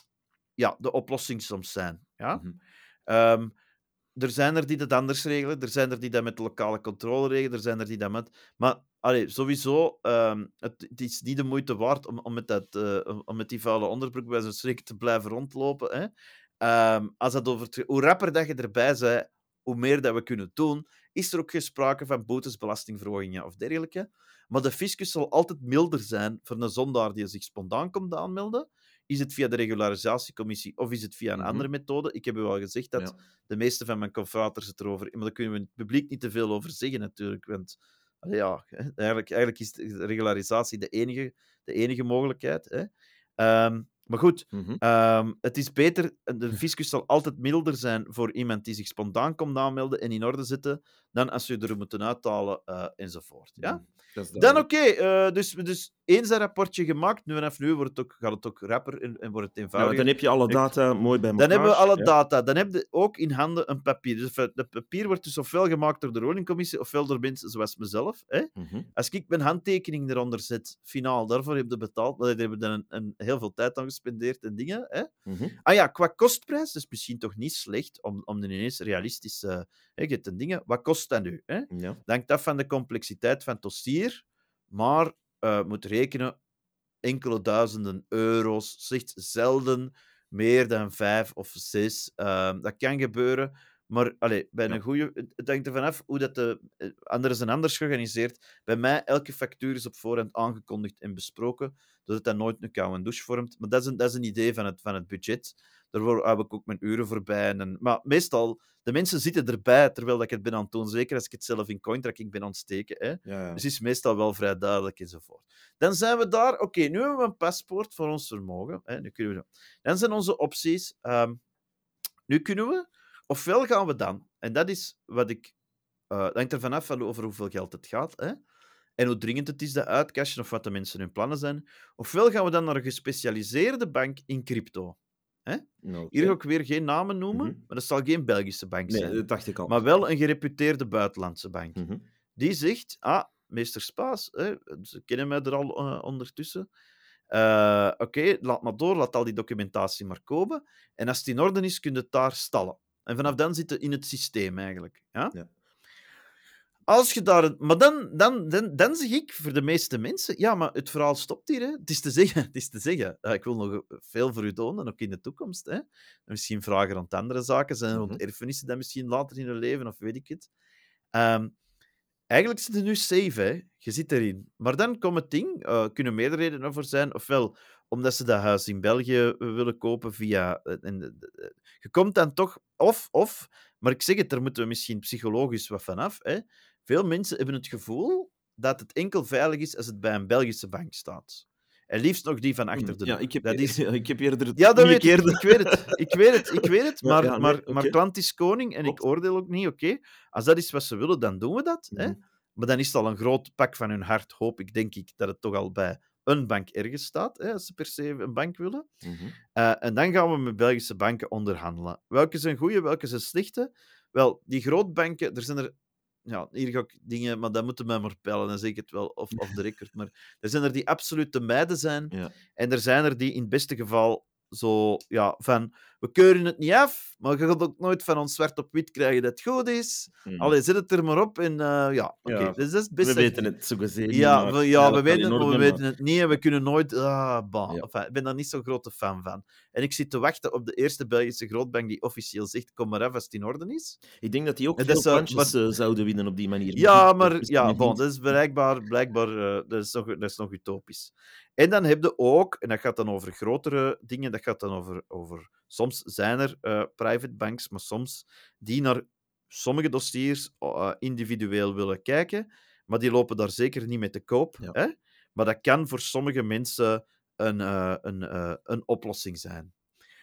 ja, de oplossing soms zijn. Ja? Mhm. Ehm, er zijn er die dat anders regelen, er zijn er die dat met de lokale controle regelen, er zijn er die dat met... Maar allee, sowieso, ehm, het, het is niet de moeite waard om, om, met, dat, eh, om met die vuile onderbroek bij zo'n schrik te blijven rondlopen. Hè. Ehm, als dat over het, hoe rapper dat je erbij bent, hoe meer dat we kunnen doen, is er ook geen sprake van boetes, belastingverhogingen of dergelijke. Maar de fiscus zal altijd milder zijn voor een zondaar die zich spontaan komt aanmelden. Is het via de regularisatiecommissie of is het via een Mhm. andere methode? Ik heb u al gezegd dat Ja. de meeste van mijn confraters het erover... Maar daar kunnen we in het publiek niet te veel over zeggen, natuurlijk. Want allee, ja, eigenlijk, eigenlijk is de regularisatie de enige, de enige mogelijkheid. Hè. Um, maar goed, Mhm. um, het is beter... De fiscus zal altijd milder zijn voor iemand die zich spontaan komt aanmelden en in orde zetten, dan als je er moeten uithalen uh, enzovoort. Ja? Dat is Dan oké, duidelijk. okay, uh, dus, dus eens dat rapportje gemaakt, nu vanaf nu wordt het ook, gaat het ook rapper en, en wordt het Ja, eenvoudiger. dan heb je alle data mooi bij elkaar. Dan hebben we alle ja. data. Dan heb je ook in handen een papier. Dus dat papier wordt dus ofwel gemaakt door de woningcommissie, ofwel door mensen zoals mezelf. Hè. Mhm. Als ik mijn handtekening eronder zet, finaal, daarvoor heb je betaald. Daar hebben we dan een, een, heel veel tijd aan gespendeerd en dingen. Hè. Mhm. Ah ja, qua kostprijs, dus misschien toch niet slecht om, om dan ineens realistisch... Uh, hè, je hebt een dingen. Wat kost dat nu? Hè? Ja. Dat hangt af van de complexiteit van het dossier, maar uh, moet rekenen enkele duizenden euro's, slechts zelden meer dan vijf of zes. Uh, dat kan gebeuren, maar allez, bij Ja. een goede... Het hangt ervan af hoe dat de... Anderen zijn anders georganiseerd. Bij mij, elke factuur is op voorhand aangekondigd en besproken, dat het dan nooit een koude douche vormt. Maar dat is een, dat is een idee van het, van het budget. Daar hou ik ook mijn uren voorbij. En, maar meestal, de mensen zitten erbij terwijl ik het ben aan het doen. Zeker als ik het zelf in CoinTracking ben aan het steken. Hè. Ja, ja. Dus het is meestal wel vrij duidelijk enzovoort. Dan zijn we daar. Oké, okay, nu hebben we een paspoort voor ons vermogen. Hè. Nu kunnen we... Dan zijn onze opties. Um, nu kunnen we... Ofwel gaan we dan, en dat is wat ik... Uh, dat hangt er vanaf van over hoeveel geld het gaat. Hè. En hoe dringend het is dat uitcashen of wat de mensen hun plannen zijn. Ofwel gaan we dan naar een gespecialiseerde bank in crypto. Hè? Okay. Hier ga ik weer geen namen noemen, mm-hmm. maar dat zal geen Belgische bank nee, zijn. dat dacht ik al. Maar wel een gereputeerde buitenlandse bank. Mm-hmm. Die zegt, ah, meester Spaas, hè, ze kennen mij er al uh, ondertussen. Uh, Oké, okay, laat maar door, laat al die documentatie maar komen. En als het in orde is, kun je het daar stallen. En vanaf dan zit het in het systeem eigenlijk. Ja? Ja. Als je daar... Maar dan, dan, dan, dan zeg ik voor de meeste mensen... Ja, maar het verhaal stopt hier. Hè. Het is te zeggen. Het is te zeggen. Uh, ik wil nog veel voor u doen, en ook in de toekomst. Hè. Misschien vragen rond andere zaken. Zijn rond Mm-hmm. erfenissen dan misschien later in hun leven, of weet ik het. Um, eigenlijk zit je nu safe, hè. Je zit erin. Maar dan komt het ding. Uh, kunnen meerdere redenen voor zijn. Ofwel omdat ze dat huis in België willen kopen via... Uh, en, uh, je komt dan toch... Of, of... Maar ik zeg het, daar moeten we misschien psychologisch wat vanaf, hè. Veel mensen hebben het gevoel dat het enkel veilig is als het bij een Belgische bank staat. En liefst nog die van achter de ja, deur. ik heb, dat is... ik heb eerder het ja, dat weet ik. keerde. Ik weet het. Ik weet het. Ik weet het. Maar, ja, nee, maar, okay. maar klant is koning en Klopt. Ik oordeel ook niet. Oké, okay. Als dat is wat ze willen, dan doen we dat. Mm-hmm. Hè? Maar dan is het al een groot pak van hun hart, hoop ik, denk ik, dat het toch al bij een bank ergens staat, hè, als ze per se een bank willen. Mm-hmm. Uh, en dan gaan we met Belgische banken onderhandelen. Welke zijn goede, welke zijn slechte? Wel, die grootbanken, er zijn er... Ja, hier ga ik dingen, maar dat moeten we maar pellen, dan zeg ik het wel off, off the record. Maar er zijn er die absoluut te mijden zijn. Ja. En er zijn er die in het beste geval zo, ja, van, we keuren het niet af, Maar je gaat ook nooit van ons zwart op wit krijgen dat het goed is. Hmm. Allee, zet het er maar op. En uh, ja, oké. Okay. Ja, Dus dat is we best weten het zo gezegd niet, Ja, maar we, ja, we eigenlijk wel weten in het, maar we orde, weten maar- het niet. En we kunnen nooit... Ah, bah. Ja. Enfin, ik ben daar niet zo'n grote fan van. En ik zit te wachten op de eerste Belgische grootbank die officieel zegt kom maar af als het in orde is. Ik denk dat die ook En veel dat zou- pandjes maar- eh, zouden winnen op die manier. Ja, die- maar misschien ja, niet. bon, dat is blijkbaar, blijkbaar uh, dat, is nog, dat is nog utopisch. En dan heb je ook, en dat gaat dan over grotere dingen, dat gaat dan over... over soms zijn er uh, private banks, maar soms die naar sommige dossiers uh, individueel willen kijken, maar die lopen daar zeker niet mee te koop. Ja. Hè? Maar dat kan voor sommige mensen een, uh, een, uh, een oplossing zijn.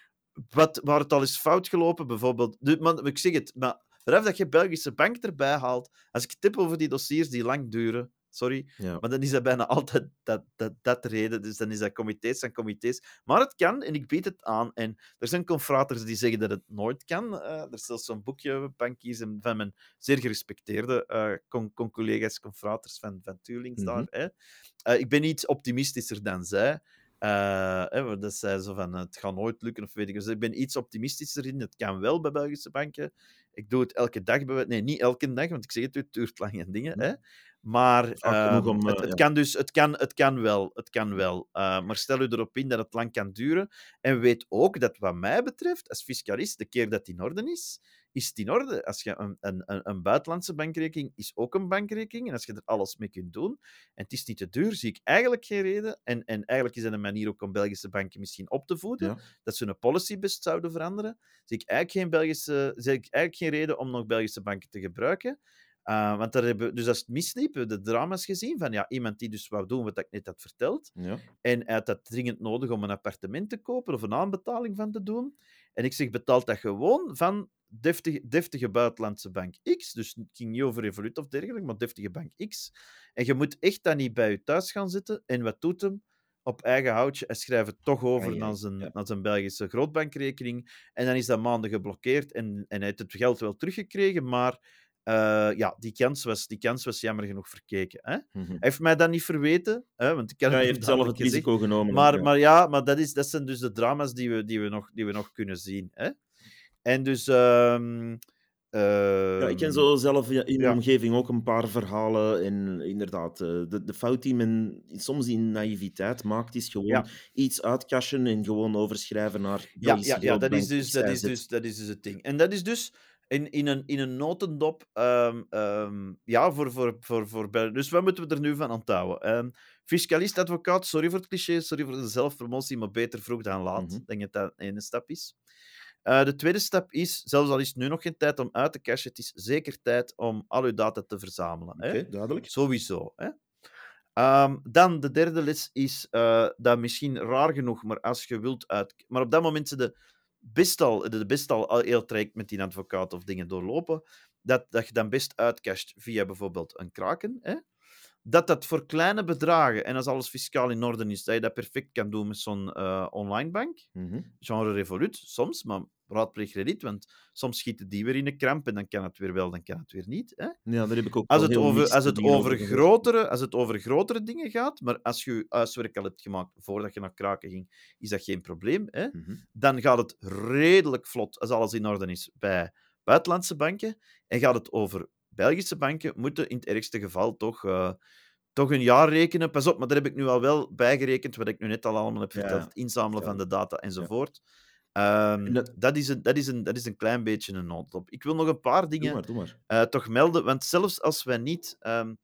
Wat, waar het al is fout gelopen, bijvoorbeeld... De, man, ik zeg het, maar vanaf dat je Belgische bank erbij haalt, als ik tip over die dossiers die lang duren, sorry, Ja. maar dan is dat bijna altijd dat, dat, dat de reden. Dus dan is dat comité's en comité's. Maar het kan, en ik bied het aan. En er zijn confraters die zeggen dat het nooit kan. Uh, er is zelfs zo'n boekje, bankiers, van mijn zeer gerespecteerde uh, con- con- collega's, confraters van, van Tuurlings Mhm. daar. Hè. Uh, ik ben iets optimistischer dan zij. Uh, hè, dat zei zo van, het gaat nooit lukken, of weet ik. Dus ik ben iets optimistischer in. Het kan wel bij Belgische banken. Ik doe het elke dag. Bij... Nee, niet elke dag, want ik zeg het, het duurt lang en dingen. Hè. Maar Vaak genoeg um, om, uh, het, het ja. kan dus, het kan, het kan wel. Het kan wel. Uh, maar stel u erop in dat het lang kan duren. En weet ook dat, wat mij betreft, als fiscalist, de keer dat het in orde is, is het in orde. Als je een, een, een buitenlandse bankrekening is ook een bankrekening. En als je er alles mee kunt doen, en het is niet te duur, zie ik eigenlijk geen reden. En, en eigenlijk is dat een manier ook om Belgische banken misschien op te voeden, Ja. dat ze hun policy best zouden veranderen. Zie ik eigenlijk geen, Belgische, zie ik eigenlijk geen reden om nog Belgische banken te gebruiken. Uh, want daar hebben, dus als het misliep, we hebben de drama's gezien van ja, iemand die dus wou doen wat ik net had verteld. Ja. En hij had dat dringend nodig om een appartement te kopen of een aanbetaling van te doen. En ik zeg, betaalt dat gewoon van deftige, deftige buitenlandse bank X. Dus het ging niet over Revolut of dergelijke, maar deftige bank X. En je moet echt dan niet bij je thuis gaan zitten. En wat doet hem? Op eigen houtje. Hij schrijft het toch over Ah, ja, naar, zijn, ja. naar zijn Belgische grootbankrekening. En dan is dat maanden geblokkeerd. En, en hij heeft het geld wel teruggekregen, maar... Uh, ja, die kans, was, die kans was jammer genoeg verkeken. Hè? Mhm. Hij heeft mij dat niet verweten, hè, want ik heb Ja, het je hem hebt zelf het duidelijk gezegd. risico genomen. Maar ja. ja, maar, ja, maar dat, is, dat zijn dus de drama's die we, die we, nog, die we nog kunnen zien. Hè? En dus... Um, uh, Ja, ik ken zo zelf in ja. mijn omgeving ook een paar verhalen. En inderdaad, eh, de, de fout die men soms in naïviteit maakt, is gewoon Ja. iets uitcashen en gewoon overschrijven naar Ja, Belgische ja, ja dat, is grootbank dus, dat, is X Y Z. dus, dat is dus het ding. En dat is dus in, in, een, in een notendop... Um, um, ja, voor, voor, voor, voor... Dus wat moeten we er nu van onthouden? Um, fiscalist, advocaat, sorry voor het cliché, sorry voor de zelfpromotie, maar beter vroeg dan laat. Ik Mhm. denk dat dat de ene stap is. Uh, de tweede stap is, zelfs al is het nu nog geen tijd om uit te cashen, het is zeker tijd om al uw data te verzamelen. Oké, Hè? duidelijk. Sowieso. Hè? Um, dan de derde les is, uh, dat misschien raar genoeg, maar als je wilt uit... Maar op dat moment ze de best al, de best al heel traject met die advocaat of dingen doorlopen, dat, dat je dan best uitcasht via bijvoorbeeld een kraken. Hè? Dat dat voor kleine bedragen, en als alles fiscaal in orde is, dat je dat perfect kan doen met zo'n uh, online bank. Mhm. Genre Revolut, soms, maar raadpleeg Reddit, want soms schieten die weer in een kramp en dan kan het weer wel, dan kan het weer niet. Hè? Ja, daar heb ik ook Als wel het, heel over, mixed als, het dingen over gehoord. grotere, als het over grotere dingen gaat, maar als je je huiswerk al hebt gemaakt voordat je naar kraken ging, is dat geen probleem. Hè? Mhm. Dan gaat het redelijk vlot, als alles in orde is, bij buitenlandse banken. En gaat het over Belgische banken, moeten in het ergste geval toch... Uh, toch een jaar rekenen. Pas op, maar daar heb ik nu al wel bijgerekend, wat ik nu net al allemaal heb Ja, verteld. Het inzamelen ja. van de data enzovoort. Um, En dat- dat, is een, dat, is een, dat is een klein beetje een notendop. Ik wil nog een paar Doe dingen maar, doe maar. uh, toch melden, want zelfs als wij niet... Um,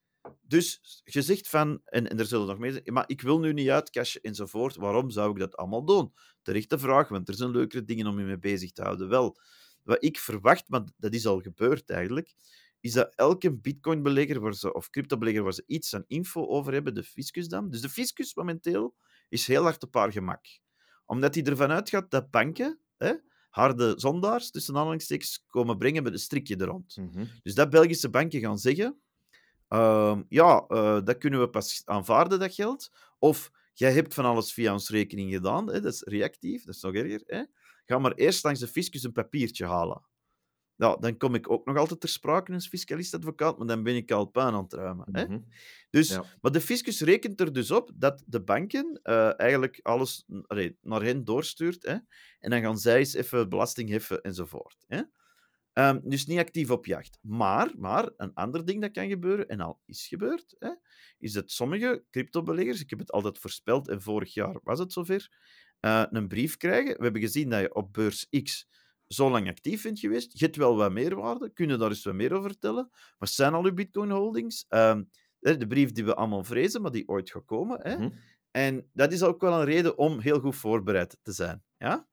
dus je zegt van, en, en er zullen nog meer zijn, maar ik wil nu niet uitcashen enzovoort, waarom zou ik dat allemaal doen? Terechte vraag, want er zijn leukere dingen om je mee bezig te houden. Wel, wat ik verwacht, maar dat is al gebeurd eigenlijk, is dat elke bitcoinbelegger waar ze, of cryptobelegger waar ze iets aan info over hebben, de fiscus dan. Dus de fiscus momenteel is heel hard op haar gemak. Omdat hij ervan uitgaat dat banken, hè, harde zondaars, tussen aanhalingstekens, komen brengen met een strikje er rond. Mhm. Dus dat Belgische banken gaan zeggen, uh, ja, uh, dat kunnen we pas aanvaarden, dat geld. Of, jij hebt van alles via ons rekening gedaan, hè, dat is reactief, dat is nog erger. Hè. Ga maar eerst langs de fiscus een papiertje halen. ja, dan kom ik ook nog altijd ter sprake als fiscalist-advocaat, maar dan ben ik al puin aan het ruimen. Hè? Mhm. Dus, Ja. maar de fiscus rekent er dus op dat de banken uh, eigenlijk alles allee, naar hen doorstuurt. Hè? En dan gaan zij eens even belasting heffen enzovoort. Hè? Um, dus niet actief op jacht. Maar, maar een ander ding dat kan gebeuren, en al is gebeurd, hè, is dat sommige cryptobeleggers, ik heb het altijd voorspeld en vorig jaar was het zover, uh, een brief krijgen. We hebben gezien dat je op beurs X zo lang actief bent geweest. Je hebt wel wat meerwaarde. Kunnen daar eens wat meer over vertellen? Wat zijn al uw Bitcoin holdings? Um, de brief die we allemaal vrezen, maar die ooit gaat komen. Hè? Mm-hmm. En dat is ook wel een reden om heel goed voorbereid te zijn. Ja?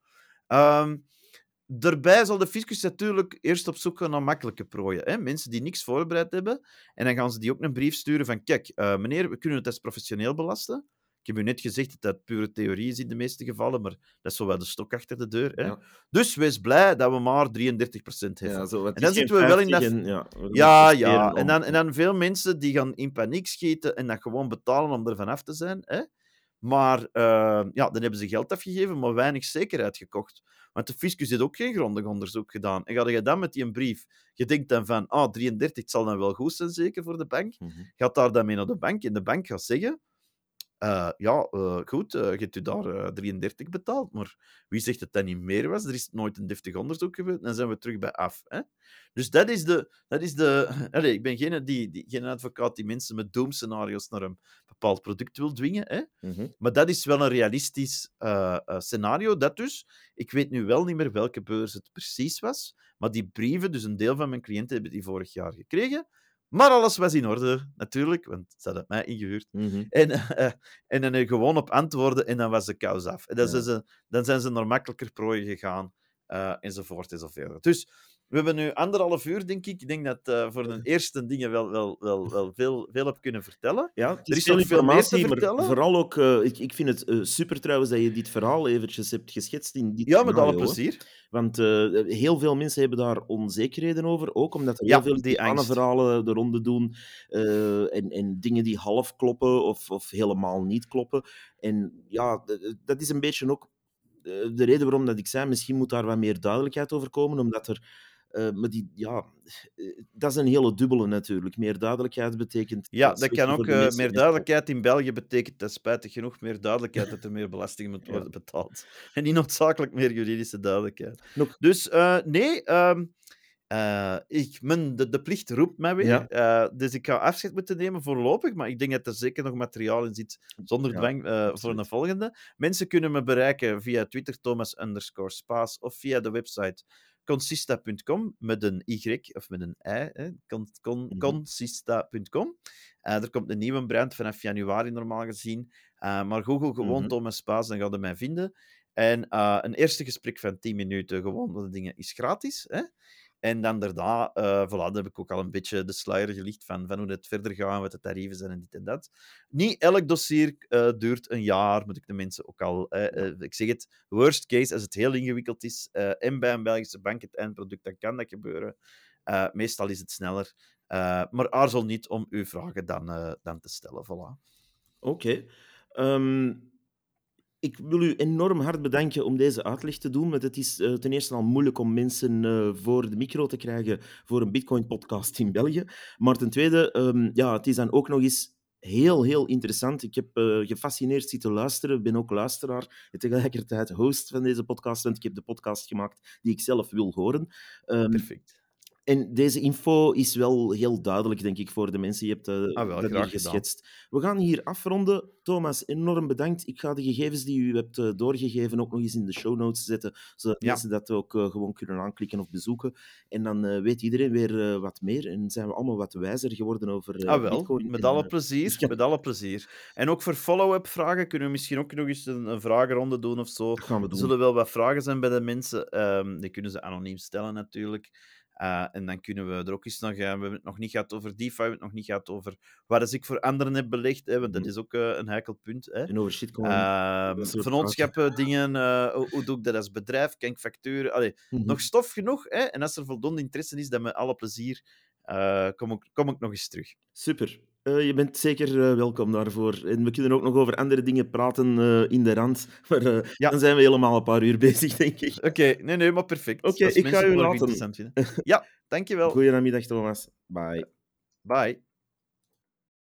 Um, Daarbij zal de fiscus natuurlijk eerst op zoek gaan naar makkelijke prooien. Hè? Mensen die niks voorbereid hebben. En dan gaan ze die ook een brief sturen van kijk, uh, meneer, we kunnen het als professioneel belasten. Ik heb u net gezegd dat dat pure theorie is in de meeste gevallen, maar dat is zo wel de stok achter de deur. Hè? Ja. Dus wees blij dat we maar drieëndertig procent heffen. Ja, zo, en dan zitten we wel in dat... En, ja, ja, ja. En dan, en dan veel mensen die gaan in paniek schieten en dat gewoon betalen om er vanaf te zijn. Hè? Maar uh, ja, dan hebben ze geld afgegeven, maar weinig zekerheid gekocht. Want de fiscus heeft ook geen grondig onderzoek gedaan. En ga je dan met die een brief, je denkt dan van, ah, drieëndertig, het zal dan wel goed zijn, zeker voor de bank. Mm-hmm. Gaat daar dan mee naar de bank en de bank gaat zeggen, uh, ja, uh, goed, uh, je hebt u daar uh, drieëndertig betaald, maar wie zegt dat dat niet meer was? Er is nooit een deftig onderzoek gebeurd, dan zijn we terug bij af. Hè? Dus dat is de... Dat is de allez, ik ben geen, die, die, geen advocaat die mensen met doemscenario's naar een bepaald product wil dwingen, hè? Mm-hmm. Maar dat is wel een realistisch uh, uh, scenario. Dat dus, ik weet nu wel niet meer welke beurs het precies was, maar die brieven, dus een deel van mijn cliënten hebben die vorig jaar gekregen. Maar alles was in orde, natuurlijk, want ze hadden mij ingehuurd. Mm-hmm. En, uh, en dan gewoon op antwoorden en dan was de kous af. En dan, ja. zijn, ze, dan zijn ze naar makkelijker prooien gegaan, uh, enzovoort enzovoort. Dus we hebben nu anderhalf uur, denk ik. Ik denk dat uh, voor de eerste dingen wel, wel, wel, wel veel, veel heb kunnen vertellen. Ja, het is er is veel nog veel meer te vertellen. Maar vooral ook, uh, ik, ik vind het uh, super trouwens dat je dit verhaal eventjes hebt geschetst in dit Ja, met alle plezier. Want uh, heel veel mensen hebben daar onzekerheden over, ook omdat er ja, heel veel die verhalen de ronde doen uh, en, en dingen die half kloppen of, of helemaal niet kloppen. En ja, dat is een beetje ook de reden waarom dat ik zei, misschien moet daar wat meer duidelijkheid over komen, omdat er Uh, maar die, ja, dat is een hele dubbele natuurlijk. Meer duidelijkheid betekent... Ja, dat, dat kan ook uh, meer duidelijkheid in België betekent, dat spijtig genoeg, meer duidelijkheid dat er meer belasting moet worden ja. betaald. En niet noodzakelijk meer juridische duidelijkheid. Nog. Dus uh, nee, um, uh, ik, mijn, de, de plicht roept mij weer. Ja. Uh, dus ik ga afscheid moeten nemen voorlopig, maar ik denk dat er zeker nog materiaal in zit zonder dwang uh, voor een volgende. Mensen kunnen me bereiken via Twitter, Thomas underscore Spaas, of via de website consista punt com, met een Y of met een I, hè, con, con, mm-hmm. consista punt com. Uh, er komt een nieuwe brand vanaf januari normaal gezien. Uh, maar Google gewoon mm-hmm. Thomas Spaas, dan ga je mij vinden. En uh, een eerste gesprek van tien minuten, gewoon wat de dingen is gratis. Hè? En dan daarna, uh, voilà, dan heb ik ook al een beetje de sluier gelicht van, van hoe het verder gaat, wat de tarieven zijn en dit en dat. Niet elk dossier uh, duurt een jaar, moet ik de mensen ook al... Uh, uh, ik zeg het, worst case, als het heel ingewikkeld is, uh, en bij een Belgische bank het eindproduct, dan kan dat gebeuren. Uh, meestal is het sneller. Uh, maar aarzel niet om uw vragen dan, uh, dan te stellen. Voilà. Oké. Okay. Um... Ik wil u enorm hard bedanken om deze uitleg te doen, want het is uh, ten eerste al moeilijk om mensen uh, voor de micro te krijgen voor een Bitcoin-podcast in België. Maar ten tweede, um, ja, het is dan ook nog eens heel, heel interessant. Ik heb uh, gefascineerd zitten luisteren, ik ben ook luisteraar en tegelijkertijd host van deze podcast, want ik heb de podcast gemaakt die ik zelf wil horen. Um, Perfect. En deze info is wel heel duidelijk, denk ik, voor de mensen. Je hebt uh, ah, wel, dat hier geschetst. Gedaan. We gaan hier afronden. Thomas, enorm bedankt. Ik ga de gegevens die u hebt uh, doorgegeven ook nog eens in de show notes zetten, zodat ja. mensen dat ook uh, gewoon kunnen aanklikken of bezoeken. En dan uh, weet iedereen weer uh, wat meer en zijn we allemaal wat wijzer geworden over uh, ah, wel. Bitcoin. Met en, alle plezier, ja. met alle plezier. En ook voor follow-up vragen kunnen we misschien ook nog eens een, een vragenronde doen of zo. Dat gaan we doen. Er zullen wel wat vragen zijn bij de mensen. Um, die kunnen ze anoniem stellen natuurlijk. Uh, en dan kunnen we er ook eens nog... Uh, we hebben het nog niet gehad over DeFi, we hebben het nog niet gehad over wat ik voor anderen heb belegd, hè, want dat is ook uh, een heikel punt. Hè. En over shitcoin. Uh, vernootschappen, dingen, uh, hoe, hoe doe ik dat als bedrijf? Kan ik facturen? Allee, mm-hmm. Nog stof genoeg, hè? En als er voldoende interesse is, dan met alle plezier uh, kom, ik, kom ik nog eens terug. Super. Uh, je bent zeker uh, welkom daarvoor. En we kunnen ook nog over andere dingen praten uh, in de rand. Maar uh, Ja. dan zijn we helemaal een paar uur bezig, denk ik. Oké, okay. nee, nee, maar perfect. Oké, okay, ik ga u laten. Interessant vinden. Ja, dankjewel. Goedenamiddag, Thomas. Bye. Bye.